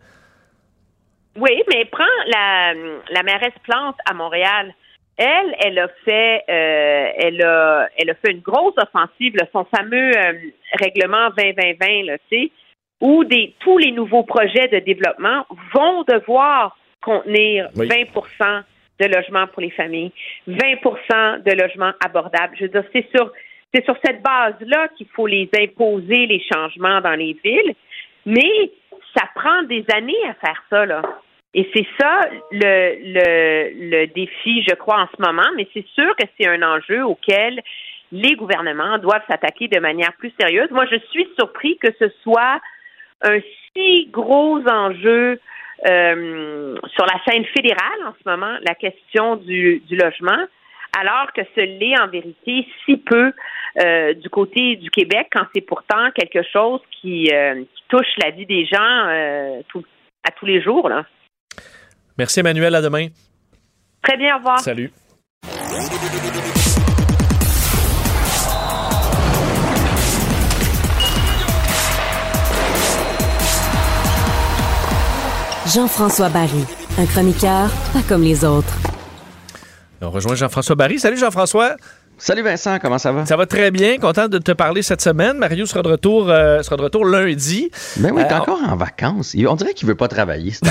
Oui, mais prends la, la mairesse Plante à Montréal. Elle, elle a fait, euh, elle a, elle a fait une grosse offensive, là, son fameux euh, règlement vingt vingt vingt, là, tu sais, où des, tous les nouveaux projets de développement vont devoir contenir oui. vingt pour cent de logements pour les familles, vingt pour cent de logements abordables. Je veux dire, c'est sur, c'est sur cette base-là qu'il faut les imposer, les changements dans les villes, mais ça prend des années à faire ça, là. Et c'est ça le, le, le défi, je crois, en ce moment, mais c'est sûr que c'est un enjeu auquel les gouvernements doivent s'attaquer de manière plus sérieuse. Moi, je suis surpris que ce soit un si gros enjeu euh, sur la scène fédérale en ce moment, la question du, du logement, alors que ce l'est en vérité si peu euh, du côté du Québec, quand c'est pourtant quelque chose qui, euh, qui touche la vie des gens euh, tout, à tous les jours, là. Merci Emmanuel, à demain. Très bien, au revoir. Salut. Jean-François Barry, un chroniqueur pas comme les autres. On rejoint Jean-François Barry. Salut Jean-François. Salut Vincent, comment ça va? Ça va très bien, content de te parler cette semaine. Mario sera de retour, euh, sera de retour lundi. Ben oui, t'es euh, encore en vacances. On dirait qu'il veut pas travailler. Je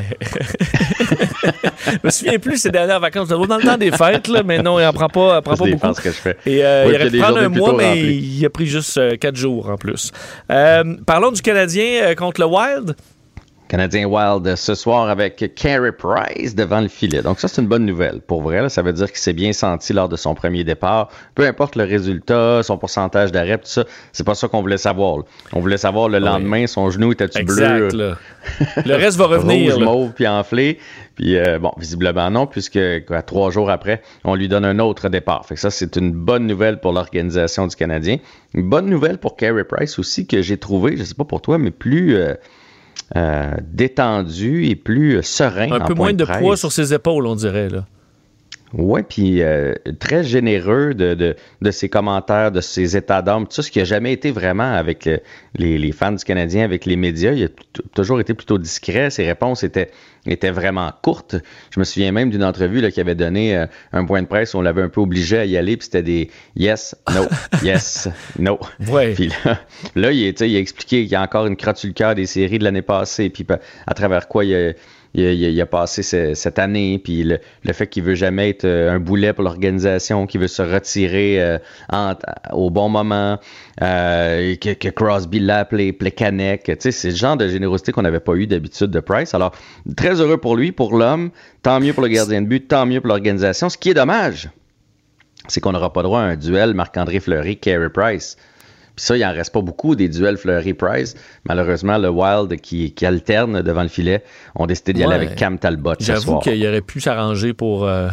me souviens plus ces dernières vacances. Dans le temps des fêtes, là, mais non, il n'en prend pas, prend pas beaucoup. C'est ce que je fais. Et, euh, oui, il aurait pu prendre un mois, mais remplis. Il a pris juste euh, quatre jours en plus. Euh, parlons du Canadien euh, contre le Wild. Canadien Wild ce soir avec Carey Price devant le filet. Donc ça, c'est une bonne nouvelle. Pour vrai, là, ça veut dire qu'il s'est bien senti lors de son premier départ. Peu importe le résultat, son pourcentage d'arrêt, tout ça, c'est pas ça qu'on voulait savoir. Là. On voulait savoir le lendemain, oui. son genou était-tu bleu? Exact, là. Le reste va revenir. Rouge, mauve, puis enflé. Puis euh, bon, visiblement non, puisque quoi, trois jours après, on lui donne un autre départ. Fait que ça, c'est une bonne nouvelle pour l'organisation du Canadien. Une bonne nouvelle pour Carey Price aussi, que j'ai trouvé, je sais pas pour toi, mais plus... Euh, Euh, détendu et plus serein. Un en peu point moins de, de poids sur ses épaules, on dirait. Là. Oui, puis euh, très généreux de, de, de ses commentaires, de ses états d'âme, tout ça, ce qui n'a jamais été vraiment avec le, les, les fans du Canadien, avec les médias. Il a t- toujours été plutôt discret. Ses réponses étaient, étaient vraiment courtes. Je me souviens même d'une entrevue là, qui avait donné euh, un point de presse où on l'avait un peu obligé à y aller, puis c'était des « yes, no, yes, no ouais. ». Puis là, là il, il a expliqué qu'il y a encore une crotte sur le cœur des séries de l'année passée, puis à travers quoi il a... Il a, il a passé ce, cette année, puis le, le fait qu'il veut jamais être un boulet pour l'organisation, qu'il veut se retirer euh, en, au bon moment, euh, que, que Crosby l'a appelé Plekanec. Tu sais, c'est le genre de générosité qu'on n'avait pas eu d'habitude de Price. Alors, très heureux pour lui, pour l'homme, tant mieux pour le gardien de but, tant mieux pour l'organisation. Ce qui est dommage, c'est qu'on n'aura pas droit à un duel Marc-André Fleury-Carey Price. Puis ça, il n'en reste pas beaucoup des duels Fleury-Price. Malheureusement, le Wild qui, qui alterne devant le filet ont décidé d'y ouais. aller avec Cam Talbot ce soir. J'avoue qu'il aurait pu s'arranger pour... Euh...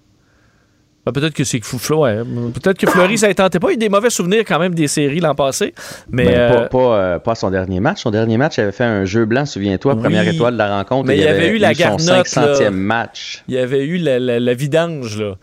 Ben, peut-être que c'est Flo, ouais. Peut-être que Fleury, ça ne tentait pas. Il y a des mauvais souvenirs quand même des séries l'an passé. Mais ben, euh... pas, pas, euh, pas son dernier match. Son dernier match, il avait fait un jeu blanc, souviens-toi, oui. Première étoile de la rencontre. Mais il y avait, avait eu la garnotte. Son cinq centième match. Il y avait eu la, la, la vidange, là.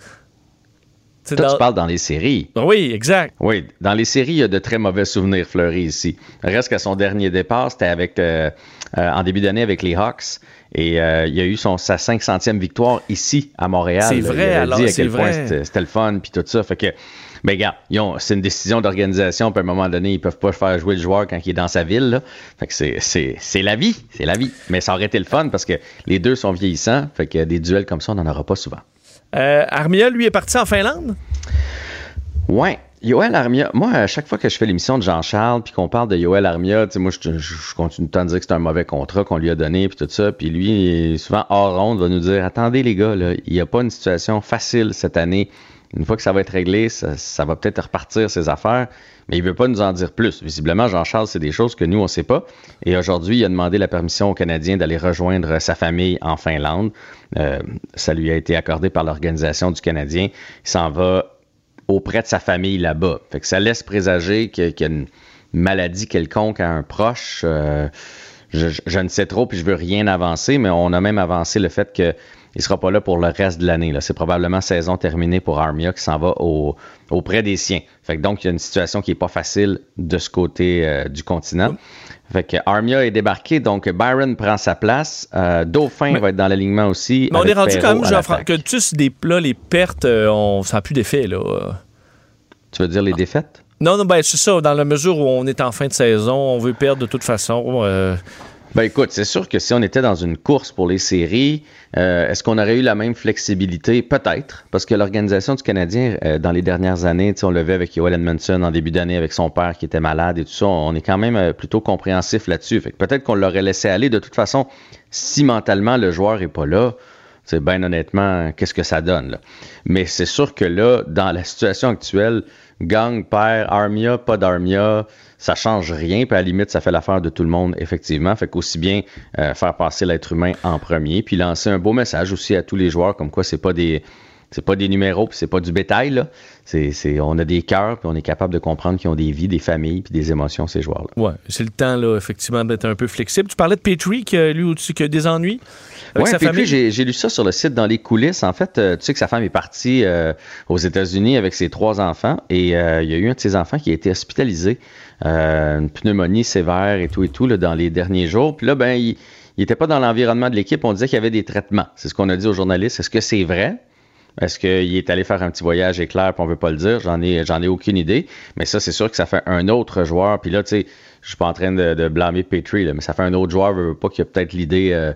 Toi, dans... tu parles dans les séries. Oui, exact. Oui, dans les séries, il y a de très mauvais souvenirs Fleury ici. Reste qu'à son dernier départ, c'était avec euh, euh, en début d'année avec les Hawks. Et euh, il a eu son, sa cinq centième victoire ici, à Montréal. C'est vrai, il alors, dit à c'est quel vrai. point c'était, c'était le fun, puis tout ça. Fait que, mais regarde, ils ont, c'est une décision d'organisation, puis à un moment donné, ils peuvent pas faire jouer le joueur quand il est dans sa ville. Là. Fait que c'est, c'est, c'est la vie, c'est la vie. Mais ça aurait été le fun parce que les deux sont vieillissants. Fait que des duels comme ça, on n'en aura pas souvent. Euh, Armia, lui, est parti en Finlande? Ouais. Yoel Armia, moi, à chaque fois que je fais l'émission de Jean-Charles puis qu'on parle de Yoel Armia, tu sais, moi, je, je continue de dire que c'est un mauvais contrat qu'on lui a donné puis tout ça. Puis lui, souvent, hors ronde, va nous dire, attendez les gars, là, il n'y a pas une situation facile cette année. Une fois que ça va être réglé, ça, ça va peut-être repartir ses affaires, mais il veut pas nous en dire plus. Visiblement, Jean-Charles, c'est des choses que nous, on sait pas. Et aujourd'hui, il a demandé la permission aux Canadiens d'aller rejoindre sa famille en Finlande. Euh, ça lui a été accordé par l'organisation du Canadien. Il s'en va auprès de sa famille là-bas. Fait que ça laisse présager qu'il y a une maladie quelconque à un proche. Euh, je, je ne sais trop, puis je veux rien avancer, mais on a même avancé le fait qu'il ne sera pas là pour le reste de l'année. Là. C'est probablement saison terminée pour Armia qui s'en va au, auprès des siens. Fait que donc, il y a une situation qui n'est pas facile de ce côté euh, du continent. Fait que Armia est débarqué, donc Byron prend sa place. Euh, Dauphin mais, va être dans l'alignement aussi. Mais on est rendu quand même, Jean-François, que tu sais, des plats, les pertes, euh, on, ça n'a plus d'effet, là. Tu veux dire les défaites? Non, non, ben c'est ça. Dans la mesure où on est en fin de saison, on veut perdre de toute façon. Euh... Ben écoute, c'est sûr que si on était dans une course pour les séries, euh, est-ce qu'on aurait eu la même flexibilité? Peut-être, parce que l'organisation du Canadien, euh, dans les dernières années, on le vit avec Yoel Edmondson en début d'année avec son père qui était malade et tout ça, on est quand même euh, plutôt compréhensif là-dessus. Fait que peut-être qu'on l'aurait laissé aller. De toute façon, si mentalement le joueur est pas là, c'est bien honnêtement, qu'est-ce que ça donne, là? Mais c'est sûr que là, dans la situation actuelle, gang, père, Armia, pas d'Armia, ça change rien, puis à la limite, ça fait l'affaire de tout le monde, effectivement. Fait qu'aussi bien euh, faire passer l'être humain en premier, puis lancer un beau message aussi à tous les joueurs, comme quoi c'est pas des c'est pas des numéros, puis c'est pas du bétail, là. C'est, c'est, on a des cœurs, puis on est capable de comprendre qu'ils ont des vies, des familles, puis des émotions, ces joueurs-là. Oui, c'est le temps, là, effectivement, d'être un peu flexible. Tu parlais de Petrie, qui lui aussi, qui a des ennuis avec ouais, sa Petrie, famille. J'ai, j'ai lu ça sur le site Dans les coulisses. En fait, euh, tu sais que sa femme est partie euh, aux États-Unis avec ses trois enfants, et euh, il y a eu un de ses enfants qui a été hospitalisé, euh, une pneumonie sévère et tout et tout, là, dans les derniers jours. Puis là, ben, il n'était pas dans l'environnement de l'équipe. On disait qu'il y avait des traitements. C'est ce qu'on a dit aux journalistes. Est-ce que c'est vrai? Est-ce qu'il est allé faire un petit voyage éclair puis on veut pas le dire? J'en ai, j'en ai aucune idée. Mais ça, c'est sûr que ça fait un autre joueur. Puis là, tu sais, je suis pas en train de, de blâmer Petrie, là, mais ça fait un autre joueur, veut pas qu'il y a peut-être l'idée euh,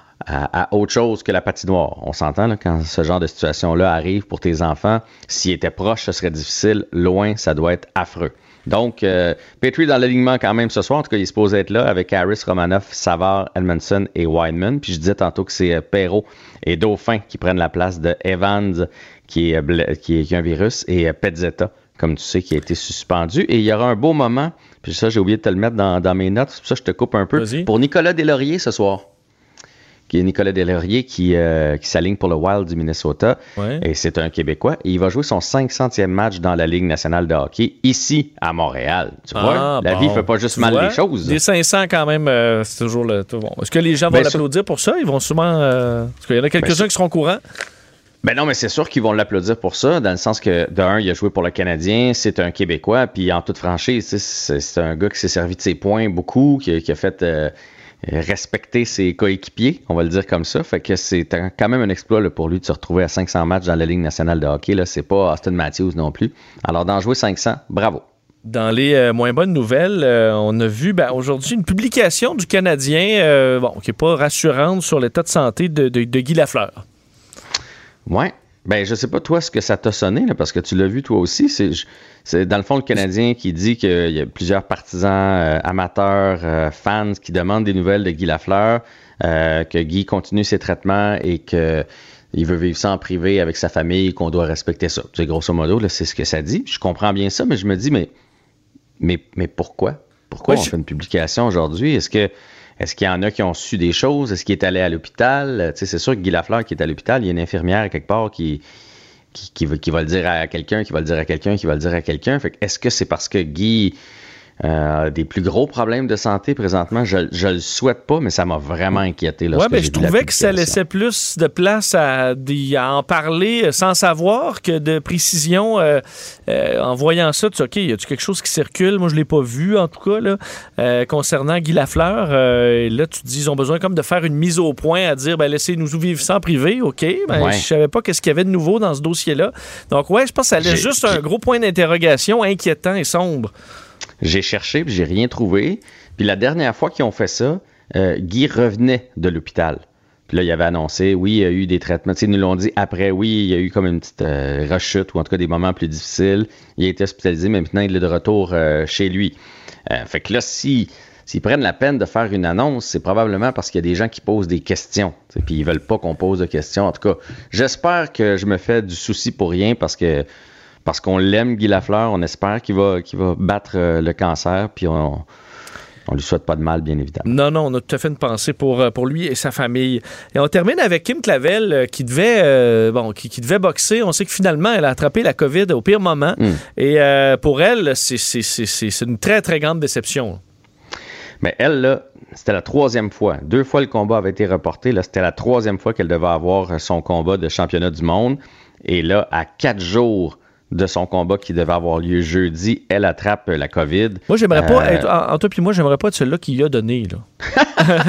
à, à autre chose que la patinoire. On s'entend, là, quand ce genre de situation-là arrive pour tes enfants. S'ils étaient proches, ce serait difficile. Loin, ça doit être affreux. Donc, euh, Petrie dans l'alignement quand même ce soir. En tout cas, il est supposé être là avec Harris, Romanoff, Savard, Edmondson et Wideman. Puis je disais tantôt que c'est euh, Perreault et Dauphin qui prennent la place de Evans, qui est, bla- qui est, qui a un virus, et euh, Pezzetta, comme tu sais, qui a été suspendu. Et il y aura un beau moment, puis ça, j'ai oublié de te le mettre dans, dans mes notes, c'est pour ça que je te coupe un peu, Vas-y. Pour Nicolas Deslauriers ce soir. Qui est Nicolas Deslauriers qui, euh, qui s'aligne pour le Wild du Minnesota. Ouais. Et c'est un Québécois. Et il va jouer son cinq centième match dans la Ligue nationale de hockey, ici, à Montréal. Tu vois, Ah, la bon. vie ne fait pas juste Tu mal vois, les choses. Des cinq cents quand même, euh, c'est toujours le... Tout bon. Est-ce que les gens vont Ben, l'applaudir pour ça? Ils vont sûrement... Euh... Parce qu'il y en a quelques-uns Ben, qui seront courants. Ben non, mais c'est sûr qu'ils vont l'applaudir pour ça, dans le sens que, d'un, il a joué pour le Canadien, c'est un Québécois, puis en toute franchise, c'est, c'est un gars qui s'est servi de ses points beaucoup, qui, qui a fait euh, respecter ses coéquipiers, on va le dire comme ça. Fait que c'est quand même un exploit là, pour lui de se retrouver à cinq cents matchs dans la Ligue nationale de hockey. Là, c'est pas Austin Matthews non plus. Alors, d'en jouer cinq cents, bravo. Dans les euh, moins bonnes nouvelles, euh, on a vu ben, aujourd'hui une publication du Canadien euh, bon, qui n'est pas rassurante sur l'état de santé de, de, de Guy Lafleur. Oui. Ben, je sais pas, toi, ce que ça t'a sonné, là, parce que tu l'as vu toi aussi. C'est, c'est dans le fond le Canadien qui dit qu'il y a plusieurs partisans, euh, amateurs, euh, fans qui demandent des nouvelles de Guy Lafleur, euh, que Guy continue ses traitements et que il veut vivre ça en privé avec sa famille, qu'on doit respecter ça. Tu sais, grosso modo, là, c'est ce que ça dit. Je comprends bien ça, mais je me dis, mais, mais, mais pourquoi? Pourquoi ouais, on je... fait une publication aujourd'hui? Est-ce que Est-ce qu'il y en a qui ont su des choses? Est-ce qu'il est allé à l'hôpital? Tu sais, c'est sûr que Guy Lafleur qui est à l'hôpital, il y a une infirmière quelque part qui, qui, qui, va, qui va le dire à quelqu'un, qui va le dire à quelqu'un, qui va le dire à quelqu'un. Fait que est-ce que c'est parce que Guy euh, a des plus gros problèmes de santé présentement? Je ne le souhaite pas, mais ça m'a vraiment inquiété. Oui, mais je trouvais que ça laissait plus de place à, à en parler sans savoir que de précision. Euh, euh, en voyant ça, tu sais, OK, y a-tu quelque chose qui circule? Moi, je ne l'ai pas vu, en tout cas, là, euh, concernant Guy Lafleur. Euh, là, tu te dis, ils ont besoin comme de faire une mise au point à dire, ben laissez-nous vivre ça en privé, OK. Ben, ouais. Je ne savais pas qu'est-ce qu'il y avait de nouveau dans ce dossier-là. Donc, ouais, je pense que ça laisse j'ai, juste j'ai... un gros point d'interrogation inquiétant et sombre. J'ai cherché, puis j'ai rien trouvé. Puis la dernière fois qu'ils ont fait ça, euh, Guy revenait de l'hôpital. Puis là, il avait annoncé, oui, il y a eu des traitements. Tu sais, ils nous l'ont dit après, oui, il y a eu comme une petite euh, rechute, ou en tout cas des moments plus difficiles. Il a été hospitalisé, mais maintenant, il est de retour euh, chez lui. Euh, fait que là, si, s'ils prennent la peine de faire une annonce, c'est probablement parce qu'il y a des gens qui posent des questions. Puis ils veulent pas qu'on pose de questions. En tout cas, j'espère que je me fais du souci pour rien parce que Parce qu'on l'aime, Guy Lafleur, on espère qu'il va, qu'il va battre euh, le cancer, puis on ne lui souhaite pas de mal, bien évidemment. Non, non, on a tout à fait une pensée pour, pour lui et sa famille. Et on termine avec Kim Clavel, euh, qui, devait, euh, bon, qui, qui devait boxer. On sait que finalement, elle a attrapé la COVID au pire moment. Mm. Et euh, pour elle, c'est, c'est, c'est, c'est, c'est une très, très grande déception. Mais elle, là, c'était la troisième fois. Deux fois, le combat avait été reporté. Là, c'était la troisième fois qu'elle devait avoir son combat de championnat du monde. Et là, à quatre jours de son combat qui devait avoir lieu jeudi, elle attrape la COVID. Moi, j'aimerais euh... pas être, en, en toi puis moi, j'aimerais pas être celui-là qui y a donné, là.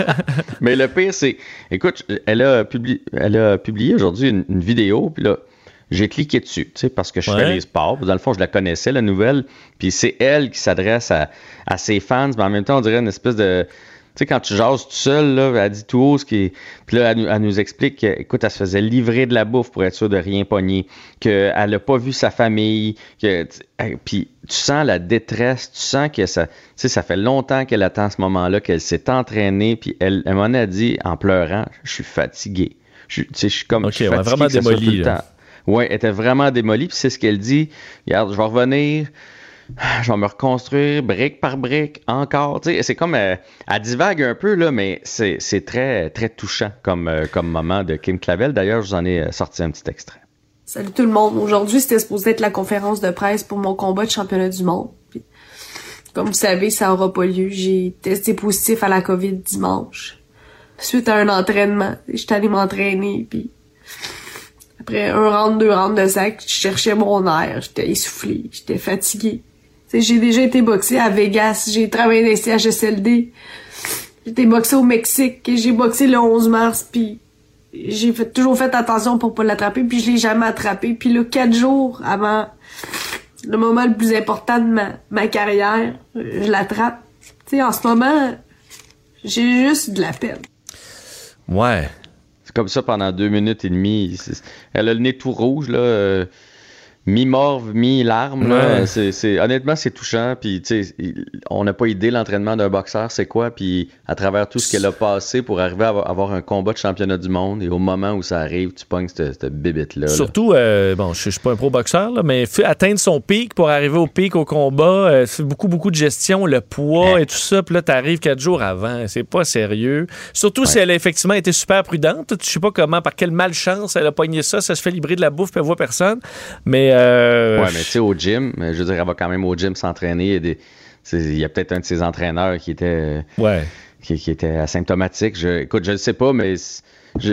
Mais le pire, c'est, écoute, elle a, publié, elle a publié aujourd'hui une, une vidéo, puis là, j'ai cliqué dessus, tu sais, parce que je ouais. fais les sports. Dans le fond, je la connaissais, la nouvelle, puis c'est elle qui s'adresse à, à ses fans, mais en même temps, on dirait une espèce de... Tu sais, quand tu jases tout seul, là, elle dit tout haut ce qui est... Puis là, elle nous, elle nous explique qu'écoute, elle se faisait livrer de la bouffe pour être sûre de rien pogner, qu'elle n'a pas vu sa famille, que... Puis tu sens la détresse, tu sens que ça... Tu sais, ça fait longtemps qu'elle attend ce moment-là, qu'elle s'est entraînée, puis elle, elle m'en a dit, en pleurant, je suis fatiguée. Tu sais, je suis comme... OK, je suis on a vraiment démoli, là. Oui, elle était vraiment démolie, puis c'est ce qu'elle dit. Regarde, je vais revenir... Je vais me reconstruire brique par brique encore. Tu sais, c'est comme, euh, elle divague un peu, là, mais c'est, c'est très, très touchant comme, euh, comme moment de Kim Clavel. D'ailleurs, je vous en ai sorti un petit extrait. Salut tout le monde. Aujourd'hui, c'était supposé être la conférence de presse pour mon combat de championnat du monde. Puis, comme vous savez, ça n'aura pas lieu. J'ai testé positif à la COVID dimanche. Suite à un entraînement, j'étais allée m'entraîner, puis après un round, deux rounds de sac, je cherchais mon air, j'étais essoufflée, j'étais fatiguée. T'sais, j'ai déjà été boxée à Vegas, j'ai travaillé dans les C H S L D, j'ai été boxée au Mexique, et j'ai boxé le onze mars, puis j'ai fait, toujours fait attention pour pas l'attraper, puis je l'ai jamais attrapé. Puis là, quatre jours avant le moment le plus important de ma, ma carrière, je l'attrape. Tu sais, en ce moment, j'ai juste de la peine. Ouais. C'est comme ça pendant deux minutes et demie. Elle a le nez tout rouge, là. Euh... mi-morve, mi-larme. Là. Ouais. C'est, c'est, honnêtement, c'est touchant. Puis, tu sais, on n'a pas idée l'entraînement d'un boxeur, c'est quoi. Puis, à travers tout ce qu'elle a passé pour arriver à avoir un combat de championnat du monde, et au moment où ça arrive, tu pognes cette, cette bébite-là. Surtout, euh, bon, je ne suis pas un pro-boxeur, là, mais atteindre son pic pour arriver au pic au combat, euh, c'est beaucoup, beaucoup de gestion, le poids ouais. et tout ça. Puis là, tu arrives quatre jours avant. C'est pas sérieux. Surtout ouais. si elle a effectivement été super prudente. Je sais pas comment, par quelle malchance elle a pogné ça. Ça se fait livrer de la bouffe, puis elle voit personne. Mais Euh, ouais, mais tu sais, au gym, je veux dire, elle va quand même au gym s'entraîner. Il y a peut-être un de ses entraîneurs qui était, ouais. qui, qui était asymptomatique. Je, écoute, je ne sais pas, mais je, je,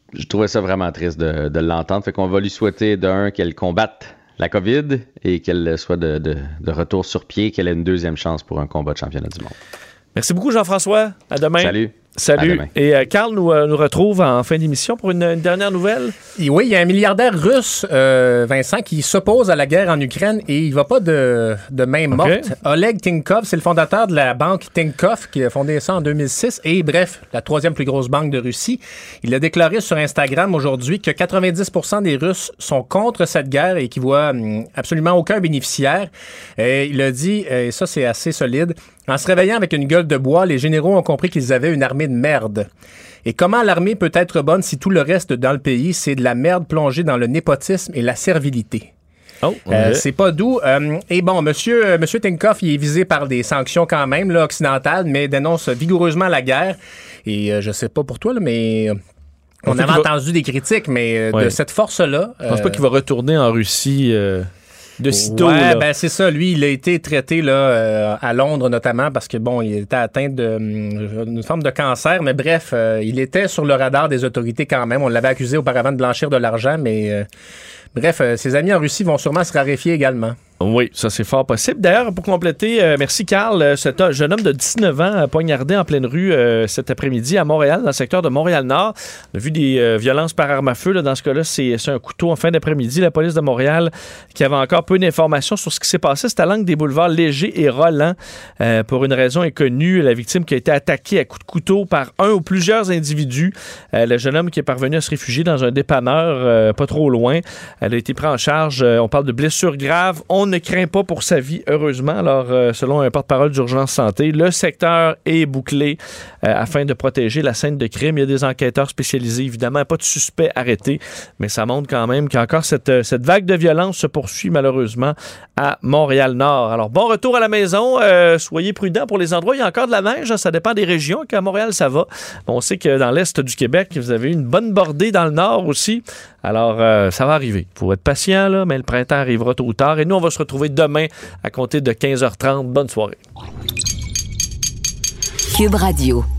je trouvais ça vraiment triste de, de l'entendre. Fait qu'on va lui souhaiter d'un qu'elle combatte la COVID et qu'elle soit de, de, de retour sur pied, qu'elle ait une deuxième chance pour un combat de championnat du monde. Merci beaucoup, Jean-François. À demain. Salut. Salut. Et euh, Carl nous, euh, nous retrouve en fin d'émission pour une, une dernière nouvelle. Et oui, il y a un milliardaire russe, euh, Vincent, qui s'oppose à la guerre en Ukraine et il va pas de, de main morte. Okay. Oleg Tinkov, c'est le fondateur de la banque Tinkoff qui a fondé ça en deux mille six et bref, la troisième plus grosse banque de Russie. Il a déclaré sur Instagram aujourd'hui que quatre-vingt-dix pour cent des Russes sont contre cette guerre et qui voient hum, absolument aucun bénéficiaire. Et il a dit, et ça c'est assez solide, en se réveillant avec une gueule de bois, les généraux ont compris qu'ils avaient une armée de merde. Et comment l'armée peut être bonne si tout le reste dans le pays, c'est de la merde plongée dans le népotisme et la servilité? Oh, okay. euh, c'est pas doux. Euh, et bon, monsieur, euh, monsieur Tinkoff, il est visé par des sanctions quand même, là, occidentales, mais dénonce vigoureusement la guerre. Et euh, je sais pas pour toi, là, mais... On, on avait entendu va... des critiques, mais euh, ouais. de cette force-là... Je pense euh... pas qu'il va retourner en Russie... Euh... de sitôt. Ouais, là. ben c'est ça. Lui, il a été traité là euh, à Londres notamment parce que bon, il était atteint d'une forme de cancer, mais bref, euh, il était sur le radar des autorités quand même. On l'avait accusé auparavant de blanchir de l'argent, mais euh, bref, euh, ses amis en Russie vont sûrement se raréfier également. Oui, ça c'est fort possible. D'ailleurs, pour compléter, euh, merci Carl, euh, cet jeune homme de dix-neuf ans a poignardé en pleine rue euh, cet après-midi à Montréal, dans le secteur de Montréal-Nord. On a vu des euh, violences par arme à feu. Là, dans ce cas-là, c'est, c'est un couteau en fin d'après-midi. La police de Montréal qui avait encore peu d'informations sur ce qui s'est passé. C'est à l'angle des boulevards Léger et Roland. Euh, pour une raison inconnue, la victime qui a été attaquée à coups de couteau par un ou plusieurs individus. Euh, le jeune homme qui est parvenu à se réfugier dans un dépanneur euh, pas trop loin. Elle a été prise en charge. Euh, on parle de blessures graves. On ne craint pas pour sa vie, heureusement. Alors, euh, selon un porte-parole d'Urgence Santé, le secteur est bouclé euh, afin de protéger la scène de crime. Il y a des enquêteurs spécialisés, évidemment, pas de suspects arrêtés, mais ça montre quand même qu'encore cette, cette vague de violence se poursuit malheureusement à Montréal-Nord. Alors, bon retour à la maison. Euh, soyez prudents pour les endroits. Il y a encore de la neige, hein, ça dépend des régions. Qu'à Montréal, ça va. Bon, on sait que dans l'est du Québec, vous avez une bonne bordée dans le nord aussi. Alors, euh, ça va arriver. Il faut être patient, là, mais le printemps arrivera tôt ou tard. Et nous, on va se retrouver demain à compter de quinze heures trente. Bonne soirée. Cube Radio.